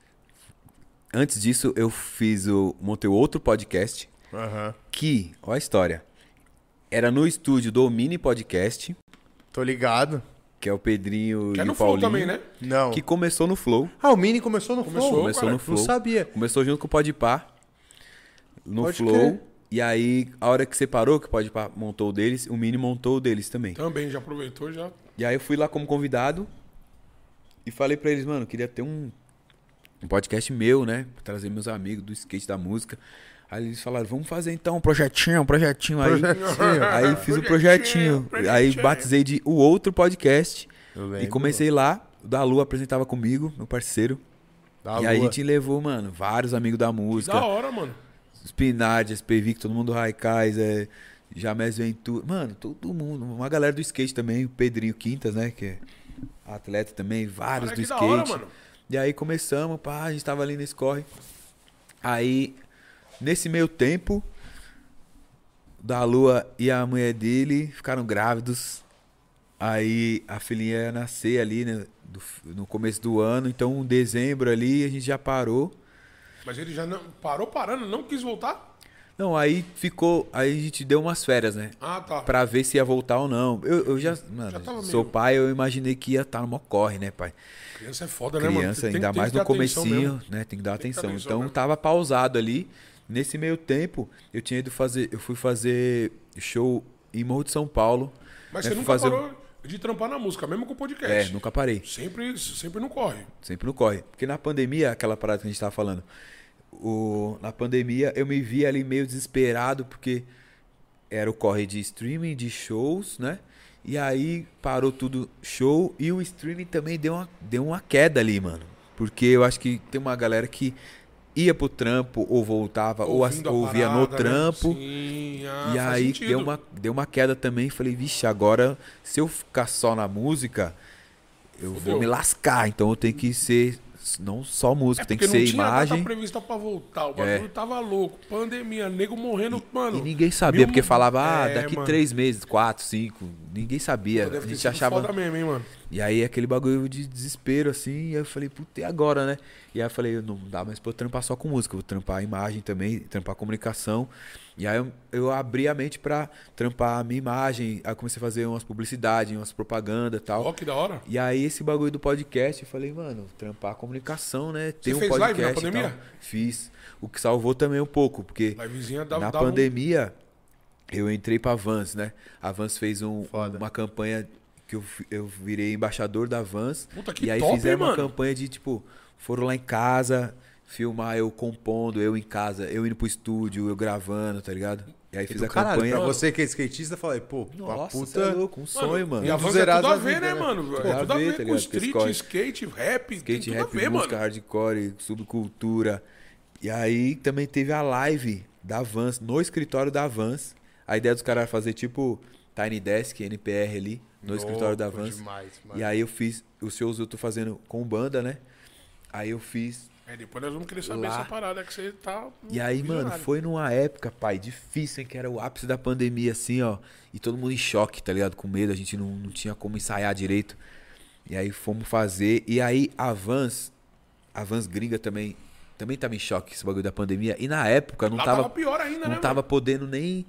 Antes disso, eu montei outro podcast Aham. que, ó a história. Era no estúdio do Mini Podcast, Tô ligado. que é o Pedrinho Que é e no o Flow Paulinho. também, né? Não. Que começou no Flow. Ah, o Mini começou no Começou, Flow? Começou cara, no Flow. Não sabia. Começou junto com o Podpah. No Pode Flow. crer. E aí, a hora que separou, que o Podpah montou o deles, o Mini montou o deles também. Também, já aproveitou, já. E aí eu fui lá como convidado e falei pra eles, mano, queria ter um podcast meu, né? Pra trazer meus amigos do skate da música. Aí eles falaram, vamos fazer então um projetinho aí. Projetinho. Aí fiz o projetinho. Aí batizei de o outro podcast. Eu E lembro. comecei lá. O Dalu apresentava comigo, meu parceiro. Da e aí a lua. gente levou, mano, vários amigos da música. Da hora, mano. Spinard, SPVIC, todo mundo Raikais, Jamés Ventura. Mano, todo mundo. Uma galera do skate também. O Pedrinho Quintas, né? Que é atleta também. Vários Cara, do que da skate. hora, mano. E aí começamos, pá, a gente tava ali nesse corre. Aí, nesse meio tempo, da Lua e a mulher dele ficaram grávidos. Aí a filhinha ia nascer ali, né? No começo do ano. Então, em dezembro ali, a gente já parou. Mas ele já não parou parando, não quis voltar? Não, aí ficou. Aí a gente deu umas férias, né? Ah, tá. Pra ver se ia voltar ou não. Eu já. Mano, Já tava sou meio- pai, eu imaginei que ia estar no mó corre, né, pai? Criança é foda, né, mano? Criança, Tem ainda que mais ter no atenção comecinho, mesmo. né? Tem que dar Tem que dar atenção. atenção Então mesmo. tava pausado ali. Nesse meio tempo, eu fui fazer show em Morro de São Paulo. Mas né, você fui nunca fazer- parou de trampar na música, mesmo com o podcast. Nunca parei. Sempre não corre. Sempre não corre. Porque na pandemia, aquela parada que a gente tava falando, na pandemia eu me vi ali meio desesperado, porque era o corre de streaming, de shows, né? E aí parou tudo show e o streaming também deu uma queda ali, mano. Porque eu acho que tem uma galera que ia pro trampo ou voltava Ouvindo a ou ouvia parada, no né? trampo. Sim, E faz aí sentido. deu uma queda também. Falei, vixe, agora se eu ficar só na música, eu Fudeu. vou me lascar. Então eu tenho que ser não só música, tem que Porque ser não tinha imagem. data prevista pra voltar. O bagulho tava louco. Pandemia, nego morrendo, mano. E ninguém sabia, mil- porque falava, daqui mano. 3 meses, 4, 5. Ninguém sabia. Pô, deve A ter gente sido achava. foda mesmo, hein, mano. E aí aquele bagulho de desespero, assim, e aí eu falei, puta, e agora, né? E aí eu falei, não dá mais pra eu trampar só com música, eu vou trampar a imagem também, trampar a comunicação. E aí eu abri a mente pra trampar a minha imagem, aí eu comecei a fazer umas publicidades, umas propagandas e tal. Ó, que da hora. E aí esse bagulho do podcast, eu falei, mano, trampar a comunicação, né? Ter um fez live na podcast e tal. pandemia? Fiz. O que salvou também um pouco, porque Livezinha na pandemia, eu entrei pra Vans, né? A Vans fez uma campanha que eu virei embaixador da Vans. Puta, que e aí top, fizeram hein, uma mano? campanha de, tipo, foram lá em casa, filmar eu compondo, eu em casa, eu indo pro estúdio, eu gravando, tá ligado? E aí fiz a Caralho, campanha. pra você que é skatista, falei, pô, uma Nossa, puta... cê é louco, um sonho, mano. E a Um dos Vans é tudo zerados a da ver, vida, né, né? mano? Tudo É a tudo a ver, ver tá com ligado? street, Escolhe. skate, rap. Skate, tem tudo rap, a ver, música, mano. hardcore, subcultura. E aí também teve a live da Vans, no escritório da Vans. A ideia dos caras era fazer tipo Tiny Desk, NPR ali, no escritório da Louco Vans. demais, mano. E aí eu fiz, os shows eu tô fazendo com banda, né? Aí eu fiz. Depois nós vamos querer saber Lá. essa parada que você tá. E aí, mano, visionário. foi numa época, pai, difícil, hein? Que era o ápice da pandemia, assim, ó. E todo mundo em choque, tá ligado? Com medo, a gente não tinha como ensaiar direito. E aí fomos fazer. E aí a Vans gringa também tava em choque com esse bagulho da pandemia. E na época não Lá tava. tava pior ainda, Não né, tava podendo nem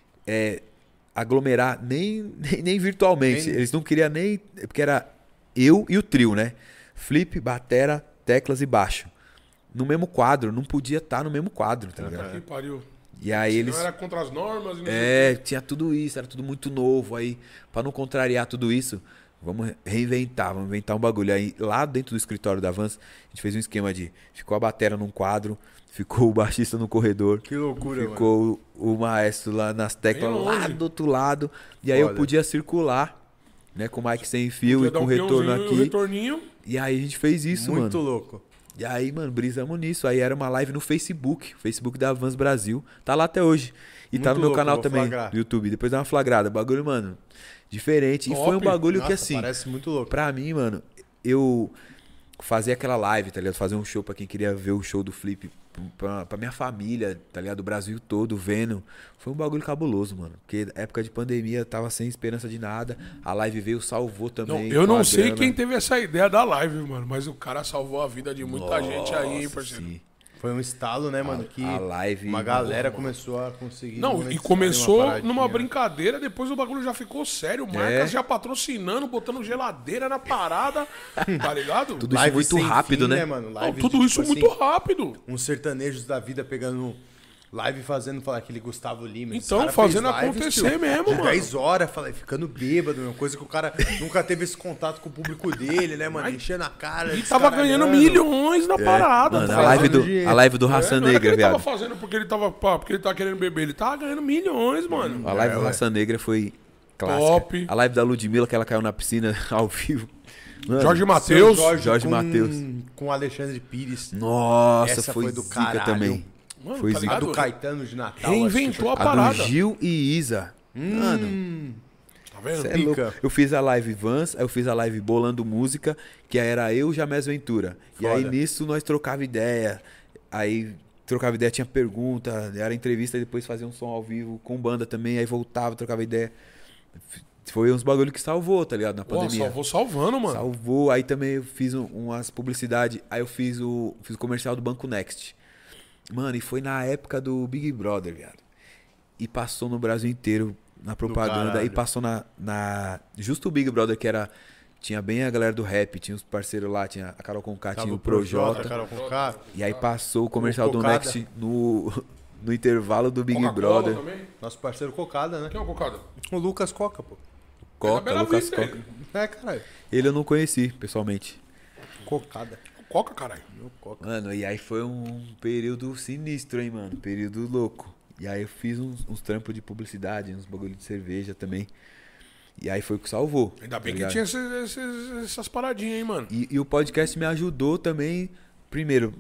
aglomerar, nem virtualmente. Nem- Eles não queriam nem. Porque era eu e o trio, né? Flip, batera, teclas e baixo. No mesmo quadro, não podia estar no mesmo quadro, tá ligado? mano? Que pariu. E aí Senão eles. era contra as normas e não sei o quê. Tinha tudo isso, era tudo muito novo. Aí, pra não contrariar tudo isso, vamos reinventar, vamos inventar um bagulho. Aí, lá dentro do escritório da Vans, a gente fez um esquema de. Ficou a batera num quadro, ficou o baixista no corredor. Que loucura, mano. Ficou o maestro lá nas teclas, Bem lá longe. do outro lado. E aí eu Foda. podia circular, né? Com o mic sem fio Podia e dar com um retorno peãozinho e aqui. um retorninho. E aí a gente fez isso, Muito mano. louco. E aí, mano, brisamos nisso. Aí era uma live no Facebook da Vans Brasil. Tá lá até hoje. E tá Muito no meu louco, canal vou também, flagrar. do YouTube. Depois dá uma flagrada. Bagulho, mano, diferente. E foi um Top. bagulho Nossa, que, assim, parece muito louco. pra mim, mano, eu fazer aquela live, tá ligado? Fazer um show pra quem queria ver o show do Flip, pra minha família, tá ligado? Do Brasil todo vendo. Foi um bagulho cabuloso, mano. Porque época de pandemia, tava sem esperança de nada. A live veio, salvou Não, também. eu com não a sei grana. quem teve essa ideia da live, mano. Mas o cara salvou a vida de muita gente aí, hein, Nossa, parceiro. sim. Foi um estalo, né, mano? Que a live, uma galera começou a conseguir... Não, e monetizar começou uma paradinha. numa brincadeira, depois o bagulho já ficou sério. Marcas já patrocinando, botando geladeira na parada, tá ligado? Tudo isso Live muito sem rápido, fim, né? mano? Não, Live tudo de, isso tipo muito assim, rápido. uns sertanejos da vida pegando live fazendo, falar aquele Gustavo Lima. Esse Então, cara fazendo fez lives, acontecer tio, mesmo, de mano. 10 horas, falei, ficando bêbado, uma coisa que o cara nunca teve esse contato com o público dele, né, mano? Enchendo a cara. E tava ganhando milhões na parada. Mano, tá a live, ligado? dinheiro. a live do Raça Não era que Negra, ele tava viado. fazendo porque ele tava querendo beber, ele tava ganhando milhões, mano. A live do ué. Raça Negra foi clássica. Top. A live da Ludmilla, que ela caiu na piscina ao vivo. Mano, Jorge Matheus. Jorge Mateus. Com o Alexandre Pires. Nossa, Essa foi foi do zica caralho. também. Mano, Foi tá zica. A ligado? do Caetano de Natal. Reinventou a A do parada. Gil e Isa. Mano, Tá vendo? cê é pica. louco. Eu fiz a live Vans, aí eu fiz a live Bolando Música, que aí era eu e Jamés Ventura. E aí Foda. nisso nós trocava ideia. Aí trocava ideia, tinha pergunta, era entrevista, e depois fazia um som ao vivo com banda também, aí voltava, trocava ideia. Foi uns bagulho que salvou, tá ligado? Na Pô, pandemia. salvou salvando, mano. Salvou. Aí também eu fiz umas publicidades. Aí eu fiz o comercial do Banco Next. Mano, e foi na época do Big Brother, viado. E passou no Brasil inteiro na propaganda. caralho. E passou justo o Big Brother, que era... Tinha bem a galera do rap, tinha os parceiros lá, tinha a Carol Conká, Tava tinha o o Projota, Projota. Carol Conká. E aí passou o comercial do Cocada. Next no intervalo do Big Coca-Cola Brother. também? Nosso parceiro Cocada, né? Quem é o Cocada? O Lucas Coca, pô. Coca, Bela Lucas Vista, Coca. ele. É, caralho. Ele eu não conheci, pessoalmente. Cocada. Coca, caralho. Meu Coca. Mano, e aí foi um período sinistro, hein, mano? Período louco. E aí eu fiz uns trampos de publicidade, uns bagulho de cerveja também. E aí foi o que salvou. Ainda tá bem que ligado? tinha essas paradinhas, hein, mano. E o podcast me ajudou também, primeiro,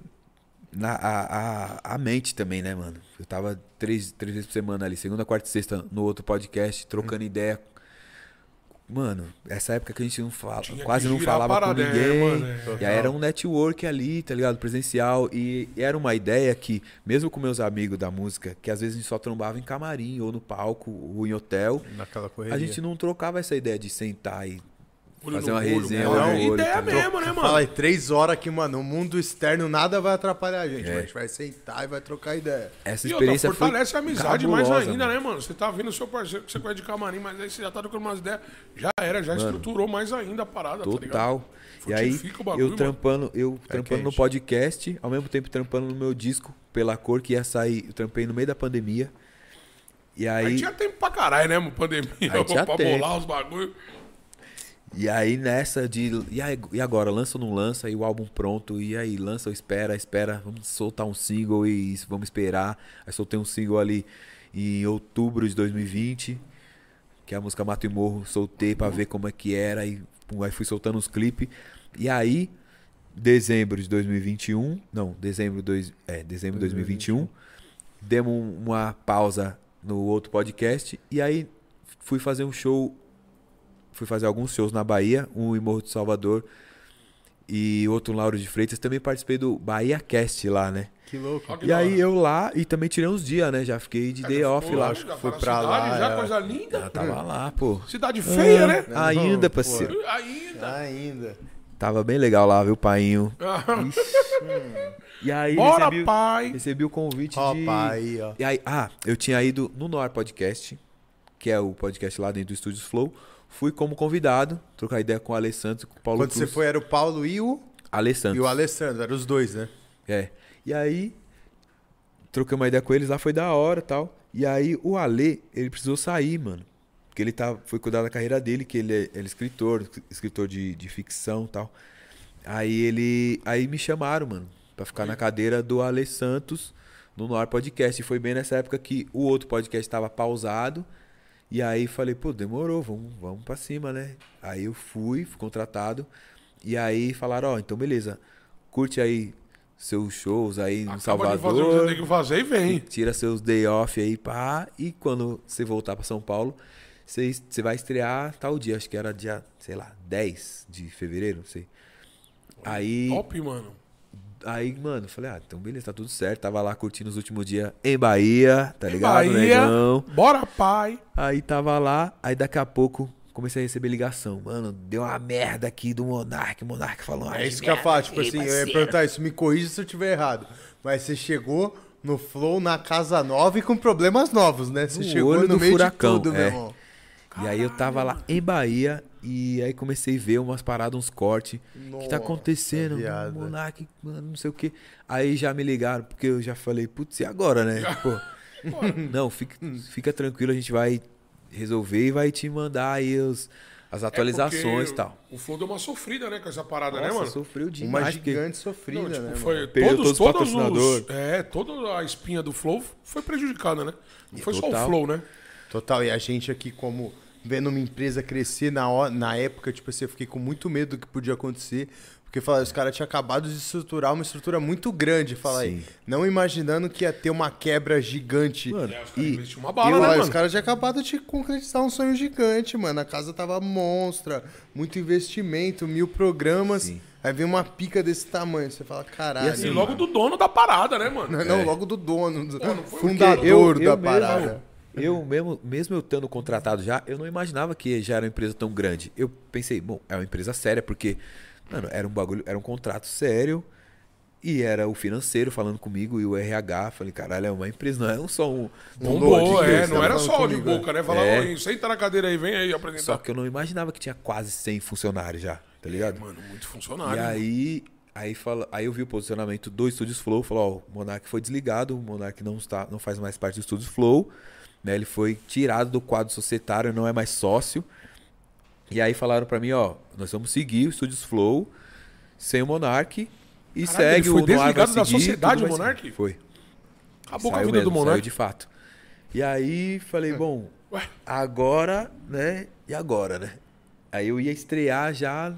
a mente também, né, mano? Eu tava três vezes por semana ali, segunda, quarta e sexta, no outro podcast, trocando ideia. Mano, essa época que a gente não fala, Tinha quase que não girar a falava com parada, ninguém. mano, E aí era um network ali, tá ligado? Presencial. E era uma ideia que, mesmo com meus amigos da música, que às vezes a gente só trombava em camarim, ou no palco, ou em hotel, Naquela correria. a gente não trocava essa ideia de sentar e Olho fazer no uma olho, resenha, mano. olho no olho, Ideia tá ligado? mesmo, né, mano? Fala aí, 3 horas que, mano, o mundo externo nada vai atrapalhar a gente. É. A gente vai sentar e vai trocar ideia. Essa E outra, experiência foi fortalece a amizade mais cabulosa, ainda, mano. né, mano? Você tá vendo o seu parceiro que você conhece de camarim, mas aí você já tá trocando umas ideias. Já era, já estruturou mais ainda a parada, tá ligado? Total. E aí, Frutifica o bagulho, eu trampando no quente. podcast, ao mesmo tempo trampando no meu disco, Pela Cor, que ia sair, eu trampei no meio da pandemia. E Aí aí, tinha tempo pra caralho, né, mano? Pandemia, Aí tinha pra tempo. bolar os bagulhos. nessa de, e agora, lança ou não lança? E o álbum pronto, e aí, lança ou espera, vamos soltar um single e vamos esperar. Aí soltei um single ali em outubro de 2020, que é a música Mato e Morro, soltei pra ver como é que era, e pum, aí fui soltando os clipes. E aí, dezembro de 2021, não, dezembro de 2021, demos uma pausa no outro podcast, e aí fui fazer alguns shows na Bahia, um em Morro de Salvador e outro em Lauro de Freitas. Também participei do Bahia Cast lá, né? Que louco. Ó, que E da aí hora. eu lá, e também tirei uns dias, né? Já fiquei de day off lá. Já Fui tá na pra lá, cidade, já é. coisa linda. Já tava lá, pô. Cidade feia, né? Ainda, pô. parceiro. Ainda. Ainda. Tava bem legal lá, viu, painho? E aí Bora, pai. recebi o convite Ó, de... pai, aí, ó. E aí, eu tinha ido no Noir Podcast, que é o podcast lá dentro do Estúdios Flow. Fui como convidado, trocar ideia com o Alessandro e com o Paulo Quando Cruz. você foi, era o Paulo e o Alessandro. Alessandro, eram os dois, né? É. E aí, troquei uma ideia com eles lá, foi da hora e tal. E aí, o Ale, ele precisou sair, mano. Porque ele foi cuidar da carreira dele, que ele é escritor de ficção e tal. Aí me chamaram, mano, pra ficar na cadeira do Ale Santos no Noir Podcast. E foi bem nessa época que o outro podcast tava pausado. E aí falei, pô, demorou, vamos pra cima, né? Aí eu fui contratado. E aí falaram, ó, então beleza, curte aí seus shows aí no Acaba de fazer o que você Salvador. tem que fazer e vem. Tira seus day off aí, pá. E quando você voltar pra São Paulo, você vai estrear tal dia. Acho que era dia, sei lá, 10 de fevereiro, não sei. Aí, Top, mano. mano, falei, então beleza, tá tudo certo. Tava lá curtindo os últimos dias em Bahia, tá ligado, Bahia, negão? bora, pai. Aí tava lá, aí daqui a pouco comecei a receber ligação. Mano, deu uma merda aqui do Monark. O Monark falou, É isso que eu ia falar, tipo assim, eu ia perguntar isso, me corrija se eu tiver errado. Mas você chegou no Flow na casa nova e com problemas novos, né? Você No chegou olho no do meio furacão, de tudo, meu é. irmão. E aí eu tava lá em Bahia e aí comecei a ver umas paradas, uns cortes. O que tá acontecendo? viado. Monark, mano, não sei o que. Aí já me ligaram, porque eu já falei, putz, e agora, né? Pô, não, fica tranquilo, a gente vai resolver e vai te mandar aí as atualizações e tal. O Flow deu uma sofrida, né, com essa parada, né, Nossa, mano? sofreu Uma demais. porque- gigante sofrida, Não, tipo, né? mano? foi Perdeu todos os todos patrocinadores. toda a espinha do Flow foi prejudicada, né? Não foi só o Total. Flow, né? Total, e a gente aqui como vendo uma empresa crescer na época, tipo assim, eu fiquei com muito medo do que podia acontecer, porque os caras tinham acabado de estruturar uma estrutura muito grande, aí, Sim. não imaginando que ia ter uma quebra gigante. Mano, Os caras e investiram uma E bala, né, os mano? caras tinham acabado de concretizar um sonho gigante, mano. A casa tava monstra, muito investimento, 1000 programas. Sim. Aí vem uma pica desse tamanho. Você fala, caralho. E assim, E logo do dono da parada, né, mano? Não, logo do dono, do não foi fundador Porque da eu parada. mesmo eu estando contratado já, eu não imaginava que já era uma empresa tão grande. Eu pensei, bom, é uma empresa séria, porque, mano, era um contrato sério e era o financeiro falando comigo e o RH. Falei, caralho, é uma empresa, não é só um Bombou, Lodinho, não tá era falando só de comigo, é. boca, né? Falar, É. ó, senta na cadeira aí, vem aí Só apresentar. que eu não imaginava que tinha quase 100 funcionários já, tá ligado? Mano, muito funcionário. E Aí eu vi o posicionamento do Estúdios Flow, falou, ó, o Monark foi desligado, o Monark não faz mais parte do Estúdios Flow, né? Ele foi tirado do quadro societário, não é mais sócio. E aí falaram pra mim, ó, nós vamos seguir o Estúdios Flow sem o Monark e Caralho, segue ele foi o Noir vai desligado da seguir, sociedade, tudo vai o Monark? seguir. Foi. Acabou com a Saiu vida mesmo, do Monark. saiu de fato. E aí falei, bom, Ué? agora, né? E agora, né? Aí eu ia estrear já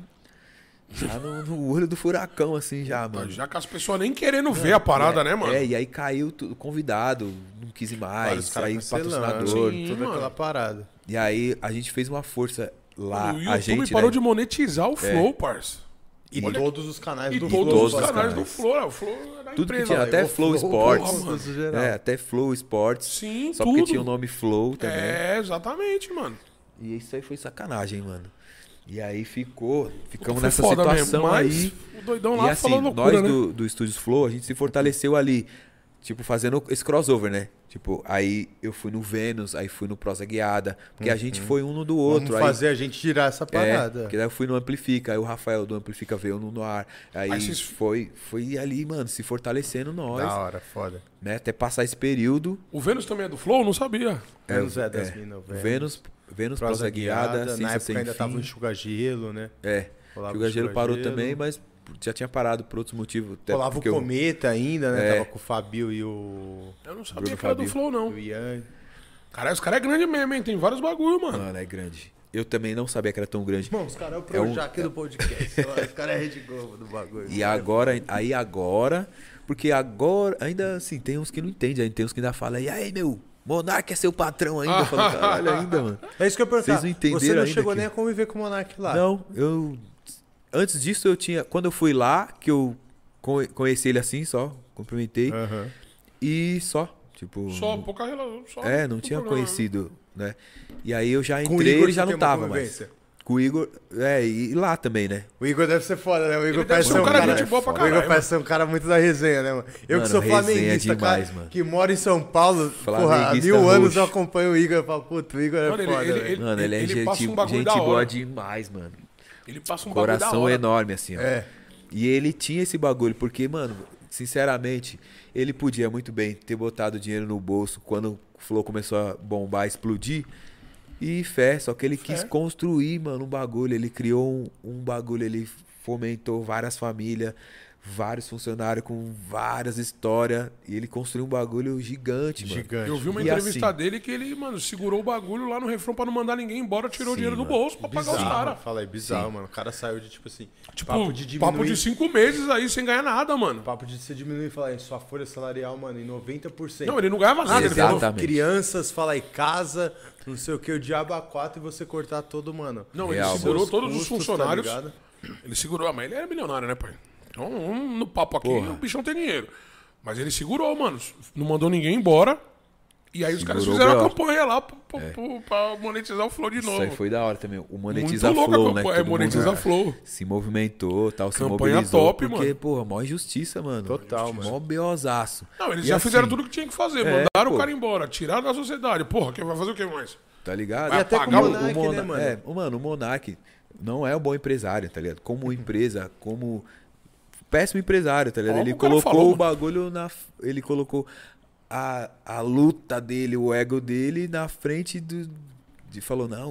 no olho do furacão, assim, já, mano. Já que as pessoas nem querendo ver a parada, né, mano? E aí caiu tudo, convidado, não quis ir mais, Vários caras saiu cancelando, patrocinador. Sim, toda mano. aquela parada. E aí a gente fez uma força lá, Mano, o a YouTube gente, parou né? de monetizar o Flow, parça. E Olha- todos os canais E do todos Flow, os canais basicamente. do Flow, o Flow é da Tudo que empresa. tinha, lá. até o Flow Flow, Sports, porra, mano, no geral. até Flow Sports, Sim, só tudo. porque tinha o nome Flow também. É, exatamente, mano. E isso aí foi sacanagem, mano. E aí ficamos Foi nessa foda situação mesmo, mas aí. o doidão E lá assim, falou loucura, nós né? do Estúdios Flow, a gente se fortaleceu ali, tipo, fazendo esse crossover, né? Tipo, aí eu fui no Vênus, aí fui no Prosa Guiada, porque a gente foi um no do outro. Vamos fazer a gente tirar essa parada. Porque daí eu fui no Amplifica, aí o Rafael do Amplifica veio no Noir. Aí Aí vocês- foi ali, mano, se fortalecendo nós, Da hora, foda. né? Até passar esse período. O Vênus também é do Flow? Não sabia. Vênus é das minas, Vênus, Prosa Guiada, na Ciência época Sem ainda Fim. tava o Enxuga Gelo, né? Rolava O Gagelo parou Gelo. também, mas já tinha parado por outros motivos. Até Rolava o porque eu- Cometa ainda, né? Tava com o Fabio e o Eu não sabia Bruno que era do Fabio. Flow, não. o Ian. Caralho, os caras é grande mesmo, hein? Tem vários bagulho, mano. Mano, é grande. Eu também não sabia que era tão grande. Mano, os caras é o um- Projac do podcast. Os caras é Rede Globo do bagulho. E agora, porque agora, ainda assim, tem uns que não entendem, tem uns que ainda falam, e aí, meu, Monark é seu patrão ainda? Eu falo, caralho, ainda, mano. É isso que eu ia perguntar. Vocês não entenderam Você não ainda chegou que- nem a conviver com o Monark lá. Não, antes disso eu tinha, quando eu fui lá, que eu conheci ele assim só, cumprimentei, Aham. e só, tipo... Só, pouca relação. Só, não tinha conhecido, né? E aí eu já Com o entrei, Igor ele já você não tem uma tava mais. convivência? Com o Igor, e lá também, né? O Igor deve ser foda, né? O Igor deve parece ser ser um um cara cara... gente boa pra O Igor caralho, parece ser um cara muito da resenha, né, mano? Eu que Mano, sou resenha flamenguista, demais, cara, mano. que mora em São Paulo, porra, há Flamenguista 1000 anos roxo. eu acompanho o Igor e falo, puto, o Igor é Mano, foda, ele- velho. Mano, ele é passa um bagulho gente da hora. boa demais, mano. Ele passa um bagulho da Coração hora. enorme, assim, ó. É. E ele tinha esse bagulho, porque, mano, sinceramente, ele podia muito bem ter botado dinheiro no bolso quando o Flow começou a bombar, explodir. E fé, só que ele quis construir, mano, um bagulho. Ele criou um bagulho, ele fomentou várias famílias, vários funcionários com várias histórias. E ele construiu um bagulho gigante, mano. Gigante. Eu vi uma E entrevista assim- dele que ele, mano, segurou o bagulho lá no refrão pra não mandar ninguém embora, tirou o Sim, dinheiro do mano. bolso pra pagar os Bizarro, caras. fala aí, bizarro, mano. O cara saiu de, tipo assim, Tipo, papo de diminuir... 5 meses aí sem ganhar nada, mano. Papo de você diminuir e falar em sua folha salarial, mano, em 90%. Não, ele não ganhava nada. Ele falou, Exatamente. Crianças, fala aí, casa, não sei o que, o diabo a 4 e você cortar todo, mano. não, ele Real, segurou Seus todos os custos, funcionários. tá ligado? Ele segurou, mas ele era milionário, né, pai? Então, no papo aqui, Porra. o bichão tem dinheiro. Mas ele segurou, mano. Não mandou ninguém embora. E aí os caras Segurou fizeram a B.O. campanha lá pra monetizar o Flow de Isso novo. aí foi da hora também. O Muito Monetiza louco Flow, a né? campanha. Todo mundo Monetiza Flow. se movimentou, tal, se Campanha mobilizou. top, porque, mano. porra, mó injustiça, mano. Total, mano. Mó beozaço. Não, eles E já assim, fizeram tudo que tinha que fazer. É, Mandaram pô. o cara embora. Tiraram da sociedade. Porra, quem vai fazer o que mais? Tá ligado? Vai E até com apagar o o Monark, né, mano? Mano, o Monark não é um bom empresário, tá ligado? Como empresa, como péssimo empresário, tá ligado? Ó, Ele o cara colocou falou, o bagulho na... Ele colocou a luta dele, o ego dele na frente falou, não,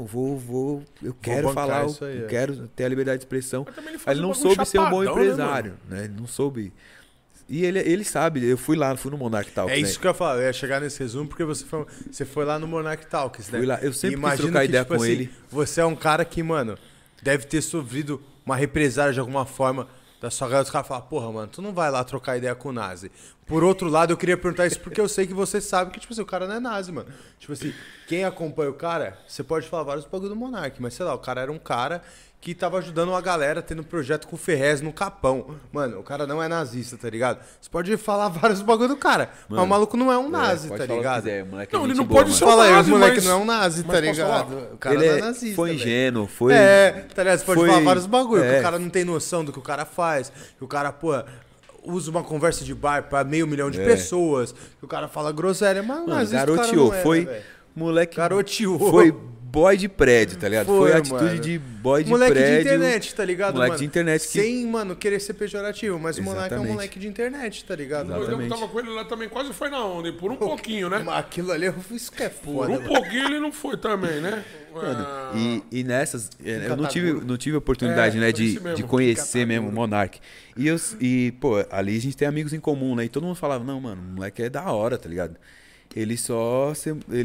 eu quero bancar falar, isso aí, eu é. quero ter a liberdade de expressão. Mas também ele Aí faz ele um não bagulho soube ser um bom chapadão, né, empresário, né? Ele não soube... E ele sabe, eu fui no Monark Talk, É né? isso que eu ia falar, eu ia chegar nesse resumo porque você foi lá no Monark Talks, né? Fui lá, eu sempre E quis trocar ideia com assim, ele. Você é um cara que, mano, deve ter sofrido uma represária de alguma forma da sua galera. Os caras falam, porra, mano, tu não vai lá trocar ideia com o Nazi. Por outro lado, eu queria perguntar isso porque eu sei que você sabe que, tipo assim, o cara não é Nazi, mano. Tipo assim, quem acompanha o cara, você pode falar vários bagulho do Monark, mas sei lá, o cara era um cara que tava ajudando uma galera tendo um projeto com o Ferrez no Capão. Mano, o cara não é nazista, tá ligado? Você pode falar vários bagulho do cara, mas o maluco não é um nazi, pode tá falar o que ligado? quiser, o moleque é Não, ele gente não boa, pode mano. ser Fala aí, nazi, o moleque mas- não é um nazi, mas tá posso ligado? falar? O cara Ele não é nazista. foi velho. ingênuo, foi... É, tá ligado? Você pode foi- falar vários bagulho, que é. o cara não tem noção do que o cara faz, que o cara, pô, usa uma conversa de bar pra 500 mil de pessoas, que o cara fala groselha, mas Mano, nazista o cara garoteou, não é, foi... né, velho? moleque... Garoteou. Foi boy de prédio, tá ligado? Foi a atitude mano. de boy de Moleque prédio. de internet, tá ligado, Moleque mano? de internet que... Sem, mano, querer ser pejorativo, mas o moleque é um Exatamente. moleque de internet, tá ligado? O mano? doidão que tava com ele lá também quase foi na onda, e por um pouquinho, né? Mas aquilo ali, isso que é Por foda, um mano. pouquinho ele não foi também, né? Ah, E nessas, eu não Cataguro. tive a oportunidade, É, né, foi isso mesmo, de conhecer Cataguro. mesmo o Monark. E, pô, ali a gente tem amigos em comum, né? E todo mundo falava, não, mano, o moleque é da hora, tá ligado? Ele só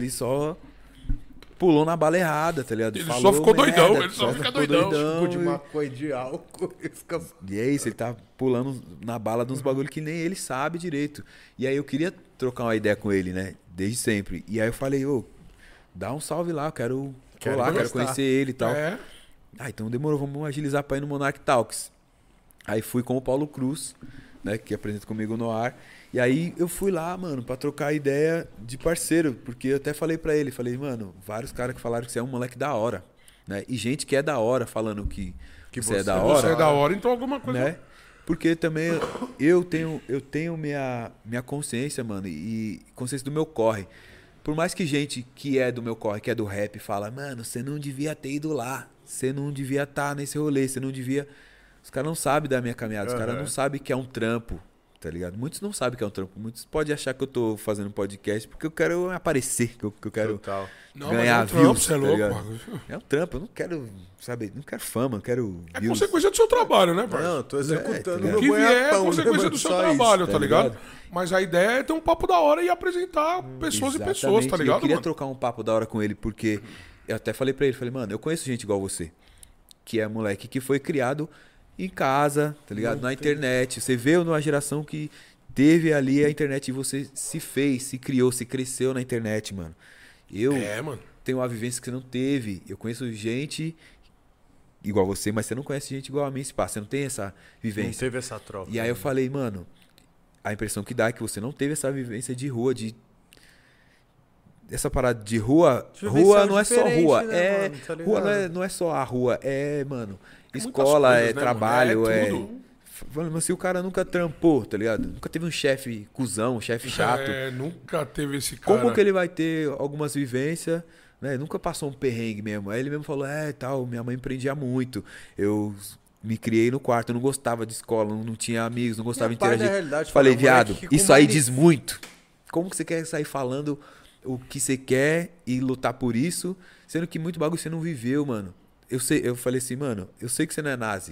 pulou na bala errada, tá ligado? Ele Falou só ficou merda, doidão, ele só fica ficou doidão. Tipo de e- maconha de álcool. E fica... E é isso, ele tá pulando na bala de uns bagulho que nem ele sabe direito. E aí eu queria trocar uma ideia com ele, né? Desde sempre. E aí eu falei, ô, dá um salve lá, eu quero colar, quero gostar. conhecer ele e tal. É. Ah, então demorou, vamos agilizar pra ir no Monarch Talks. Aí fui com o Paulo Cruz, né, que apresenta comigo no ar. E aí eu fui lá, mano, pra trocar ideia de parceiro, porque eu até falei pra ele, falei, mano, vários caras que falaram que você é um moleque da hora, né? E gente que é da hora falando que você é da Você hora, é da hora, então alguma coisa. né? Porque também eu tenho minha consciência, mano, e consciência do meu corre. Por mais que gente que é do meu corre, que é do rap, fala, mano, você não devia ter ido lá, você não devia estar nesse rolê, você não devia... Os caras não sabem da minha caminhada, os caras não sabem que é um trampo, tá ligado? Muitos não sabem que é um trampo, muitos podem achar que eu tô fazendo podcast porque eu quero aparecer, que eu quero Total. Não, ganhar mas é um trampo, views, você é tá louco, ligado? mano. É um trampo, eu não quero, sabe, não quero fama, não quero É views. consequência do seu trabalho, né, parceiro? Não, eu tô executando ligado? O que meu vier é ganha-pão, né, consequência mano? do seu Só isso. trabalho, tá tá ligado? ligado? Mas a ideia é ter um papo da hora e apresentar pessoas e pessoas, tá Exatamente. ligado, Eu queria mano? trocar um papo da hora com ele, porque eu até falei pra ele, falei, mano, eu conheço gente igual você, que é moleque que foi criado em casa, tá ligado? Na internet. Você veio numa geração que teve ali a internet e você se fez, se criou, se cresceu na internet, mano. Eu É, mano. tenho uma vivência que você não teve. Eu conheço gente igual você, mas você não conhece gente igual a mim, se passa. Você não tem essa Não vivência. teve essa troca. E aí eu falei, mano, a impressão que dá é que você não teve essa vivência de rua, essa parada de rua. De Rua vivência não é só diferente, rua. né, É, mano? Tá rua ligado? não é só a rua. É, mano, muitas escola, coisas, é né, trabalho, mano? É é. tudo. Falando, mas se o cara nunca trampou, tá ligado? Nunca teve um chefe cuzão, um chefe chato. É, nunca teve esse cara. Como que ele vai ter algumas vivências, né? Nunca passou um perrengue mesmo. Aí ele mesmo falou, tal, minha mãe empreendia muito. Eu me criei no quarto, eu não gostava de escola, não tinha amigos, não gostava de parte da interagir. realidade, Falei, fala, viado, moleque que isso aí com diz muito. Como que você quer sair falando o que você quer e lutar por isso, sendo que muito bagulho você não viveu, mano? Eu falei assim, mano, eu sei que você não é nazi.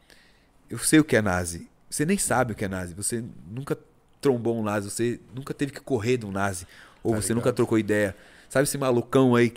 Eu sei o que é nazi. Você nem sabe o que é nazi. Você nunca trombou um nazi. Você nunca teve que correr de um nazi. Ou você nunca trocou ideia. Sabe esse malucão aí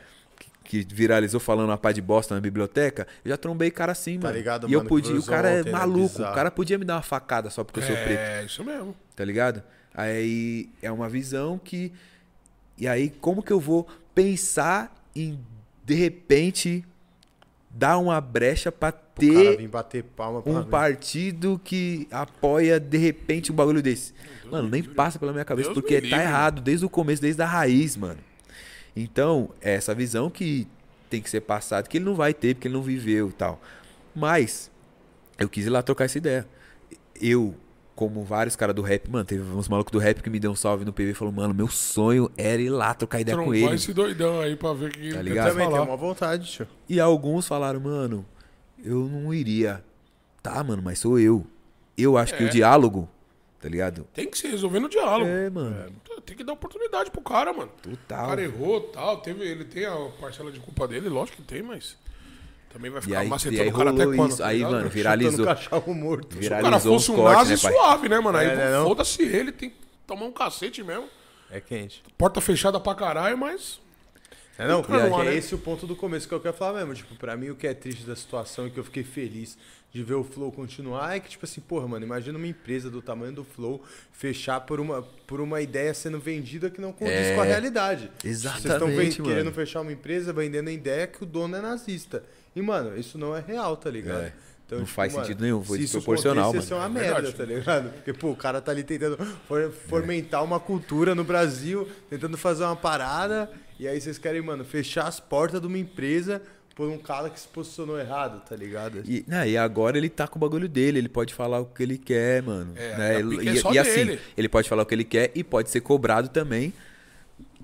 que viralizou falando uma pá de bosta na biblioteca? Eu já trombei cara assim, mano. ligado, E eu mano, podia. que O cara é ontem, né? maluco. Bizarro. O cara podia me dar uma facada só porque eu sou preto. É, isso mesmo. Tá ligado? Aí é uma visão que. E aí, como que eu vou pensar em, de repente, dar uma brecha pra O cara ter vir bater palma pra um mim. partido que apoia de repente um bagulho desse? Mano, nem passa pela minha cabeça, Deus porque me tá livre. errado desde o começo, desde a raiz, mano. Então, é essa visão que tem que ser passada, que ele não vai ter, porque ele não viveu e tal. Mas, eu quis ir lá trocar essa ideia. Eu, como vários caras do rap, mano, teve uns malucos do rap que me deu um salve no PV e falou, mano, meu sonho era ir lá trocar ideia com Trombar ele. esse doidão aí pra ver o que ele ligado? Eu quer também falar. tenho uma vontade, tio. E alguns falaram, mano, eu não iria. Tá, mano, mas sou eu. Eu acho que o diálogo, tá ligado? Tem que se resolver no diálogo. É, mano. Tem que dar oportunidade pro cara, mano. O Total. cara errou tal. Ele tem a parcela de culpa dele, lógico que tem, mas também vai E ficar aí, macetando o cara até rolou quando. isso. tá Aí, ligado? mano, Chutando viralizou. cachorro morto. Se o cara Viralizou fosse uns um cortes, nazi, né, pai? suave, né, mano? Aí né, não? foda-se ele, tem que tomar um cacete mesmo. É quente. Porta fechada pra caralho, mas. É, não, Pra não, é né? esse o ponto do começo que eu quero falar mesmo. Tipo, pra mim o que é triste da situação e que eu fiquei feliz de ver o Flow continuar é que, tipo assim, porra, mano, imagina uma empresa do tamanho do Flow fechar por uma ideia sendo vendida que não condiz com a realidade. Exatamente, Vocês estão querendo mano. fechar uma empresa vendendo a ideia que o dono é nazista. E, mano, isso não é real, tá ligado? É. Não faz sentido nenhum, foi se isso desproporcional, acontecer, mano. Isso é uma É merda, verdade. tá ligado? Porque, pô, o cara tá ali tentando fomentar uma cultura no Brasil, tentando fazer uma parada, e aí vocês querem, mano, fechar as portas de uma empresa por um cara que se posicionou errado, tá ligado? E agora ele tá com o bagulho dele, ele pode falar o que ele quer, mano. É, né? a pique é só E assim, dele. ele pode falar o que ele quer e pode ser cobrado também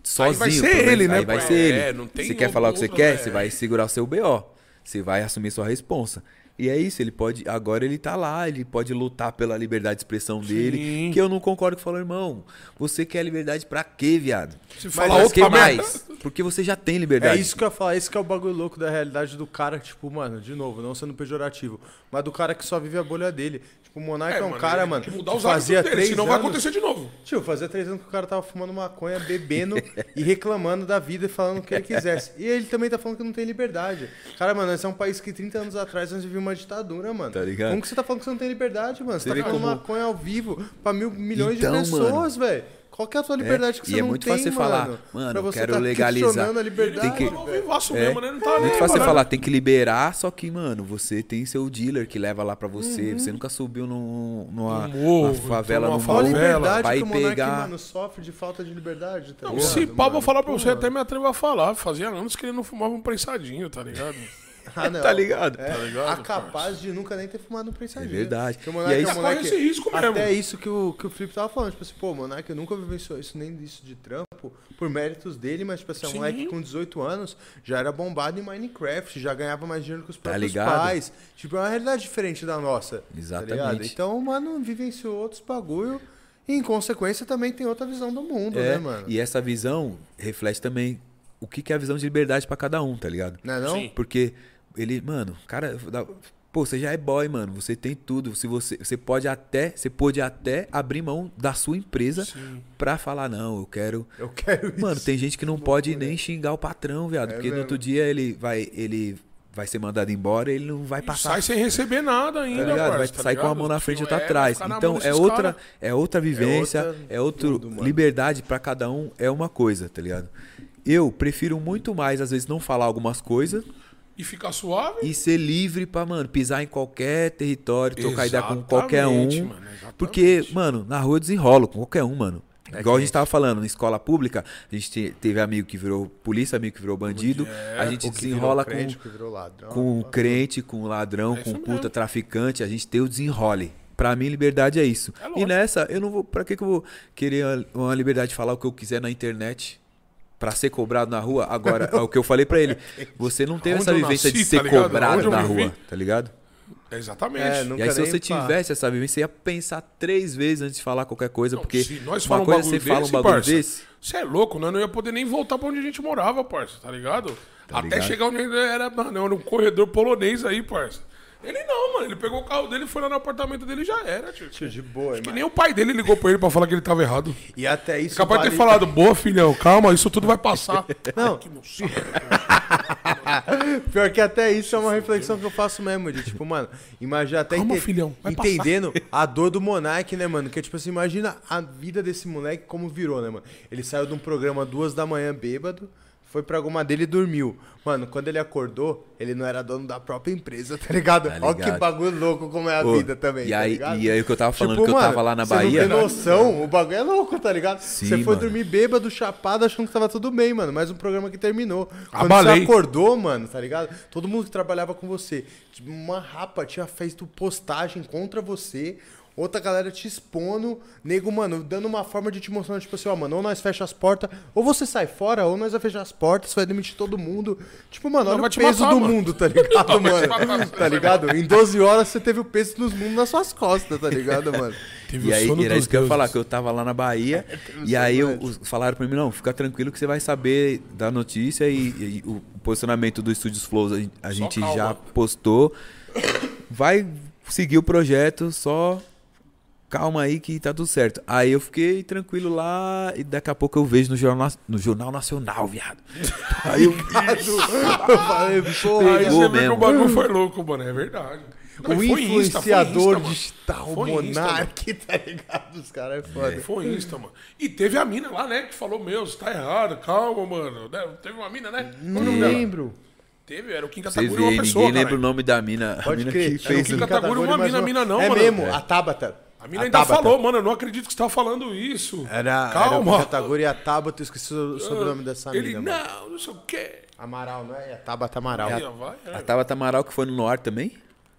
sozinho. vai ser pelo menos, ele, né, Aí vai pô? ser ele. É, não tem Você quer falar o que você outro, quer? né? Você vai segurar o seu BO. Você vai assumir sua responsa. E é isso, ele pode. Agora ele tá lá, ele pode lutar pela liberdade de expressão dele. Que eu não concordo com o falou, irmão. Você quer liberdade pra quê, viado? Você Mas fala pra outra que merda. mais? Porque você já tem É liberdade. isso que eu ia falar, esse que é o bagulho louco da realidade do cara, tipo, mano, de novo, não sendo pejorativo, mas do cara que só vive a bolha dele. Tipo, o Monark é um cara, ele mano, tem que mudar que os hábitos fazia dele, 3 senão anos... vai acontecer de novo. Tio, fazia 3 anos que o cara tava fumando maconha, bebendo e reclamando da vida e falando o que ele quisesse. E ele também tá falando que não tem liberdade. Cara, mano, esse é um país que 30 anos atrás nós vivíamos uma ditadura, mano. Tá ligado? Como que você tá falando que você não tem liberdade, mano? Você tá vê falando como- maconha ao vivo pra milhões Então, de pessoas, velho. Qual que é a tua liberdade que e você é não muito tem, fácil você mano? falar, mano, Pra você quero tá legalizar. questionando a liberdade, Tem que- Não, velho. vivaço mesmo, né? Não tá nem Muito fácil você mano. falar, tem que liberar, só que, mano, você tem seu dealer que leva lá pra você. Você nunca subiu numa morro, favela, numa no Qual a favela, liberdade vai que o Monark, pegar. mano, sofre de falta de liberdade, tá Não, ligado, se pá, vou mano? falar pra você, Porra. até me atrevo a falar. Fazia anos que ele não fumava um prensadinho, tá ligado? Ah, não. Tá ligado? É, Tá ligado, capaz de nunca nem ter fumado um prensadinho. É verdade. Porque o Monark E aí é um você corre moleque... esse risco mesmo. Até isso que o Felipe tava falando. Tipo assim, pô, o Monark nunca vivenciou isso, nem disso de trampo, por méritos dele, mas, tipo assim, é um Sim. moleque com 18 anos já era bombado em Minecraft, já ganhava mais dinheiro que os próprios ligado? pais. Tipo, é uma realidade diferente da nossa. Tá Exatamente. ligado? Então, mano, vivenciou outros bagulho e, em consequência, também tem outra visão do mundo, né, mano? E essa visão reflete também o que é a visão de liberdade pra cada um, tá ligado? Não é não? Sim. Porque ele, mano, cara, pô, você já é boy, mano, você tem tudo. Se você pode até abrir mão da sua empresa pra falar, não, eu quero. Eu quero isso. Mano, tem gente que não pode nem xingar o patrão, viado. Porque no mesmo. outro dia ele vai ser mandado embora e ele não vai passar. Sai sem receber nada ainda, Tá ligado? Vai parça, tá sair com a ligado? mão na frente e outra Vai atrás. ficar na Então mão é desses outra, cara. é outra vivência, é outra tudo, mano. liberdade pra cada um é uma coisa, tá ligado? Eu prefiro muito mais às vezes não falar algumas coisas E ficar suave? e ser livre pra, mano, pisar em qualquer território, trocar ideia com qualquer um. Exatamente, mano, exatamente. Porque, mano, na rua eu desenrolo com qualquer um, mano. É Igual a que gente tava falando, na escola pública, a gente teve amigo que virou polícia, amigo que virou bandido. A gente O que virou desenrola crente, o que virou ladrão. com crente, com ladrão, É com isso puta, mesmo. traficante. A gente tem o desenrole. Pra mim, liberdade é isso. É E lógico. nessa, eu não vou. Pra que eu vou querer uma liberdade de falar o que eu quiser na internet? Pra ser cobrado na rua? Agora, é o que eu falei pra ele. Você não teve Onde essa eu vivência de nasci, ser tá ligado? cobrado Onde eu na vivi. rua, tá ligado? Exatamente. É, E nunca aí, se nem você pá. tivesse essa vivência, você ia pensar 3 vezes antes de falar qualquer coisa. Não, Porque se nós uma falamos coisa um bagulho você fala um desse, bagulho parça, desse. Você é louco, nós não ia poder nem voltar pra onde a gente morava, parça, tá ligado? Tá Até ligado? chegar onde ele era, mano, era um corredor polonês aí, parça. Ele não, mano, ele pegou o carro dele, foi lá no apartamento dele e já era, tio. Tio, de boa, Que mano. nem o pai dele ligou pra ele pra falar que ele tava errado. E até isso. Capaz de ter vale- falado, boa, filhão, calma, isso tudo vai passar. Não. Que meu saco. Pior que até isso é uma reflexão que eu faço mesmo, de tipo, mano, imagina até Calma, filhão, vai entendendo a dor do Monark, né, mano? Que é tipo assim, imagina a vida desse moleque como virou, né, mano? Ele saiu de um programa 2 da manhã bêbado, foi pra alguma dele e dormiu. Mano, quando ele acordou, ele não era dono da própria empresa, tá ligado? Tá Olha que ligado. bagulho louco como é a Pô, vida também, e aí- tá ligado? e aí o que eu tava falando, Tipo, que eu mano, tava lá na você não Bahia. tem noção, o bagulho é louco, tá ligado? Sim, Você foi mano. dormir bêbado, chapado, achando que tava tudo bem, mano. Mais um programa que terminou. Quando Abalei. você acordou, mano, tá ligado? Todo mundo que trabalhava com você, tipo, uma rapa tinha feito postagem contra você, outra galera te expondo, nego, mano, dando uma forma de te mostrar, tipo assim, ó, mano, ou nós fecha as portas, ou você sai fora, ou nós vai fechar as portas, vai demitir todo mundo. Tipo, mano, olha vai o te peso matar, do mano. mundo, tá ligado, Vai te mano? matar. Tá ligado? Em 12 horas você teve o peso dos mundos nas suas costas, tá ligado, mano? Teve E o aí, sono era dos isso que eu ia falar, deuses. que eu tava lá na Bahia, e aí falaram pra mim, não, fica tranquilo que você vai saber da notícia e o posicionamento do Estúdios Flows a gente calma. já postou. Vai seguir o projeto, só calma aí que tá tudo certo. Aí eu fiquei tranquilo lá e daqui a pouco eu vejo no Jornal Nacional, viado. Aí eu... Eu falei, porra, Aí Pegou você vê que mesmo. o bagulho foi louco, mano, é verdade. o Foi Insta, influenciador mano. digital, Foi Insta, Monark, tá ligado? Os caras é foda. Foi Insta, mano. E teve a mina lá, né, que falou, meu, você tá errado, calma, mano. Né, teve uma mina, né? Qual o Não nome dela? lembro. Teve, era o Kim Você Kataguri, vê, uma pessoa, ninguém lembra o cara. nome da mina. A Pode mina crer. que fez Kim o... Kataguri, uma mina não, é mano. mesmo, a Tabata. A mina ainda falou, mano, eu não acredito que você tá falando isso. Era Calma. a categoria a Tabata, eu esqueci o sobrenome dessa Ele, mina, mano. não sei o quê. Amaral, não é? É a Tabata Amaral. Aí, ó, vai, A Tabata Amaral que foi no ar também?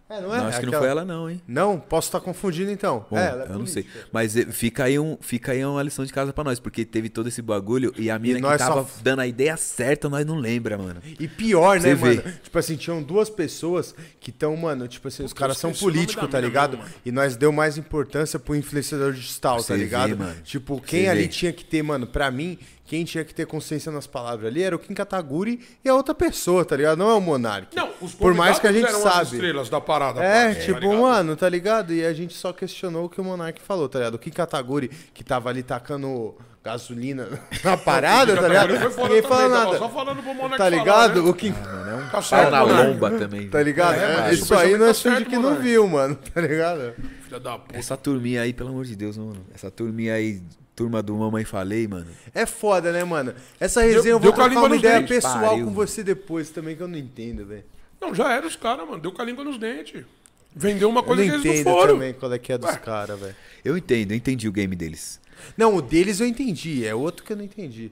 Não é? Não, acho que não foi ela não, hein? Não? Posso estar confundindo então. Bom, ela é eu não sei. política. Mas fica aí uma lição de casa pra nós, porque teve todo esse bagulho e a mina que nós tava só- dando a ideia certa, nós não lembra, mano. E pior, Você né, vê. mano? Tipo assim, tinham duas pessoas que estão, mano, tipo assim, os Puta, caras eu são esqueci o nome políticos, da tá mina ligado? mesmo, mano. E nós deu mais importância pro influenciador digital, Você tá ligado? vê, mano. Tipo, Você quem ali vê. tinha que ter, mano, pra mim, quem tinha que ter consciência nas palavras ali era o Kim Kataguri e a outra pessoa, tá ligado? Não é o Monark. Não, os Por mais que a gente convidados eram as sabe. estrelas da parada. É, pá, tipo, tá ligado? mano, tá ligado? E a gente só questionou o que o Monark falou, tá ligado? O Kim Kataguri, que tava ali tacando gasolina na parada, tá ligado? Foi foda Ninguém também, fala tava nada. Só falando pro Monark Tá falar, ligado? né? O Kim... Tá Tá Pau certo, na Monark. lomba também. Tá ligado? mano, Isso esse aí pensamento não é tá finge certo, que não Monark. viu, mano. Tá ligado? Filha da puta. Essa turminha aí, pelo amor de Deus, mano. Essa turminha aí, turma do Mamãe Falei, mano. É foda, né, mano? Essa resenha eu deu vou com a trocar língua uma nos ideia dentes. pessoal Pariu. com você depois também, que eu não entendo, velho. Não, já era os caras, mano. Deu com a língua nos dentes. Vendeu uma Eu coisa não que eles não entendo foram. também qual é que é dos caras, velho. Eu entendi o game deles. Não, o deles eu entendi, é outro que eu não entendi.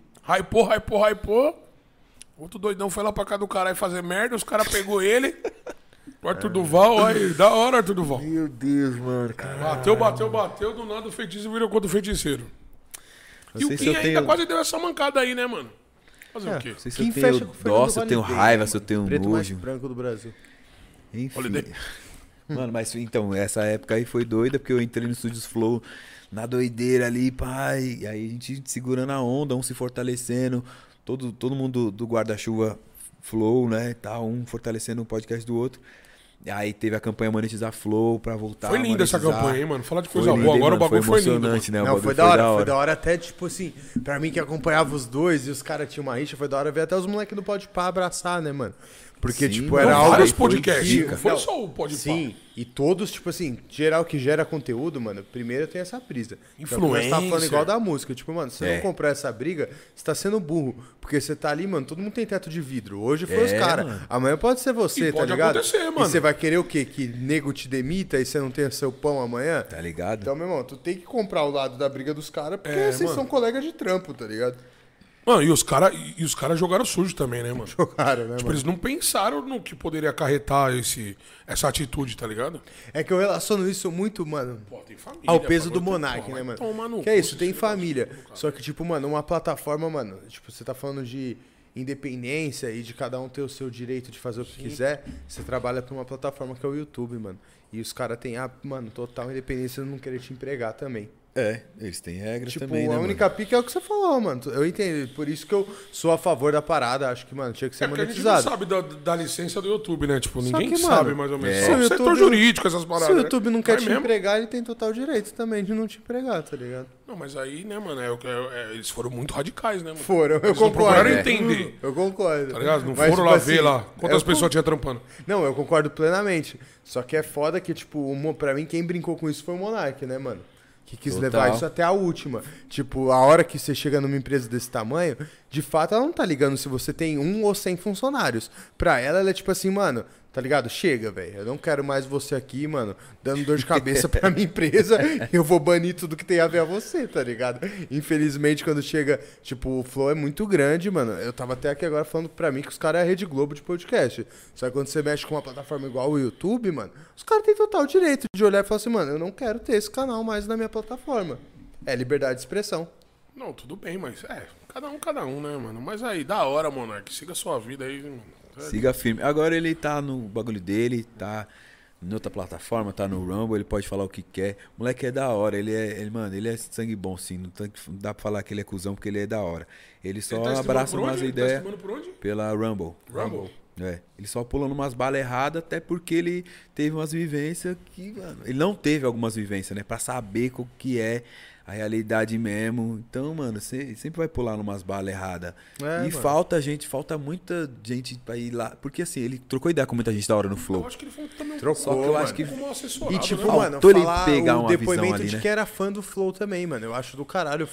Hypou. Outro doidão foi lá pra casa do caralho fazer merda, os caras pegou ele. O Arthur Duval, aí, da hora, Arthur Duval. Meu Deus, mano, cara. Bateu, do nada o feitiço virou contra o feiticeiro. E Não o sei Kim se eu ainda tenho. quase deu essa mancada aí, né, mano? Fazer o quê? Não sei se Quem eu fecha tenho com o Fernando dó, se eu tenho Holiday, raiva, né, se eu mano? tenho Preto mais nojo. branco do Brasil. Enfim. Holiday. Mano, mas então, essa época aí foi doida, porque eu entrei no Estúdios Flow na doideira ali, pai. E aí a gente segurando a onda, um se fortalecendo, todo mundo do guarda-chuva Flow, né, e tal, um fortalecendo o podcast do outro. E aí teve a campanha Monetizar Flow pra voltar Foi a linda essa monetizar. campanha, hein, mano? Falar de Foi coisa linda, boa. hein, Agora o mano? bagulho foi lindo. emocionante, né? O Não, bagulho foi da hora até, tipo assim, pra mim que acompanhava os dois e os caras tinham uma rixa, foi da hora ver até os moleques do Podpah abraçar, né, mano? Porque, Sim, tipo, mano. era Não, algo... vários foi podcasts. zica. Não foi Não, só o Podpah. Sim, e todos, tipo assim, geral que gera conteúdo, mano, primeiro tem essa brisa. Influencer. Você tá falando igual da música, tipo, mano, se você É. não comprar essa briga, você tá sendo burro. Porque você tá ali, mano, todo mundo tem teto de vidro. Hoje foi os É, caras. mano. Amanhã pode ser você, E tá pode ligado? acontecer, mano. E você vai querer o quê? Que nego te demita e você não tenha seu pão amanhã? Tá ligado? Então, meu irmão, tu tem que comprar o lado da briga dos caras, porque É, vocês mano. são colegas de trampo, tá ligado? Mano, e os caras jogaram sujo também, né, mano? Cara, né, Tipo, mano? eles não pensaram no que poderia acarretar essa atitude, tá ligado? É que eu relaciono isso muito, mano, Pô, tem família. ao peso do bagulho, Monark, pô, né, vai mano? tomar no Que é cu, isso, tem filho da família. puta, Só que, tipo, mano, uma plataforma, mano, tipo, você tá falando de independência e de cada um ter o seu direito de fazer o que quiser, você trabalha pra uma plataforma que é o YouTube, mano. E os caras têm, mano, total independência de não querer te empregar também. É, eles têm regras Tipo, também, né, a mano? única pica é o que você falou, mano. Eu entendo. Por isso que eu sou a favor da parada. Acho que, mano, tinha que ser É porque a gente não monetizado. sabe da licença do YouTube, né? Tipo, Só ninguém que, sabe mano, mais ou menos. é. Só Se o o setor YouTube- jurídico, essas paradas. Se o YouTube não quer Vai te mesmo? empregar, ele tem total direito também de não te empregar, tá ligado? Não, mas aí, né, mano, eles foram muito radicais, né, mano? Foram, eu Eles não concordo. procuraram entender. Eu concordo. Tá ligado? Não Mas, foram tipo lá assim, ver lá quantas eu pessoas tinha trampando. Não, eu concordo plenamente. Só que é foda que, tipo, pra mim, quem brincou com isso foi o Monark, né, mano? Que quis Total. levar isso até a última. Tipo, a hora que você chega numa empresa desse tamanho, de fato, ela não tá ligando se você tem 1 ou 100 funcionários. Pra ela é tipo assim, mano, tá ligado? Chega, velho. Eu não quero mais você aqui, mano, dando dor de cabeça pra minha empresa. Eu vou banir tudo que tem a ver a você, tá ligado? Infelizmente, quando chega, tipo, o Flow é muito grande, mano. Eu tava até aqui agora falando pra mim que os caras é a Rede Globo de podcast. Só que quando você mexe com uma plataforma igual o YouTube, mano, os caras têm total direito de olhar e falar assim, mano, eu não quero ter esse canal mais na minha plataforma. É liberdade de expressão. Não, tudo bem, mas cada um, né, mano? Mas aí, da hora, Monark. Siga a sua vida aí, mano. Siga firme. Agora ele tá no bagulho dele, tá em outra plataforma, tá no Rumble, ele pode falar o que quer. O moleque é da hora, mano, ele é sangue bom, sim. Não dá pra falar que ele é cuzão, porque ele é da hora. Ele só Ele tá abraça streamando por umas onde? Ele tá ideias streamando por onde? pela Rumble. Rumble. É, ele só pula numas balas erradas, até porque ele teve umas vivências que, mano, ele não teve algumas vivências, né? Pra saber o que é a realidade mesmo. Então, mano, você sempre vai pular numas balas erradas. É, E mano. falta muita gente pra ir lá. Porque assim, ele trocou ideia com muita gente da hora no Eu Flow. acho que ele foi também Trocou, Só que eu acho que como assessorado, E tipo, né? mano, Faltou ele falar pegar o uma depoimento visão ali, de né? que era fã do Flow também, mano. Eu acho do caralho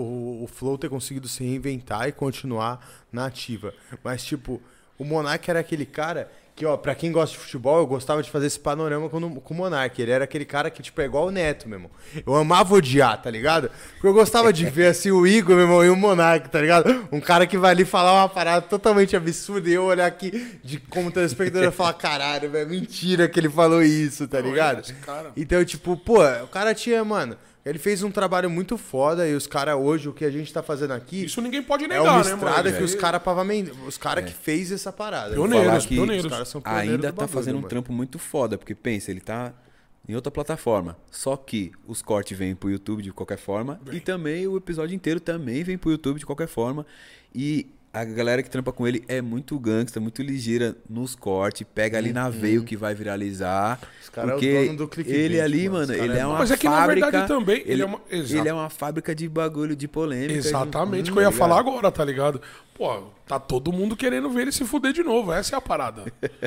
o Flow ter conseguido se reinventar e continuar na ativa. Mas, tipo, o Monark era aquele cara Que, ó, pra quem gosta de futebol, eu gostava de fazer esse panorama com o Monark. Ele era aquele cara que, tipo, é igual o Neto, meu irmão. Eu amava odiar, tá ligado? Porque eu gostava de ver, assim, o Igor, meu irmão, e o Monark, tá ligado? Um cara que vai ali falar uma parada totalmente absurda e eu olhar aqui como telespectador e falar, caralho, velho, mentira que ele falou isso, tá ligado? Então, tipo, pô, o cara tinha, mano... Ele fez um trabalho muito foda e os caras hoje, o que a gente tá fazendo aqui... Isso ninguém pode negar, né, mano? É uma estrada que os caras os cara que fez essa parada. Pioneiros, que pioneiros. Os caras são pioneiros ainda do tá bagulho, fazendo um mano. trampo muito foda, porque pensa, ele tá em outra plataforma. Só que os cortes vêm pro YouTube de qualquer forma e também o episódio inteiro também vem pro YouTube de qualquer forma. E a galera que trampa com ele é muito gangsta, muito ligeira nos cortes, pega ali na veia o que vai viralizar. Os caras é o Porque dono do clickbait, ele ali, mano. mano, Os cara ele é é uma Mas é que na fábrica... verdade também ele, ele é uma... ele é uma fábrica de bagulho, de polêmica. Exatamente o que eu ia falar agora, tá ligado? Pô, tá todo mundo querendo ver ele se fuder de novo. Essa é a parada.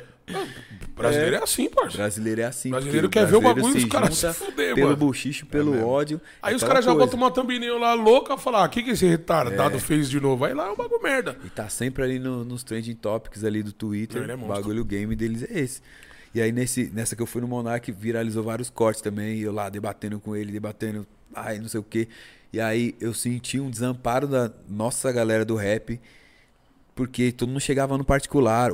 Brasileiro é assim, parça. Brasileiro é assim. Brasileiro porque quer ver o brasileiro bagulho e se os caras se junta fuder, pelo mano. buchicho, pelo ódio. Aí os aquela caras já coisa. botam uma thumbnail lá louca e falam, o que esse retardado fez de novo? Aí lá é um bagulho merda. E tá sempre ali nos trending topics ali do Twitter. Ele é O monstro. bagulho game deles é esse. E aí nessa que eu fui no Monark, viralizou vários cortes também. E eu lá debatendo com ele, debatendo, ai, não sei o quê. E aí eu senti um desamparo da nossa galera do rap. Porque todo mundo chegava no particular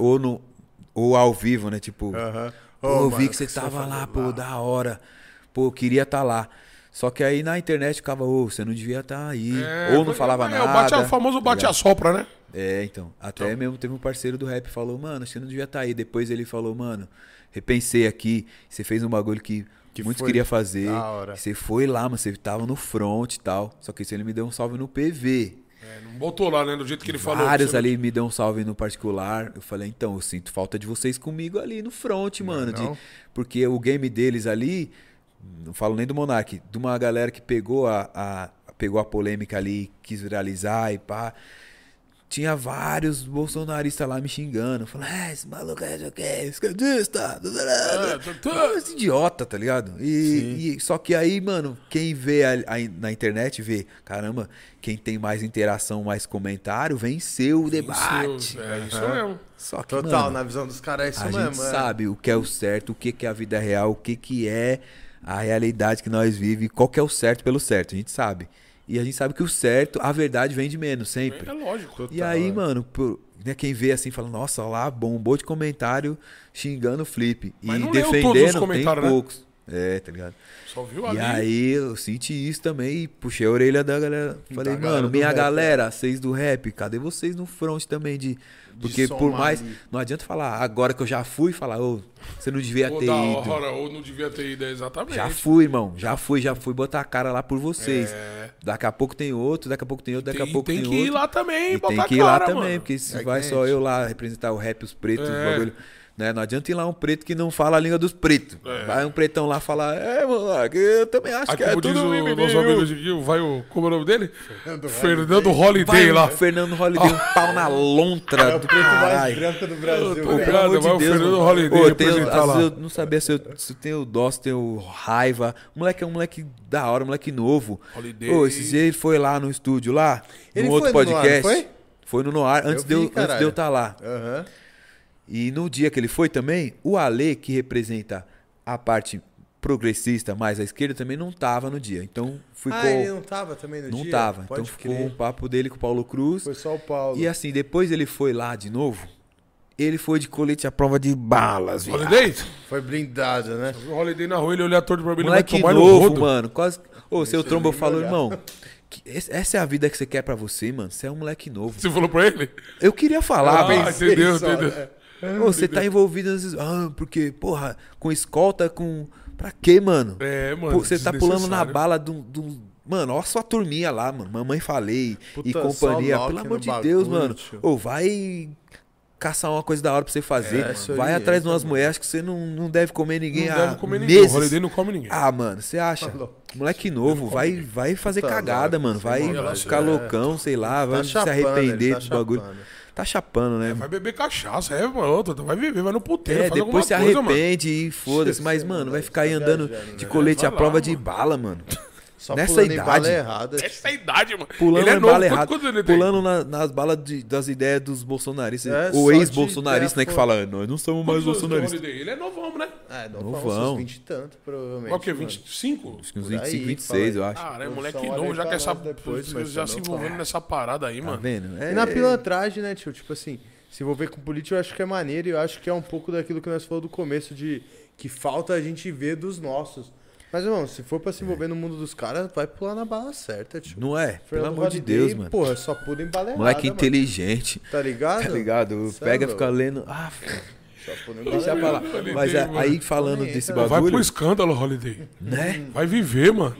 ou ao vivo, né? Tipo, Aham. pô, Ô, eu mano, vi que você o tá tava lá, fazendo pô, da hora. Pô, eu queria estar lá. Só que aí na internet ficava, ô, você não devia estar aí. Ou não falava nada. O famoso bate-a-sopra, né? É, então. Até mesmo teve um parceiro do rap que falou, mano, você não devia estar aí. Depois ele falou, mano, repensei aqui. Você fez um bagulho que muitos foi queriam fazer. da hora. Você foi lá, mas você tava no front e tal. Só que isso ele me deu um salve no PV. Não botou lá, né? Do jeito que ele falou. Vários Você ali me deu um salve no particular. Eu falei, então, eu sinto falta de vocês comigo ali no front, mano. não? Porque o game deles ali, não falo nem do Monark, de uma galera que pegou pegou a polêmica ali, quis viralizar e pá. Tinha vários bolsonaristas lá me xingando. Falando, esse maluco é o quê? Esquerdista. Esse idiota, tá ligado? Só que aí, mano, quem vê na internet vê, caramba, quem tem mais interação, mais comentário, venceu o debate. É isso mesmo. Só que, Total, mano, na visão dos caras é isso a mesmo. gente sabe o que é o certo, o que é a vida real, o que é a realidade que nós vivemos, qual que é o certo pelo certo, a gente sabe. E a gente sabe que o certo, a verdade vem de menos, sempre. É lógico. E aí, mano, né, quem vê assim, fala, nossa, olha lá, bombou de comentário xingando o Flip. Mas e não leu todos os defendendo, tem comentários, né? poucos. É, tá ligado? Só viu E ali. aí eu senti isso também e puxei a orelha da galera. Falei, Da galera mano, do minha rap, galera, vocês do rap, cadê vocês no front também Porque por somar mais... ali. Não adianta falar, agora que eu já fui, falar, ô, você não devia Ou ter da ido. hora, ou não devia ter ido, exatamente. Já fui, irmão. Já fui botar a cara lá por vocês. É. Daqui a pouco tem outro, daqui a pouco tem outro, daqui a pouco tem tem outro. que ir lá também, E botar tem que ir a lá cara, também, mano. porque se É vai que só nem eu lá representar o rap, os pretos, os É. bagulho. Né? Não adianta ir lá um preto que não fala a língua dos pretos. Vai um pretão lá falar, moleque, eu também acho Aí que é como diz tudo o mimimi, nosso amigo aqui, vai o... Como é o nome dele? Fernando Holiday Vai lá. o Fernando Holiday, um pau na lontra É o do preto mais caralho. branco do Brasil. Tô velho. ligado. Pelo amor vai o de Deus, Fernando mano. Holiday Ô, representar às lá. vezes eu não sabia se eu tenho dó, se eu tenho raiva. O moleque é um moleque da hora, um moleque novo. Holiday. Ô, esses dias ele foi lá no estúdio lá, Ele no outro foi no podcast. Noir, não foi? Foi no Noir, antes vi, de eu caralho. estar lá. Aham. E no dia que ele foi também, o Ale, que representa a parte progressista mais à esquerda, também não tava no dia. Então ficou. ele não tava também no não dia? tava. Pode Então ficou crer. um papo dele com o Paulo Cruz. Foi só o Paulo. E assim, depois ele foi lá de novo. Ele foi de colete à prova de balas, viado. Holiday? Foi blindado, né? O Holiday na rua, ele olhou torto pra mim, ele vai Moleque tomar no novo, rodo. mano. Quase. Ô, seu trombo, eu nem falo, olhar. irmão. Essa é a vida que você quer pra você, mano. Você é um moleque novo. Você falou pra ele? Eu queria falar, Ah, velho. entendeu, só, entendeu. né? Ô, você tá envolvido nesses. Porque, porra, com escolta, com. Pra quê, mano? É, mano. Pô, você tá pulando na desnecessário. bala do. Mano, olha sua turminha lá, mano. Mamãe falei Puta, e companhia. só Pelo Loki amor no de Deus, bagulho, mano. tio. Ô, vai caçar uma coisa da hora pra você fazer. É, isso aí, vai atrás de isso umas aí. mulheres que você não deve comer ninguém Não há deve comer ninguém. meses. O Holiday não come ninguém. Ah, mano, você acha? Moleque novo, vai fazer Puta, cagada, louco, mano. Vai sem maldade, ficar é. loucão, sei lá. Vai se chapando, arrepender ele tá do bagulho. chapando. Tá chapando, né? Vai beber cachaça, mano. Vai viver, vai no puteiro, faz Depois se alguma coisa, mano. arrepende e foda-se. Mas, mano, vai ficar aí tá andando viajando, de né? colete Vai à prova lá, de mano. bala, mano. Só nessa pulando em idade. bala errada. Essa é a idade, mano. Pulando Ele é em novo. bala errada, Quantos anos ele tem? pulando nas balas das ideias dos bolsonaristas. É, ou só ex-bolsonaristas, de né? Que ideia, fala, nós não somos mais Quantos anos tem o bolsonaristas. Holiday? Ele é novão, né? É, não Novão. vão, uns 20 e tanto, provavelmente. Qual que é? mano. 25? Acho que uns Por aí, 25, fala 26, aí. eu acho. Cara, é Produção, moleque olha novo, aí já pra quer nós saber. depois, mas Já tá se meu envolvendo pai. nessa parada aí, Tá mano. vendo? E na pilantragem, né, tio? Tipo assim, se envolver com política eu acho que é maneiro e eu acho que é um pouco daquilo que nós falamos do começo, de que falta a gente ver dos nossos. Mas, irmão, se for pra se envolver no mundo dos caras, vai pular na bala certa, tio. Não é? Pelo Fernando amor de Holiday, Deus, mano. Porra, só pula em bala errada, Moleque mano. inteligente. Tá ligado? Tá ligado? Cê é Pega e louco. fica lendo. Só pula em bala Deixa pra lá. Holiday, Mas mano. aí falando Nem desse entra. Vai pro bagulho, escândalo, Holiday. né? Vai viver, mano.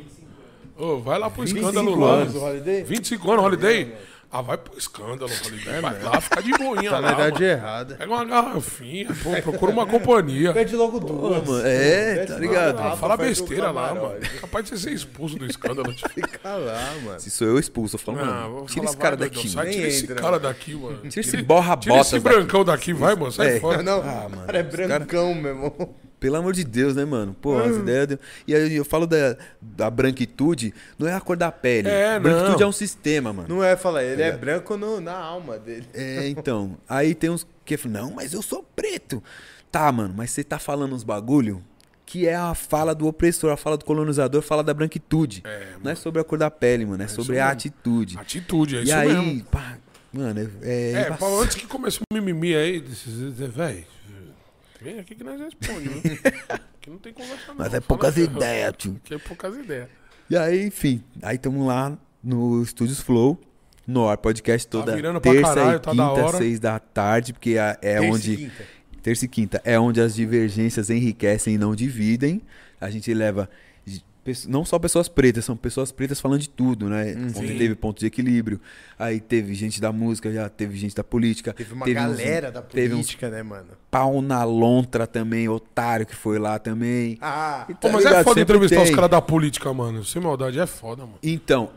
Ô, vai lá pro 25 escândalo lá. anos, o Holiday? 25 anos, Holiday? Ah, vai pro escândalo, Holiday. Vai lá, fica de boinha Tá lá, na idade mano. errada. Pega uma garrafinha, pô, procura uma companhia. Pede logo duas. mano, é, Pede tá logo ligado? uma, Fala faz o besteira lá, camarote. mano. Capaz de você ser expulso do escândalo. Tipo. Fica lá, mano. Se sou eu expulso, eu falo, Ah, mano, vou tira falar, esse cara vai, daqui, doidão, mano. sai, tira Nem esse entra. cara daqui, mano. Tira esse borra-botas Tira esse daqui. brancão daqui, vai, mano. Sai É. fora. Não, Ah, o mano, cara é os cara- brancão, meu irmão. Pelo amor de Deus, né, mano? Pô, as ideias... E aí eu falo da branquitude, não é a cor da pele. É, branquitude não. é um sistema, mano. Não é, fala, ele é branco na alma dele. É, então. Aí tem uns que falam, não, mas eu sou preto. Tá, mano, mas você tá falando uns bagulho que é a fala do opressor, a fala do colonizador, fala da branquitude. Não é sobre a cor da pele, mano, é sobre isso a mesmo. atitude. Atitude, é E isso aí, mesmo. pá, mano, Pô, antes que comece o mimimi aí, velho, vem aqui que nós respondemos, viu? Aqui não tem conversa não. Mas é Fala poucas aí, ideias, tio. Aqui é poucas ideias. E aí, enfim, aí estamos lá no Estúdios Flow, no ar podcast toda virando pra terça caralho, e tá da quinta, hora. 6 da tarde, porque é Terça e onde... quinta. Terça e quinta é onde as divergências enriquecem e não dividem. A gente leva não só pessoas pretas, são pessoas pretas falando de tudo, né? Ontem teve ponto de equilíbrio, aí teve gente da música, já teve gente da política. Teve uma uns- galera da teve uns política, né, mano? pau na lontra também, otário que foi lá também. Ah, E Pô, tá mas é ligado? foda Sempre entrevistar os tem. caras da política, mano. Sem maldade, é foda, mano. Então,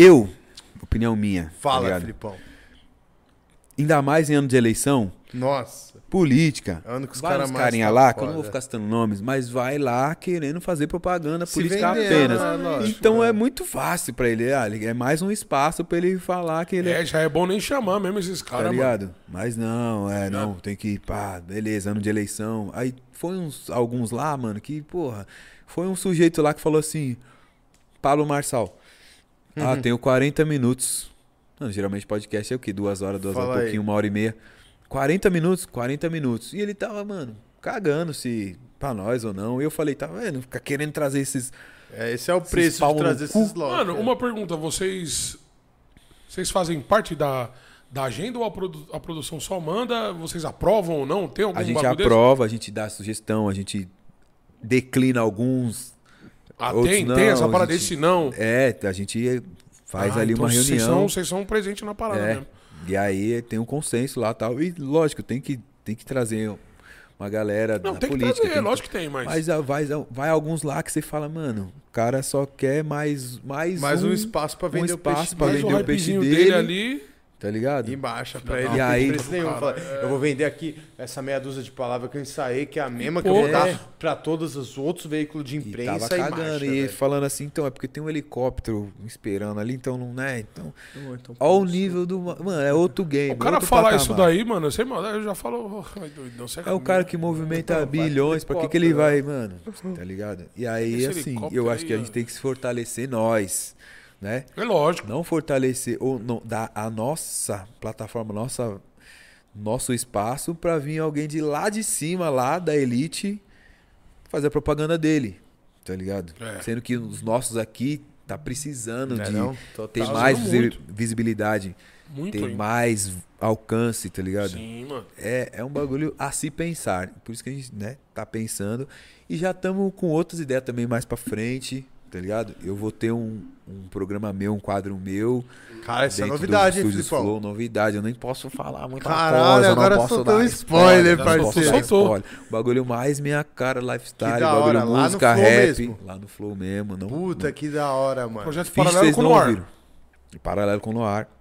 opinião minha, tá fala, ligado? Filipão. Ainda mais em ano de eleição, Nossa. política. Ano que os Vai caras uns mais carinha tá lá, que eu foda. não vou ficar citando nomes, mas vai lá querendo fazer propaganda Se política vendendo, apenas. né? Lógico, Então né? é muito fácil pra ele. É mais um espaço pra ele falar que ele é. Já é bom nem chamar mesmo esses Tá caras, mano. ligado? Mas não, não, tem que, pá, beleza, ano de eleição. Aí foi alguns lá, mano, que, porra, foi um sujeito lá que falou assim, Pablo Marçal, tenho 40 minutos. Não, geralmente podcast é o quê? 2 horas, 2 horas Fala e pouquinho, aí. 1h30. 40 minutos. E ele tava, mano, cagando se pra nós ou não. E eu falei, tá vendo? Fica querendo trazer esses... Esse é o preço pau de no trazer cu. esses lotes. Mano, uma pergunta. Vocês fazem parte da agenda ou a produção só manda? Vocês aprovam ou não? Tem algum A gente bagulho desse? aprova, a gente dá sugestão, a gente declina alguns... Ah, outros tem não, essa a parada gente- desse não. A gente faz Ah, ali então uma reunião. Vocês são presentes na parada É, mesmo. e aí tem um consenso lá e tal. E lógico, tem que trazer uma galera Não, da tem que política. trazer, tem que- lógico que tem, mas... Mas vai alguns lá que você fala, mano, o cara só quer mais Mais um espaço pra vender o peixe espaço pra Mas vender o o peixe hypezinho dele, ali... tá ligado? E baixa pra Filha ele. da E não aí- tem preço nenhum. Cara, Fala, eu vou vender aqui essa meia dúzia de palavras que eu ensaiei, que é a mesma que eu pô, vou dar é. pra todos os outros veículos de E imprensa tava e cagando marcha, e velho. falando assim, então, é porque tem um helicóptero esperando ali, então não, né? Então, Então, ó o nível do... Mano, é outro game. O cara outro falar patamar. isso daí, mano, sem maldade, eu já falo... Ai, doidão, você É o cara que movimenta bilhões, pra que ele vai, mano? Tá ligado? E aí, Esse assim, helicóptero eu acho que a aí, gente tem que se fortalecer nós, né? É lógico. Não fortalecer ou não, dar a nossa plataforma, nosso espaço pra vir alguém de lá de cima, lá da elite, fazer a propaganda dele, tá ligado? É. Sendo que os nossos aqui tá precisando Não é de não? Total. ter Tá mais precisando muito. visibilidade, Muito, ter hein? mais alcance, tá ligado? Sim, mano. É um bagulho a se pensar. Por isso que a gente, né, tá pensando. E já estamos com outras ideias também mais pra frente, tá ligado? Eu vou ter um programa meu, um quadro meu. Cara, essa é dentro novidade, do hein, Estúdios Filipão? Flow, novidade. Eu nem posso falar muita Caralho, coisa. agora eu não posso soltou dar spoiler, não posso parceiro. dar Soltou. spoiler. O bagulho mais minha cara, lifestyle, Que da bagulho hora, lá no música, Flow rap. mesmo. Lá no Flow mesmo. Não, Puta, que da hora, mano. Projeto Finge paralelo vocês com o não Noir. ouviram. Paralelo com o Noir.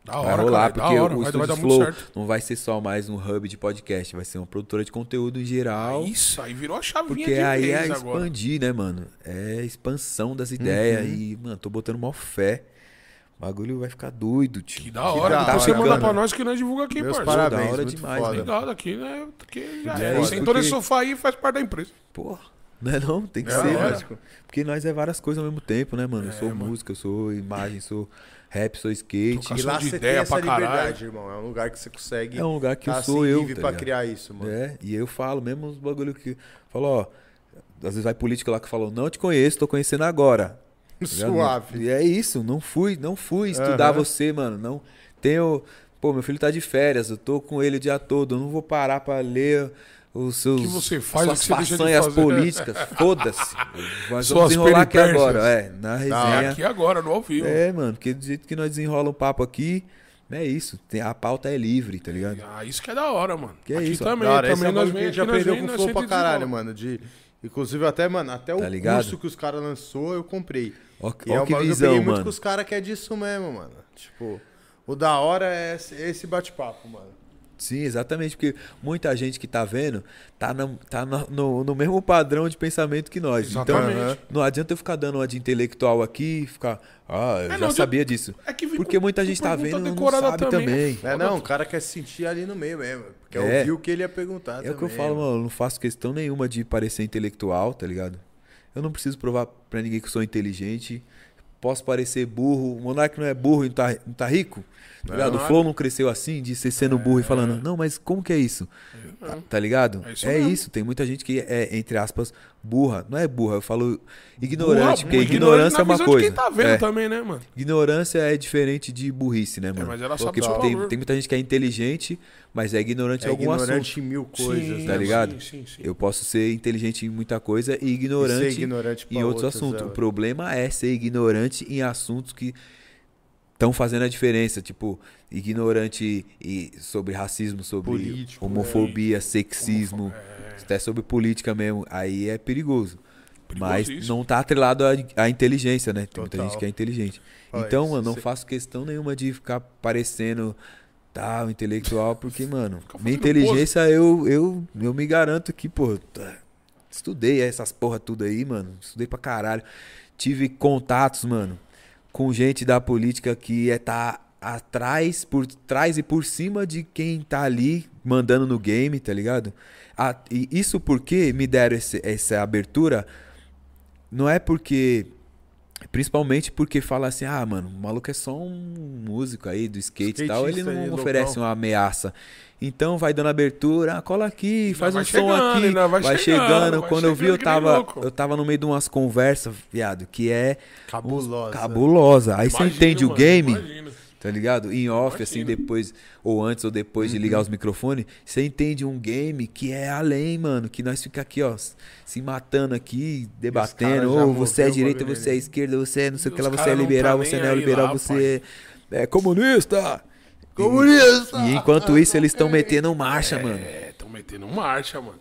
Da Vai hora, rolar, cara, porque da hora. o Vai Estúdios dar muito Flow certo. não vai ser só mais um hub de podcast, vai ser uma produtora de conteúdo em geral. Isso, aí virou a chavinha Porque de aí é vez agora. expandir, né, mano? É expansão das ideias. E, mano, tô botando maior fé. O bagulho vai ficar doido, tio. Que da hora. da Depois hora, você manda cara. pra nós que nós divulga aqui, Meus parceiro. parabéns, da hora muito demais, foda. Ligado aqui, né? Porque já É é. isso, Sentou nesse porque- sofá aí e faz parte da empresa. Porra, não é não? Tem que É, ser, lógico. mano. Porque nós é várias coisas ao mesmo tempo, né, mano? Eu sou música, eu sou imagem, sou rap, sou skate. Trocação E lá de você ideia tem essa pra caralho. liberdade, irmão. É um lugar que você consegue. É um lugar que eu tá sou assim, eu, livre tá pra ligado? criar isso, mano. É, e eu falo mesmo os bagulho que... Falo, ó... Às vezes vai político lá que falou, não te conheço, tô conhecendo agora. Tá ligado? Suave. E é isso, não fui estudar Aham. você, mano. Não tenho... Pô, meu filho tá de férias, eu tô com ele o dia todo, eu não vou parar pra ler os seus... O que você faz, suas o que você deixa de façanhas fazer. políticas, foda-se. Mas Suas vamos desenrolar aqui peripécias. agora, na É resenha. aqui agora, no ao vivo. É, mano, porque do jeito que nós desenrola um papo aqui, é isso. A pauta é livre, tá ligado? Ah, isso que é da hora, mano. Que é aqui isso, ó. também, Da hora, esse é também um nós bagulho que a vem gente aqui, nós aprendeu vem, com o nós Flow sempre pra caralho, desenrola. mano. Inclusive, até, mano, até Tá o ligado? curso que os caras lançou, eu comprei. Ó, E é ó um que bagulho que eu visão, peguei muito mano. com os caras que é disso mesmo, mano. Tipo, o da hora é esse bate-papo, mano. Sim, exatamente, porque muita gente que tá vendo tá no mesmo padrão de pensamento que nós. Exatamente. Então, não adianta eu ficar dando uma de intelectual aqui e ficar, eu não, já de- sabia disso. É que vem Porque com- muita gente com tá pergunta vendo e não decorada sabe também. também. É, não, o cara quer se sentir ali no meio mesmo. Porque É. ouviu o que ele ia perguntar. É o que eu falo, mano, eu não faço questão nenhuma de parecer intelectual, tá ligado? Eu não preciso provar pra ninguém que eu sou inteligente. Posso parecer burro. O Monark não é burro e não tá rico. Tá ligado? O nada. Flow não cresceu assim, de ser sendo burro e falando, não, mas como que é isso? Tá ligado? É isso É mesmo. isso. Tem muita gente que é, entre aspas, burra. Não é burra, eu falo ignorante, porque Ignorante ignorância na é uma visão de coisa. quem tá vendo É. também, né, mano? Ignorância é diferente de burrice, né, mano? mas ela Porque, sabe o seu tem valor. muita gente que é inteligente, mas é ignorante em algum ignorante assunto. em mil coisas, Sim, Tá né? ligado? Sim. Eu posso ser inteligente em muita coisa e E ignorante, ser ignorante pra em outros outras, assuntos. é. O problema é ser ignorante em assuntos que estão fazendo a diferença. Tipo, ignorante sobre racismo, sobre Político, homofobia, sexismo, até sobre política mesmo. Aí é perigoso. Mas Perigosíssimo. não tá atrelado à inteligência, né? Tem muita Total. gente que é inteligente. Olha, Então, isso mano, não cê- faço questão nenhuma de ficar parecendo tal, intelectual, porque, mano, fazendo minha inteligência eu me garanto que, pô, estudei essas porra tudo aí, mano. Estudei pra caralho. Tive contatos, mano, com gente da política que tá atrás, por trás e por cima de quem tá ali mandando no game, tá ligado? E isso porque me deram essa abertura, não é porque... Principalmente porque fala assim, mano, o maluco é só um músico aí do skate e tal, ele Skatista não aí, oferece loucão. uma ameaça. Então vai dando abertura, cola aqui, faz vai um som chegando, aqui, ainda vai chegando, vai Quando eu vi, chegando que nem louco. eu tava no meio de umas conversas, viado, que é Cabulosa. cabulosa. Aí você Imagino, entende o mano, game, imagino. tá ligado? Em off, Imagino. assim, depois, ou antes ou depois de ligar os microfones, você entende um game que é além, mano, que nós fica aqui, ó, se matando aqui, debatendo, caras já você é moveu o direita, bagulho você é esquerda, você é não sei o E que lá, os você é caras não liberal, tá você é nem aí neoliberal, lá, você é comunista. Comunista! E enquanto isso, eles estão metendo marcha, mano. Estão metendo marcha, mano.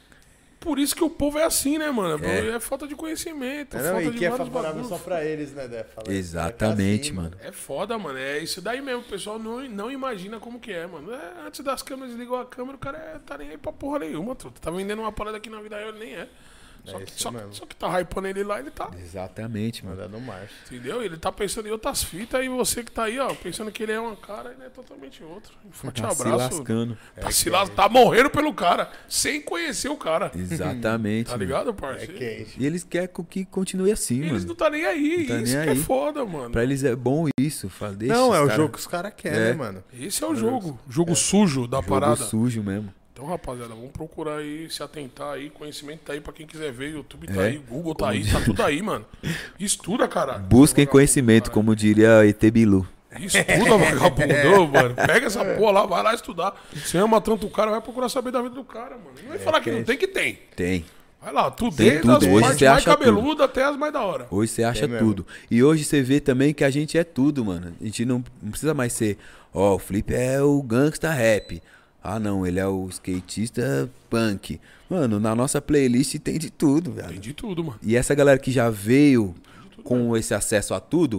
Por isso que o povo é assim, né, mano? É falta de conhecimento, Não, falta e de que é vários favorável bagulhos. só pra eles, né, Dé? Fala, Exatamente, é assim, mano. É foda, mano. É isso daí mesmo. O pessoal não imagina como que é, mano. Antes das câmeras, ligou a câmera, o cara tá nem aí pra porra nenhuma, truta. Tá vendendo uma parada aqui na vida real, ele nem é. isso mesmo. Só que tá hypando ele lá, ele tá. Exatamente, mano. Mandando marcha. Entendeu? Ele tá pensando em outras fitas e você que tá aí, ó, pensando que ele é uma cara, ele é totalmente outro. Um forte Tá se abraço. lascando. Tá morrendo pelo cara, sem conhecer o cara. Exatamente, Tá mano. ligado, É parceiro? quente. E eles querem que continue assim, Eles mano. não tá nem aí. Não tá Isso nem que é aí. foda, mano. Pra eles é bom isso. Fala, deixa Não, é os o cara- jogo que os caras querem, É. né, mano? Esse é o jogo. Jogo sujo da jogo parada. sujo mesmo. Então, rapaziada, vamos procurar aí, se atentar aí. Conhecimento tá aí pra quem quiser ver. YouTube tá É. aí, Google tá aí, tá tudo aí, mano. Estuda, caralho. Busquem conhecimento, como diria ET Bilu. Estuda, vagabundo, mano. Pega essa porra lá, vai lá estudar. Você ama tanto o cara, vai procurar saber da vida do cara, mano. Não vai falar que não tem, que tem. Tem. Vai lá, tudo Tem desde tudo. as Hoje partes você mais acha tudo. cabeludas até as mais da hora. Hoje você acha Tem mesmo. tudo. E hoje você vê também que a gente é tudo, mano. A gente não precisa mais ser, o Felipe é o gangsta rap. Ah, não, ele é o skatista punk. Mano, na nossa playlist tem de tudo, velho. Tem de tudo, mano. E essa galera que já veio com esse acesso a tudo,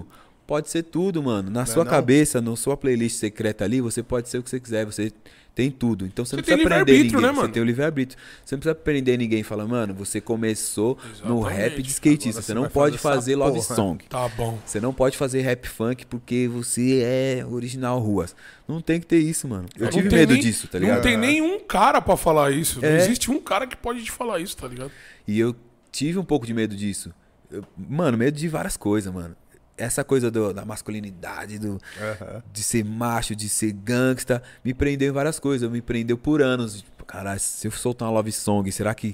pode ser tudo, mano. Na sua cabeça, na sua playlist secreta ali, você pode ser o que você quiser. Você tem tudo. Então você não precisa prender ninguém. Né, mano? Você tem o livre-arbítrio. Você não precisa prender ninguém e falar, mano, você começou no rap de skatista. Você não pode fazer love song. Tá bom. Você não pode fazer rap funk porque você é original ruas. Não tem que ter isso, mano. Eu tive medo disso, tá ligado? Não tem nenhum cara pra falar isso. Não existe um cara que pode te falar isso, tá ligado? E eu tive um pouco de medo disso. Mano, medo de várias coisas, mano. Essa coisa da masculinidade, de ser macho, de ser gangsta, me prendeu em várias coisas. Me prendeu por anos. Tipo, caralho, se eu soltar uma love song, será que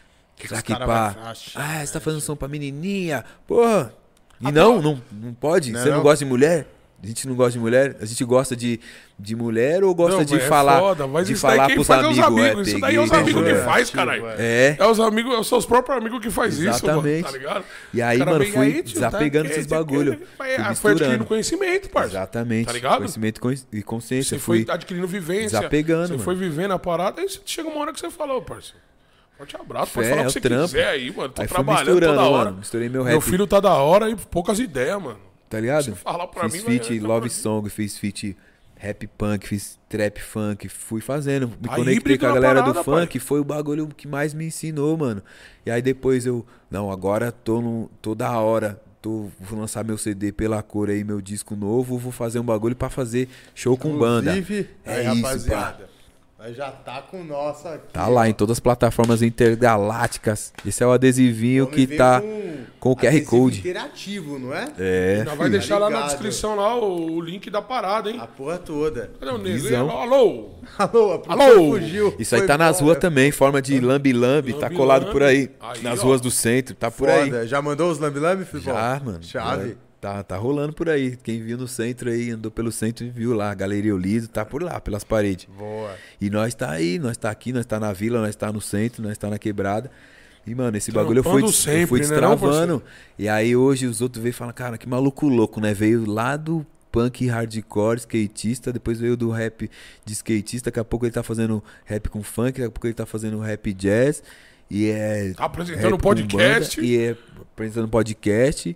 pá? Você tá fazendo som pra menininha? Porra! E não pode? Você não gosta de mulher? A gente não gosta de mulher? A gente gosta de mulher ou gosta de falar, foda, mas de isso daí falar quem pros faz amigos? É os amigos. Isso daí é os amigos que faz, caralho. É os amigos, são os próprios amigos que faz isso, mano, tá ligado? E aí, mano, fui desapegando esses bagulho. Foi adquirindo conhecimento, parça. Exatamente. Tá ligado? Conhecimento e consciência. Você foi adquirindo vivência. Desapegando, Você foi vivendo a parada, aí chega uma hora que você falou, parça. Forte abraço, pode falar o que você quiser aí, mano. Tô trabalhando toda hora. Misturei meu rap. Meu filho tá da hora e poucas ideias, mano. Tá ligado? Você falar pra fiz mim, feat love song, fiz feat rap punk, fiz trap funk, fui fazendo. Me conectei com a galera do funk, foi o bagulho que mais me ensinou, mano. E aí depois agora tô da hora. Vou lançar meu CD pela cor aí, meu disco novo, vou fazer um bagulho pra fazer show com banda. É isso, rapaziada. Nós já tá com nossa aqui. Tá lá em todas as plataformas intergalácticas. Esse é o adesivinho que tá com o QR Code. Interativo, não é? É. Já vai deixar lá na descrição lá o link da parada, hein? A porra toda. Cadê o nego? Alô? Alô? Fugiu. Isso aí tá nas ruas também, forma de lambi-lambi, tá colado por aí. Nas ruas do centro, tá por aí. Já mandou os lambi-lambi, Filipão? Já, mano. Chave. Tá rolando por aí. Quem viu no centro aí, andou pelo centro e viu lá. Galeria Olido, tá por lá, pelas paredes. Boa. E nós tá aí, nós tá aqui, nós tá na vila, nós tá no centro, nós tá na quebrada. E, mano, esse bagulho eu fui destravando. Né, e aí hoje os outros veem e falam, cara, que maluco louco, né? Veio lá do punk hardcore, skatista, depois veio do rap de skatista, daqui a pouco ele tá fazendo rap com funk, daqui a pouco ele tá fazendo rap jazz. E tá apresentando podcast. Apresentando podcast.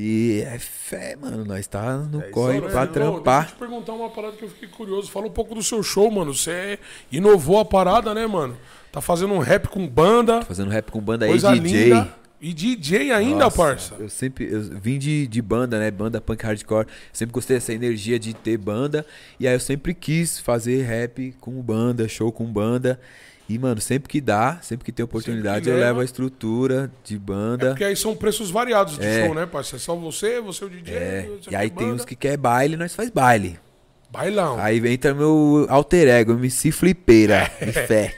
E é fé, mano. Nós tá no corre pra trampar. Deixa eu te perguntar uma parada que eu fiquei curioso. Fala um pouco do seu show, mano. Você inovou a parada, né, mano? Tá fazendo um rap com banda. Fazendo rap com banda aí, DJ. Linda. E DJ ainda, nossa, parça. Eu vim de banda, né? Banda punk hardcore. Sempre gostei dessa energia de ter banda. E aí eu sempre quis fazer rap com banda, show com banda. E, mano, sempre que tem oportunidade, eu levo a estrutura de banda. Porque aí são preços variados de show, né, parceiro? É só você o DJ. E aí tem uns que quer baile, nós faz baile. Bailão. Aí entra meu alter ego, MC Flipeira, de fé.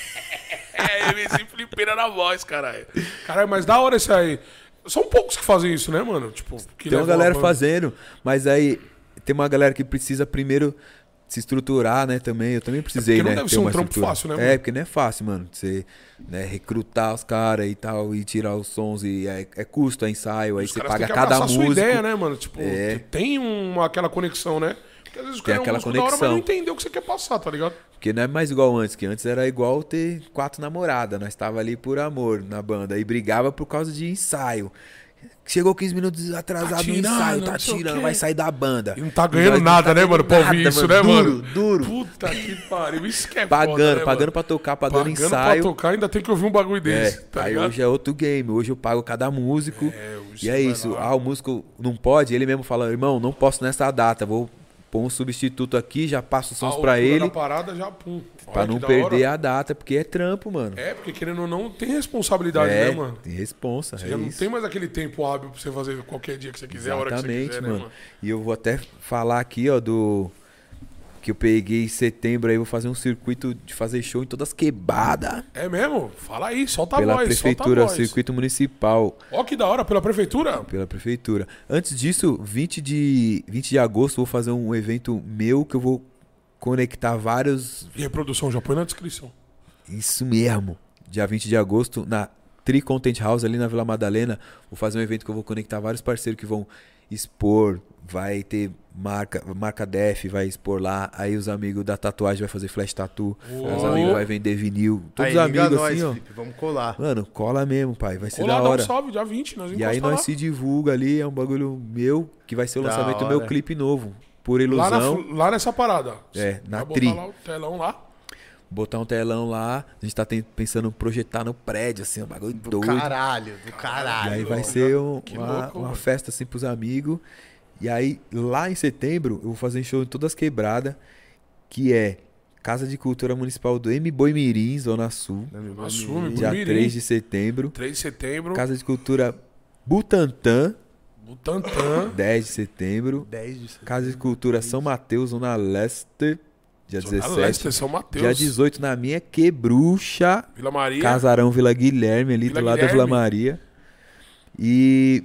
MC Flipeira na voz, caralho. Caralho, mas da hora isso aí. São poucos que fazem isso, né, mano? Tipo, tem uma galera fazendo, mas aí tem uma galera que precisa primeiro se estruturar, né, também. Eu também precisei, porque né? Não deve ser um trampo fácil, né, mano? É, porque não é fácil, mano. Você, né, recrutar os caras e tal, e tirar os sons, e é custo, é ensaio, aí você paga cada músico. Sua ideia, né, mano? Tipo, tem aquela conexão, né? Porque às vezes o cara tem aquela conexão. Da hora, mas não entendeu o que você quer passar, tá ligado? Porque não é mais igual antes, que antes era igual ter 4 namoradas. Nós tava ali por amor na banda, e brigava por causa de ensaio. Chegou 15 minutos atrasado no ensaio, tá tirando, vai sair da banda. E não tá ganhando nada, né, mano, pra ouvir isso, né, mano? Duro. Puta que pariu, isso que é pagando, foda, né, pagando pra tocar, pagando ensaio. Pagando pra tocar, ainda tem que ouvir um bagulho desse, tá aí ligado? hoje é outro game, hoje eu pago cada músico. E é isso, o músico não pode, ele mesmo fala, irmão, não posso nessa data, vou pôr um substituto aqui, já passo os sons pra ele. Parada, já, pum. Pra não perder a data, porque é trampo, mano. É, porque querendo ou não, tem responsabilidade, né, mano? Tem responsa. Você já não tem mais aquele tempo hábil pra você fazer qualquer dia que você quiser, a hora que você quiser, mano. Né, mano? E eu vou até falar aqui, ó, que eu peguei em setembro aí, vou fazer um circuito de fazer show em todas as quebradas. É mesmo? Fala aí, solta a voz. Pela prefeitura, circuito municipal. Ó, que da hora, pela prefeitura? Pela prefeitura. Antes disso, 20 de agosto, vou fazer um evento meu que eu vou conectar vários... E reprodução, já põe na descrição. Isso mesmo. Dia 20 de agosto, na Tri Content House, ali na Vila Madalena, vou fazer um evento que eu vou conectar vários parceiros que vão expor, vai ter marca Def, vai expor lá. Aí os amigos da tatuagem vai fazer flash tattoo. Os amigos vai vender vinil. Todos Aí, os liga amigos nós, assim, ó. Felipe, vamos colar. Mano, cola mesmo, pai. Vai ser Olá, da dá um hora. salve, dia 20, nós E aí encosta nós lá. se divulga ali, é um bagulho meu, que vai ser o Da lançamento do hora. meu clipe novo. Por Lá, ilusão. lá nessa parada. É, na vai Tri. botar lá o telão lá. Botar um telão lá. A gente tá pensando em projetar no prédio, assim, um bagulho Do doido. caralho. E aí vai ser Que uma louco, mano. festa assim pros amigos. E aí, lá em setembro, eu vou fazer um show em todas as quebradas, que é Casa de Cultura Municipal do M-Boi Mirim, Zona Sul. Assume, Dia Mirim. 3 de setembro. 3 de setembro. Casa de Cultura Butantã, Butantã. 10 de setembro. 10 de setembro. Casa de Cultura São Mateus, Zona Leste, dia Zona 17. Leste, São Mateus. Dia 18 na minha Quebrucha, Vila Maria. Casarão Vila Guilherme, ali Vila do lado da Vila Guilherme. Maria. E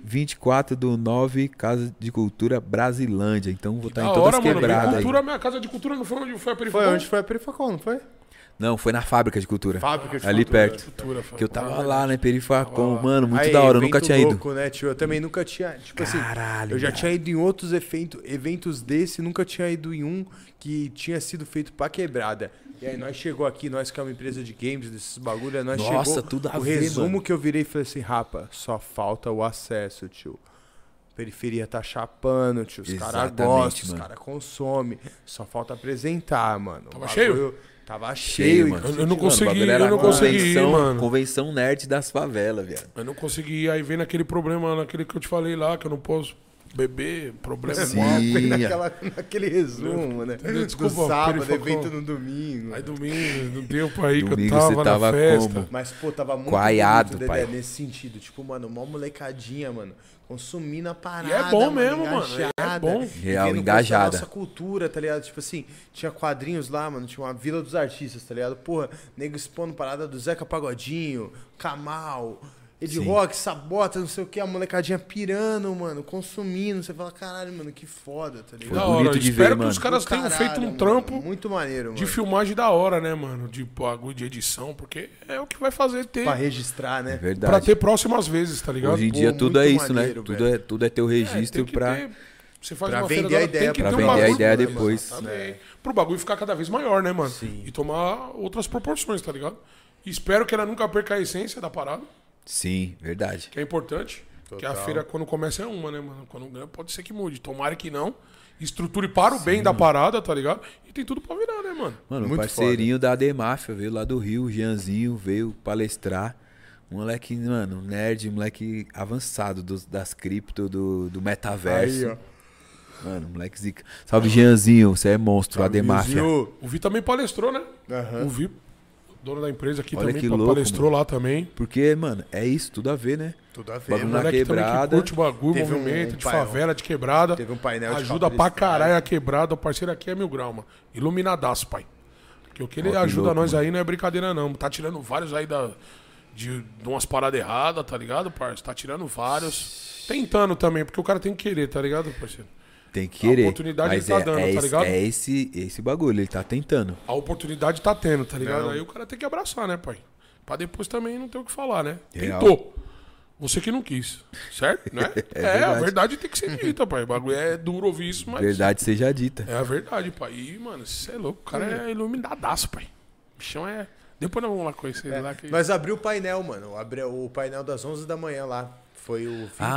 24/9, Casa de Cultura Brasilândia. Então vou estar em Da todas hora, as mano. quebradas aí. Cultura, minha casa de cultura não foi onde foi a periferia. Foi onde foi a Perifacom, não foi? Não, foi na Fábrica de Cultura. Fábrica de Ali cultura. perto. Cultura, foi. Que eu tava Ah, lá, né, Perifacom. lá. Mano, muito Aí, da hora, eu nunca evento tinha ido. louco, né, tio? Eu também nunca tinha. Tipo Caralho, assim, eu já viado. tinha ido em outros eventos desse, nunca tinha ido em um que tinha sido feito pra quebrada. E aí nós chegou aqui, nós que é uma empresa de games, desses bagulho, nós Nossa, chegou. tudo a o ver, resumo mano. que eu virei e falei assim, rapa, só falta o acesso, tio. Periferia tá chapando, tio. Os caras Exatamente, gostam, os mano. caras consomem. Só falta apresentar, mano. O Tava bagulho cheio? Tava Cheio, cheio, mano. Eu não Mano, consegui, o bagulho era eu não consegui ir, convenção- mano. Convenção nerd das favelas, viado. Eu não consegui ir. Aí vem naquele problema, naquele que eu te falei lá, que eu não posso beber. Problema Sim. mó. Naquele resumo, né? Desculpa, Do sábado, Perifacom. evento no domingo. Aí domingo, não deu pra ir, que Domingo eu você tava tava na festa. como? Mas, pô, tava muito Coaiado, bonito, pai. Dedé, nesse sentido. Tipo, mano, uma molecadinha, mano, consumindo a parada. E é bom mano, mesmo, mano, é engajada, bom. e Real, vendo coisa da engajada. nossa cultura, tá ligado? Tipo assim, tinha quadrinhos lá, mano, tinha uma Vila dos Artistas, tá ligado? Porra, nego expondo parada do Zeca Pagodinho, Kamal, Ed Sim. Rock, Sabota, não sei o que, a molecadinha pirando, mano, consumindo. Você fala, caralho, mano, que foda, tá ligado? Foi Da bonito hora. de Espero ver, que mano. os caras Do tenham caralho, feito um mano, trampo muito maneiro, de mano. filmagem da hora, né, mano? De bagulho de edição, porque é o que vai fazer ter. Pra registrar, né? É verdade. Pra ter próximas vezes, tá ligado? Hoje em dia Pô, tudo é muito isso, maneiro, né? Tudo é ter o registro tem que pra... ter. Você faz Pra uma feira vender a dela, ideia, tem que pra ter um vender a bagulho, ideia né, depois. mano? Também. Pro bagulho ficar cada vez maior, né, mano? Sim. E tomar outras proporções, tá ligado? E espero que ela nunca perca a essência da parada, Sim, verdade. que é importante. Que a Total. feira, quando começa, é uma, né, mano? Quando ganha, pode ser que mude. Tomara que não. Estruture para o bem da parada, tá ligado? E tem tudo pra virar, né, mano? Mano, um Muito parceirinho da Demáfia veio lá do Rio, o Jeanzinho, veio palestrar. Moleque, mano, nerd, moleque avançado das cripto, do metaverso. Aí, ó. Mano, moleque zica. Salve, Jeanzinho, você é monstro, a Demáfia. Vizinho. O Vi também palestrou, né? Aham. O Vi, dono da empresa aqui Olha também, que louco, palestrou lá também. Porque, mano, é isso, tudo a ver, né? Tudo a ver, Bagulho mano. na Moleque também que quebrada. curte o bagulho, Teve um movimento de painel. favela, de quebrada. Teve um painel de Ajuda pra caralho a quebrada. O parceiro aqui é 1000 graus, mano. Iluminadaço, pai. Porque o que ele Ó, que ajuda louco, nós mano. aí não é brincadeira, não. Tá tirando vários aí de umas paradas erradas, tá ligado, parceiro? Tá tirando vários. Tentando também, porque o cara tem que querer, tá ligado, parceiro? Tem que querer. oportunidade Mas ele tá dando, tá ligado? É esse bagulho, ele tá tentando. A oportunidade tá tendo, tá ligado? Não. Aí o cara tem que abraçar, né, pai? Pra depois também não ter o que falar, né? Real. Tentou. Você que não quis, certo? Né? a verdade. verdade tem que ser dita, pai. O bagulho é duro ouvir isso, mas... Verdade seja dita. É a verdade, pai. E, mano, você é louco. O cara é iluminadaço, pai. O bichão é... Depois nós vamos lá conhecer ele lá. Que... Nós abriu o painel, mano. Abriu o painel das 11 da manhã lá. Foi o Vitor, que é o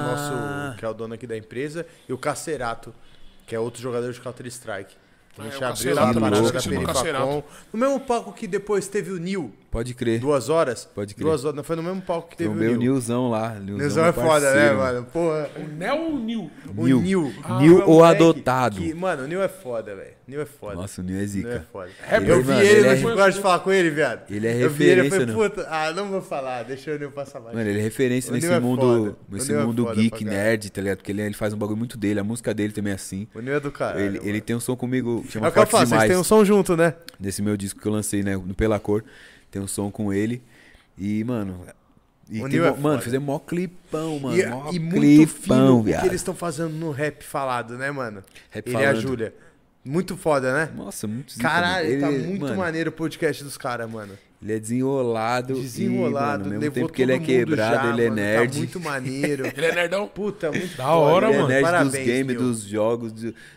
Ah. que é o dono aqui da empresa, e o Cacerato, que é outro jogador de Counter-Strike. A gente o abriu Cacerato, lá a parada louco, da esqueci do Perifacom. Cacerato. No mesmo palco que depois teve o Nil, Pode crer. 2 horas. Pode crer. 2 horas, não foi no mesmo palco que teve Trombei o o Nil. Nilzão lá. Nilzão é foda, né, mano? Porra. O Nel ou o Nil? O Nil. Nil. Nil é um ou moleque adotado? mano, o Nil é foda, velho. Nil é foda. Nossa, o Nil é Nil é zica. foda. Rapper, Eu vi mano, ele, ele não é- tive coragem de falar com ele, viado. Ele é Eu vi ele e referência, falei, puta, não vou falar, deixa o Nil passar mais. Mano, ele é referência O nesse Nil é mundo, foda. nesse O Nil é mundo foda geek, pra caralho. nerd, tá ligado? Porque ele faz um bagulho muito dele, a música dele também é assim. O Nil é do caralho. Ele tem um som comigo, É chama o que eu Forte falo, vocês Demais. têm um som junto, né? Desse meu disco que eu lancei, né? No Pela Cor. Tem um som com ele. E, mano. E O tem Nil é mano, foda. fizemos mó clipão, mano. mó E muito clipão, fino o que viado. eles estão fazendo no rap falado, né, mano? Rap Ele e a falando. Júlia. Muito foda, né? Nossa, muito zica, Caralho, mano. tá Ele, muito mano, maneiro o podcast dos caras, mano. Ele é desenrolado. Desenrolado, E, mano, ao mesmo levou tempo que ele é todo mundo quebrado, já, ele é mano, nerd. Tá muito maneiro. Ele é nerdão? Puta, muito Da hora, Ele é mano. nerd Parabéns, dos games, meu. dos jogos,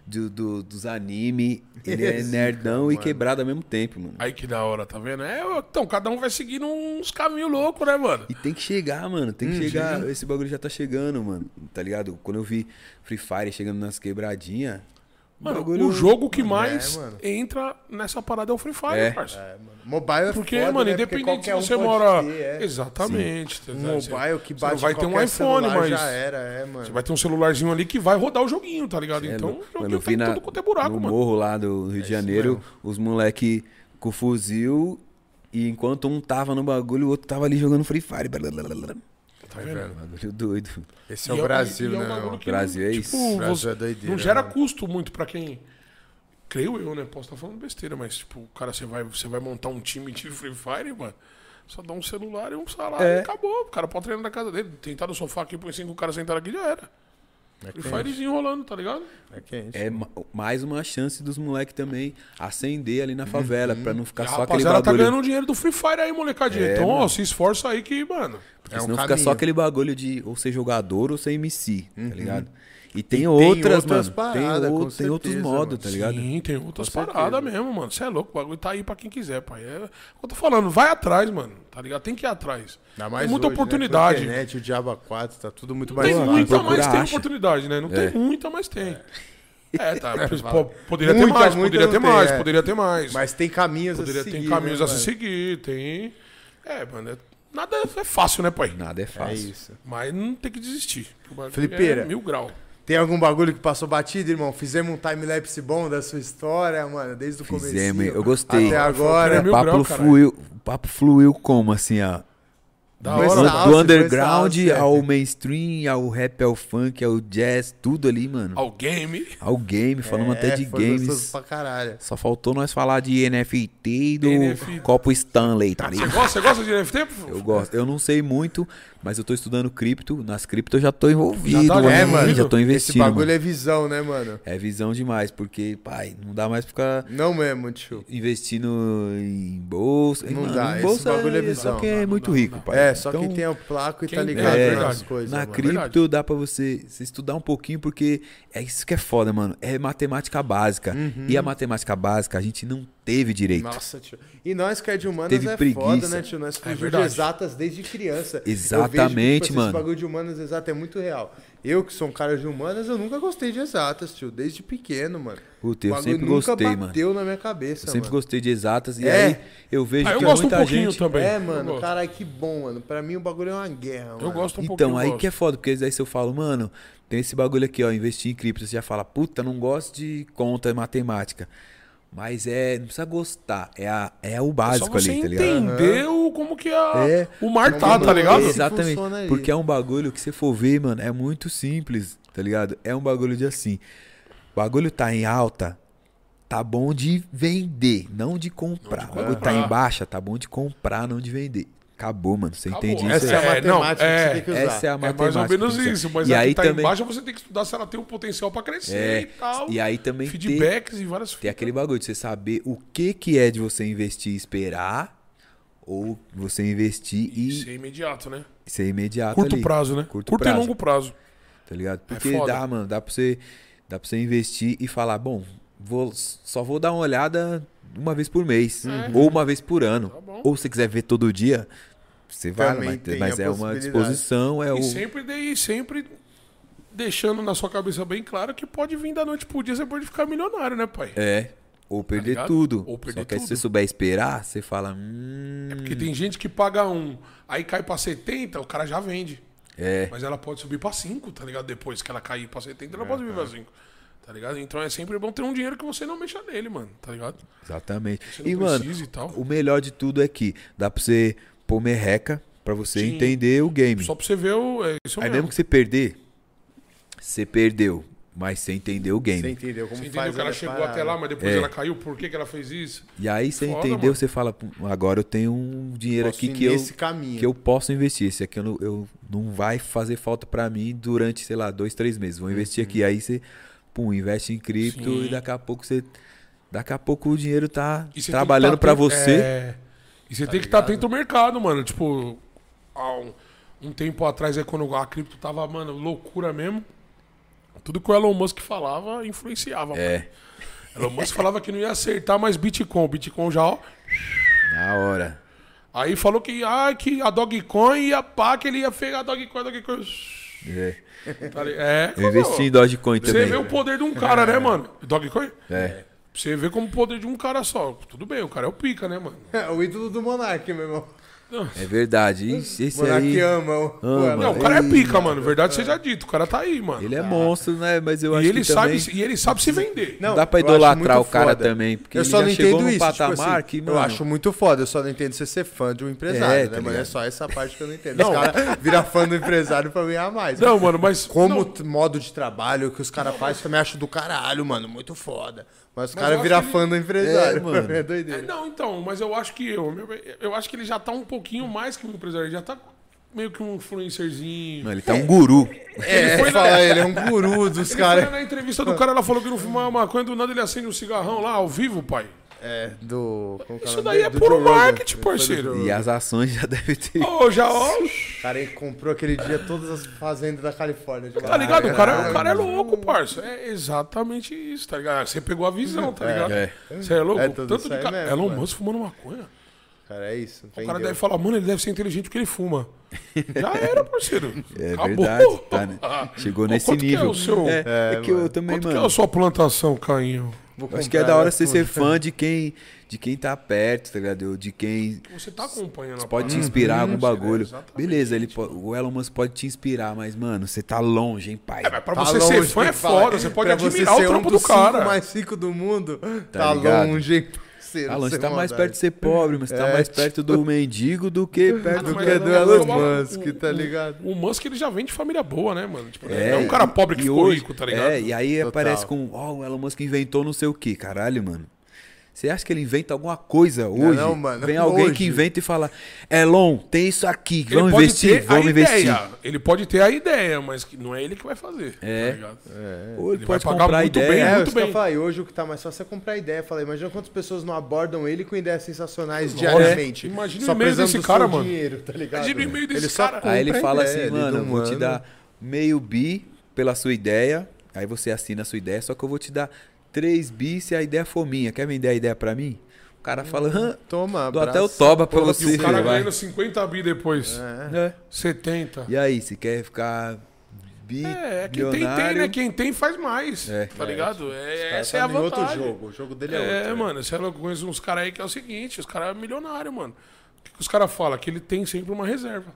dos anime. Ele é nerdão e mano. quebrado ao mesmo tempo, mano. Aí que da hora, tá vendo? Então, cada um vai seguindo uns caminhos loucos, né, mano? E tem que chegar, mano. Tem que chegar. Esse bagulho já tá chegando, mano. Tá ligado? Quando eu vi Free Fire chegando nas quebradinhas. Mano, bagulho- o jogo que mais mano. entra nessa parada é o Free Fire, É. parça. É, mano. Mobile é Porque, foda, mano, né? Porque independente se qualquer um você pode mora. ter, é. Exatamente. Um entendeu? mobile que Você bate não vai em ter um qualquer iPhone, celular, mas. já era, mano. Você vai ter um celularzinho ali que vai rodar o joguinho, tá ligado? Então, o Mano, joguinho eu vi tá tudo quanto é buraco, no mano. morro lá do Rio de Janeiro, mesmo. os moleque com fuzil. E enquanto um tava no bagulho, o outro tava ali jogando Free Fire. Blablabla. Tá vendo? Bagulho doido. Esse é E o Brasil, e é um né? bagulho mano? que Brasil não, é tipo, isso. Brasil você- é doideira, não gera mano. custo muito pra quem. Creio eu, né? Posso estar falando besteira, mas, tipo, cara, você vai montar um time de Free Fire, mano. Só dá um celular e um salário e acabou. O cara pode treinar na casa dele. Tentar no sofá aqui, põe 5 caras sentados aqui, já era. Free Firezinho rolando, tá ligado? É quente. É mais uma chance dos moleques também acender ali na favela, pra não ficar E a só aquele rapaziada tá bagulho. ganhando dinheiro do Free Fire aí, molecadinha. É, Então, ó, mano. se esforça aí que, mano. Porque É um senão fica caminho. só aquele bagulho de ou ser jogador ou ser MC, tá ligado? E tem tem outras, outras mano. paradas, com Tem outros certeza, modos, mano. tá ligado? Sim, tem outras Com certeza. paradas mesmo, mano. Você é louco, o bagulho tá aí pra quem quiser, pai. É o que eu tô falando, vai atrás, mano. Tá ligado? Tem que ir atrás. Ainda mais Tem muita hoje, oportunidade. Né? Com a internet, o Diaba 4, tá tudo muito Não mais tem fácil. muita, procura, mas tem acha. oportunidade, né? Não É. tem muita, mas tem. Tá. Pô, poderia ter Muita, mais, muita poderia não ter tem, mais, é. poderia ter mais. Mas tem caminhos Poderia a ter seguir, caminhos né, a se mano? seguir, tem. Mano, nada é fácil, né, pai? Nada é É fácil. isso. Mas não tem que desistir. O bagulho Felipeira. é 1000 grau. Tem algum bagulho que passou batido, irmão? Fizemos um time-lapse bom da sua história, mano, desde o começo. Fizemos, eu gostei. Até agora. Mil O grau, caralho. papo fluiu como, assim, ó. Da Foi hora, salve, mano. Do foi underground salve, ao mainstream, ao rap, ao funk, ao jazz, tudo ali, mano. Ao game. Ao game, falamos até de foi gostoso games. pra caralho. Só faltou nós falar de NFT e do NFT. copo Stanley, tá ligado? Você gosta de NFT? Eu gosto. Eu não sei muito, mas eu tô estudando cripto. Nas cripto eu já tô envolvido, Já tá mano. envolvido? Já tô Esse investindo. bagulho mano. é visão, né, mano? É visão demais, porque, pai, não dá mais pra ficar Não mesmo, tio. investindo em bolsa. Não Mano, dá, em esse bolsa bagulho é só visão. quem é Não, muito não, rico, não. pai. É, só Então, quem tem o placo e tá quem- ligado é, nas coisas. na mano. cripto dá pra você estudar um pouquinho, porque é isso que é foda, mano. É matemática básica. E a matemática básica a gente não teve direito. Nossa, tio. E nós que é de humanas Teve é preguiça. foda, né, tio? Nós fugimos de verdade. exatas desde criança. Exatamente, eu vejo que, tipo, mano. Esse bagulho de humanas exato é muito real. Eu, que sou um cara de humanas, eu nunca gostei de exatas, tio. Desde pequeno, mano. Puta, O eu bagulho sempre nunca gostei, mano. bateu na minha cabeça, Eu sempre mano. gostei de exatas. E É. aí eu vejo Eu que gosto um muita pouquinho gente... também. É, Eu mano, gosto. caralho, que bom, mano. Pra mim o bagulho é uma guerra, mano. Eu gosto um pouquinho. Então, aí eu que é gosto. foda, porque aí se eu falo, mano, tem esse bagulho aqui, ó, investir em cripto, você já fala, puta, não gosto de conta e matemática. Mas não precisa gostar, é o Só básico você ali, tá ligado? entender como que É. o mar tá, Como tá ligado? esse Exatamente, funciona ali. porque é um bagulho que você for ver, mano, é muito simples, tá ligado? É um bagulho de assim, o bagulho tá em alta, tá bom de vender, não de comprar. O bagulho tá em baixa, tá bom de comprar, não de vender. Acabou, mano, você Acabou. entende Essa isso? é a É, matemática não, que você tem que usar. Essa é a É matemática. mais ou menos que você- isso, mas e a aí que tá também, embaixo você tem que estudar se ela tem um potencial pra crescer e tal. E aí também feedbacks e várias tem aquele bagulho de você saber o que é de você investir e esperar, ou você investir Isso e é imediato, né? ser imediato Curto ali, prazo, né? Curto Curto prazo. e longo prazo. tá ligado? Porque foda. dá, mano, dá pra você investir e falar, bom, só vou dar uma olhada uma vez por mês, ou uma vez por ano. Tá bom. Ou se você quiser ver todo dia, você vai, Também tem mas a é uma possibilidade. disposição, é o... E sempre deixando na sua cabeça bem claro que pode vir da noite pro dia, você pode ficar milionário, né, pai? Ou perder ligado? tudo. Ou perder Só que aí se tudo. você souber esperar, você fala, Porque tem gente que paga aí cai pra 70, o cara já vende. Mas ela pode subir pra 5, tá ligado? Depois que ela cair pra 70, ela pode subir pra 5. Tá ligado? Então é sempre bom ter um dinheiro que você não mexa nele, mano. Tá ligado? Exatamente. Você não E, mano, precisa e tal. o melhor de tudo é que dá pra você pôr merreca pra você Sim. entender o game. Só pra você ver isso Aí mesmo. mesmo que você perder, você perdeu. Mas você entendeu o game. Você entendeu como Você entendeu faz que ela a chegou parada. até lá, mas depois ela caiu, por que ela fez isso? E aí você Foda, entendeu, mano. você fala, "Pô, agora eu tenho um dinheiro Posso aqui ir que nesse caminho. eu posso investir. Esse aqui eu não vai fazer falta pra mim durante, sei lá, 2, 3 meses. Vou investir aqui. Aí você, investe em cripto Sim. e daqui a pouco o dinheiro tá E você tem que trabalhando tá pra atento- você. E você tem que estar atento ao mercado, mano. Tipo, há um tempo atrás, aí, quando a cripto tava, mano, loucura mesmo, tudo que o Elon Musk falava influenciava. É. Elon Musk falava que não ia acertar mais Bitcoin. Bitcoin já, ó. Da hora. Aí falou que a Dogecoin ia pá, que ele ia pegar a Dogecoin. É. Eu Eu investi em Dogecoin Você também. vê o poder de um cara, né, mano? Dogecoin? É. Você vê como o poder de um cara só. Tudo bem, o cara é o pica, né, mano? É o ídolo do Monark, meu irmão. É verdade. Esse Monark aí. ama o Ama. Não, o cara é pica, mano. Verdade seja dito. O cara tá aí, mano. Ele é monstro, né? Mas eu acho E ele, que também... sabe, e ele sabe se vender. Não dá pra eu acho idolatrar muito o cara foda. também, porque eu ele só já não chegou entendo num isso, patamar tipo assim, que, eu mano... acho muito foda, eu só não entendo você ser fã de um empresário, É, né, tá mano? É ligado? só essa parte que eu não entendo. Os caras viram fã do empresário pra ganhar mais. Não, mano, mas... Como não, modo de trabalho que os caras fazem, também acho do caralho, mano, muito foda. Mas os Mas caras eu viram acho que fã do empresário, É, mano. É doideira. não, então, mas eu acho que eu acho que ele já tá um pouquinho mais que um empresário. Ele já tá meio que um influencerzinho. Não, ele tá um guru. É, foi fala na- ele é um guru dos Ele caras. foi na entrevista do cara, ela falou que não fumava maconha, do nada ele acende um cigarrão lá, ao vivo, pai. É, do... como que é o Isso nome daí dele? é Do puro Joe Rogan. marketing, Foi do parceiro. Joe E Rogan. as ações já devem ter... Ô, já, ó. O cara aí comprou aquele dia todas as fazendas da Califórnia. de lá. Tá ligado? O cara é louco, parça. É exatamente isso, tá ligado? Você pegou a visão, tá ligado? É. Você é louco? É tudo Tanto isso de aí cara. mesmo, Elon mano. Musk fumando maconha. Cara, é isso. O cara deve falar, mano, ele deve ser inteligente porque ele fuma. Já era, parceiro. É Acabou. verdade. Tá, né? Chegou nesse Quanto que é nível. o seu- É que eu também, Quanto que é mano... a sua plantação, Cainho? Eu acho que é da hora você ser fã de quem tá perto, tá ligado? De quem Você tá acompanhando a pode te parada. inspirar algum bagulho. exatamente Beleza, o Elon Musk pode te inspirar, mas, mano, você tá longe, hein, pai? Mas pra Tá você longe, ser fã tem é que falar. foda. Você pode Pra você admirar o ser trampo dos do cara. 5 mais ricos do mundo, tá ligado? longe, hein, parceiro. Tá longe, sem tá mais maldade. perto de ser pobre, mas tá mais perto do mendigo do que perto Do mas que é do do Elon Elon Musk, tá ligado? O Musk, ele já vem de família boa, né, mano? Tipo, é um cara pobre que e ficou hoje- rico, tá ligado? É, e aí Total. aparece com, o Elon Musk inventou não sei o que, caralho, mano. Você acha que ele inventa alguma coisa hoje? não, mano, Vem alguém hoje. que inventa e fala, Elon, tem isso aqui, Ele vamos pode investir, ter a vamos investir. ideia. Ele pode ter a ideia, mas que não é ele que vai fazer. É. Tá ligado? Ou ele Ele pode vai pagar comprar muito ideia. bem, É, muito isso que eu bem. falei, hoje o que tá mais fácil é comprar ideia. Eu falei, imagina quantas pessoas não abordam ele com ideias sensacionais Lógico. diariamente. Imagina o só e-mail precisando desse do cara, seu mano. dinheiro, tá ligado? Imagina o e-mail desse Ele só cara. Aí ele compra fala ideia, assim, ele mano, não vou te manda. dar meio bi pela sua ideia, aí você assina a sua ideia, só que eu vou te dar 3 bi se a ideia for minha. Quer vender a ideia pra mim? O cara fala, Toma, dou abraço. até o toba pra E você. o cara vai. ganhando 50 bi depois. É. 70. E aí, se quer ficar bi, É, quem tem, né? Quem tem faz mais. É. Tá ligado? Cara, Essa é a tá em outro vantagem. jogo. O jogo dele é, É, outro. mano, você conhece uns caras aí que é o seguinte, os caras é milionário, mano. O que os caras falam? Que ele tem sempre uma reserva.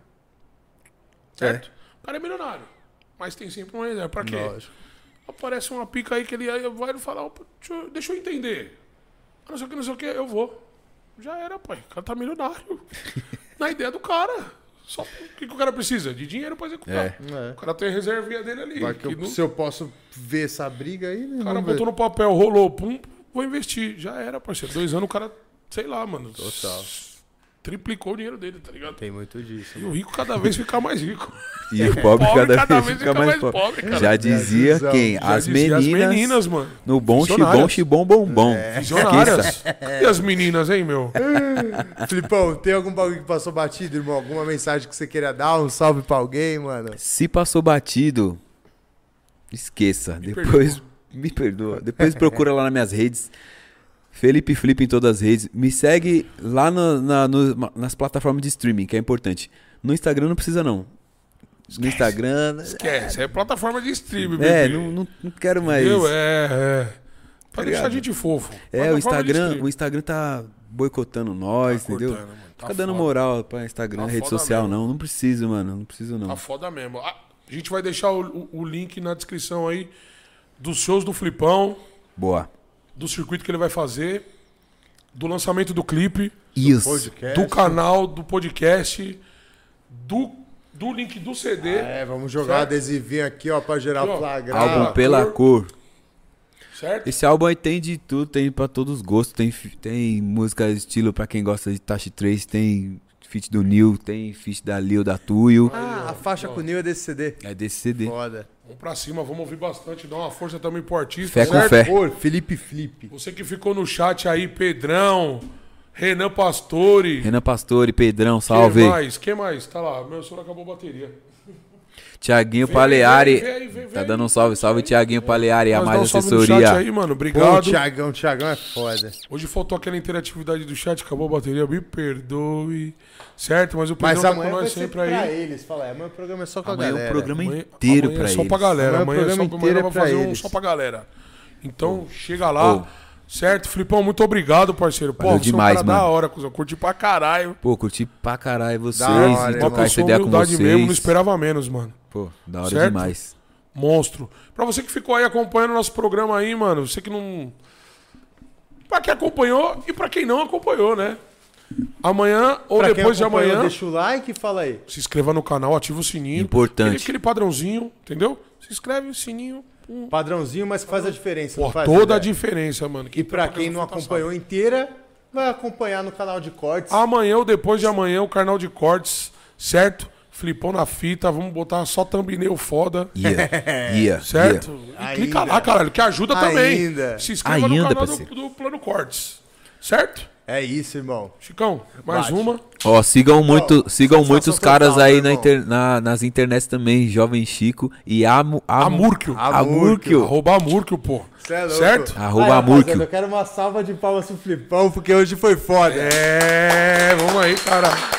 Certo? O cara é milionário, mas tem sempre uma reserva. Pra quê? Lógico. Aparece uma pica aí que ele aí vai falar, "Opa, deixa eu entender. Ah, não sei o que, eu vou. Já era, pai. O cara tá milionário. Na ideia do cara. Só o que o cara precisa? De dinheiro pra executar. É. É. O cara tem a reservinha dele ali. Vai que que não- se eu posso ver essa briga aí, né? O cara vamos ver. botou no papel, rolou, pum, vou investir. Já era, parceiro. 2 anos o cara, sei lá, mano. Total. Triplicou o dinheiro dele, tá ligado? Tem muito disso. E o rico cada vez fica mais rico. E o pobre cada, vez vez fica mais pobre. Já dizia visão. quem? Já As dizia meninas, mano. no bom Visionárias. xibom, bombom. Visionárias. E as meninas, hein, meu? Filipão, tem algum bagulho que passou batido, irmão? Alguma mensagem que você queira dar? Um salve pra alguém, mano? Se passou batido, esqueça. Depois me perdoa. Depois procura lá nas minhas redes. Felipe Flip em todas as redes. Me segue lá nas plataformas de streaming, que é importante. No Instagram não precisa, não. No Instagram. Esquece, é plataforma de streaming, É, bebê. não quero mais. Entendeu? É. Pra deixar a ligado? gente fofo. É, o Plataforma de streaming. Instagram tá boicotando nós, Tá entendeu? cortando, mano. Tá Fica dando foda. moral pra Instagram, Tá rede foda social, mesmo. não. Não preciso, mano. Não preciso, não. Tá foda mesmo. Ah, a gente vai deixar o link na descrição aí dos shows do Flipão, Boa. do circuito que ele vai fazer, do lançamento do clipe, Isso. Podcast. do canal, do podcast, do link do CD. É, vamos jogar Certo? adesivinho aqui, ó, pra gerar Aqui, ó. flagrar. Álbum pela cor. Certo? Esse álbum aí tem de tudo, tem pra todos os gostos. Tem música estilo pra quem gosta de Tashi 3, tem feat do Nil, tem feat da Lil, da Tuyo. Ah, a faixa com o Nil é desse CD. É desse CD. Foda. Vamos pra cima, vamos ouvir bastante, dar uma força também pro artista, Fé com certo? fé. Cor, Felipe Flip. Você que ficou no chat aí, Pedrão, Renan Pastore. Renan Pastore, Pedrão, salve. Quem mais? Tá lá, meu celular acabou a bateria. Tiaguinho Paleari. Vem, Tá dando um salve. Salve, Tiaguinho Paleari. A Nós mais dá um salve no chat assessoria. aí, mano. Pô, Obrigado. o Thiagão é foda. Hoje faltou aquela interatividade do chat, acabou a bateria, me perdoe. Certo? Mas o Mas Pedrão tá com amanhã vai nós ser sempre pra aí. eles. Fala, amanhã o programa é só com a Amanhã galera. o programa Amanhã- inteiro amanhã pra é só eles. pra galera. Amanhã o Amanhã, programa amanhã inteiro é vai pra fazer um eles. só pra galera. Então, chega lá. Ô. Certo? Filipão, muito obrigado, parceiro. Pô, Valeu você demais, é um cara da mano. hora, cuzão. Curti pra caralho. Pô, curti pra caralho vocês. Da hora, E irmão. trocar Com essa sua ideia com humildade vocês. mesmo, não esperava menos, mano. Pô, da hora Certo? demais. Monstro. Pra você que ficou aí acompanhando nosso programa aí, mano, você que não... Pra quem acompanhou e pra quem não acompanhou, né? Amanhã ou Pra quem depois de acompanhou, amanhã, deixa o like e fala aí. se inscreva no canal, ativa o sininho. Importante. Aquele padrãozinho, entendeu? Se inscreve, o sininho. Padrãozinho, mas que faz a diferença. Pô, não faz, toda a André? diferença, mano. E pra quem não acompanhou inteira, vai acompanhar no canal de cortes. Amanhã ou depois de amanhã, o canal de cortes, certo? Flipão na fita, vamos botar só thumbnail foda. Yeah. Certo? Yeah. E clica Ainda. lá, caralho, que ajuda também. Ainda. Se inscreva no Ainda, canal parceiro. do Plano Cortes. Certo? É isso, irmão. Chicão, mais Bate. uma. Ó, sigam muito satisfação os caras total, aí meu nas internets também, Jovem Chico e Amurkio. Amurkio. Arroba Amurkio, pô. Cê é louco. Certo? Arroba Aí, rapaziada, Amurkio. eu quero uma salva de palmas pro Flipão, porque hoje foi foda. É, vamos aí, cara.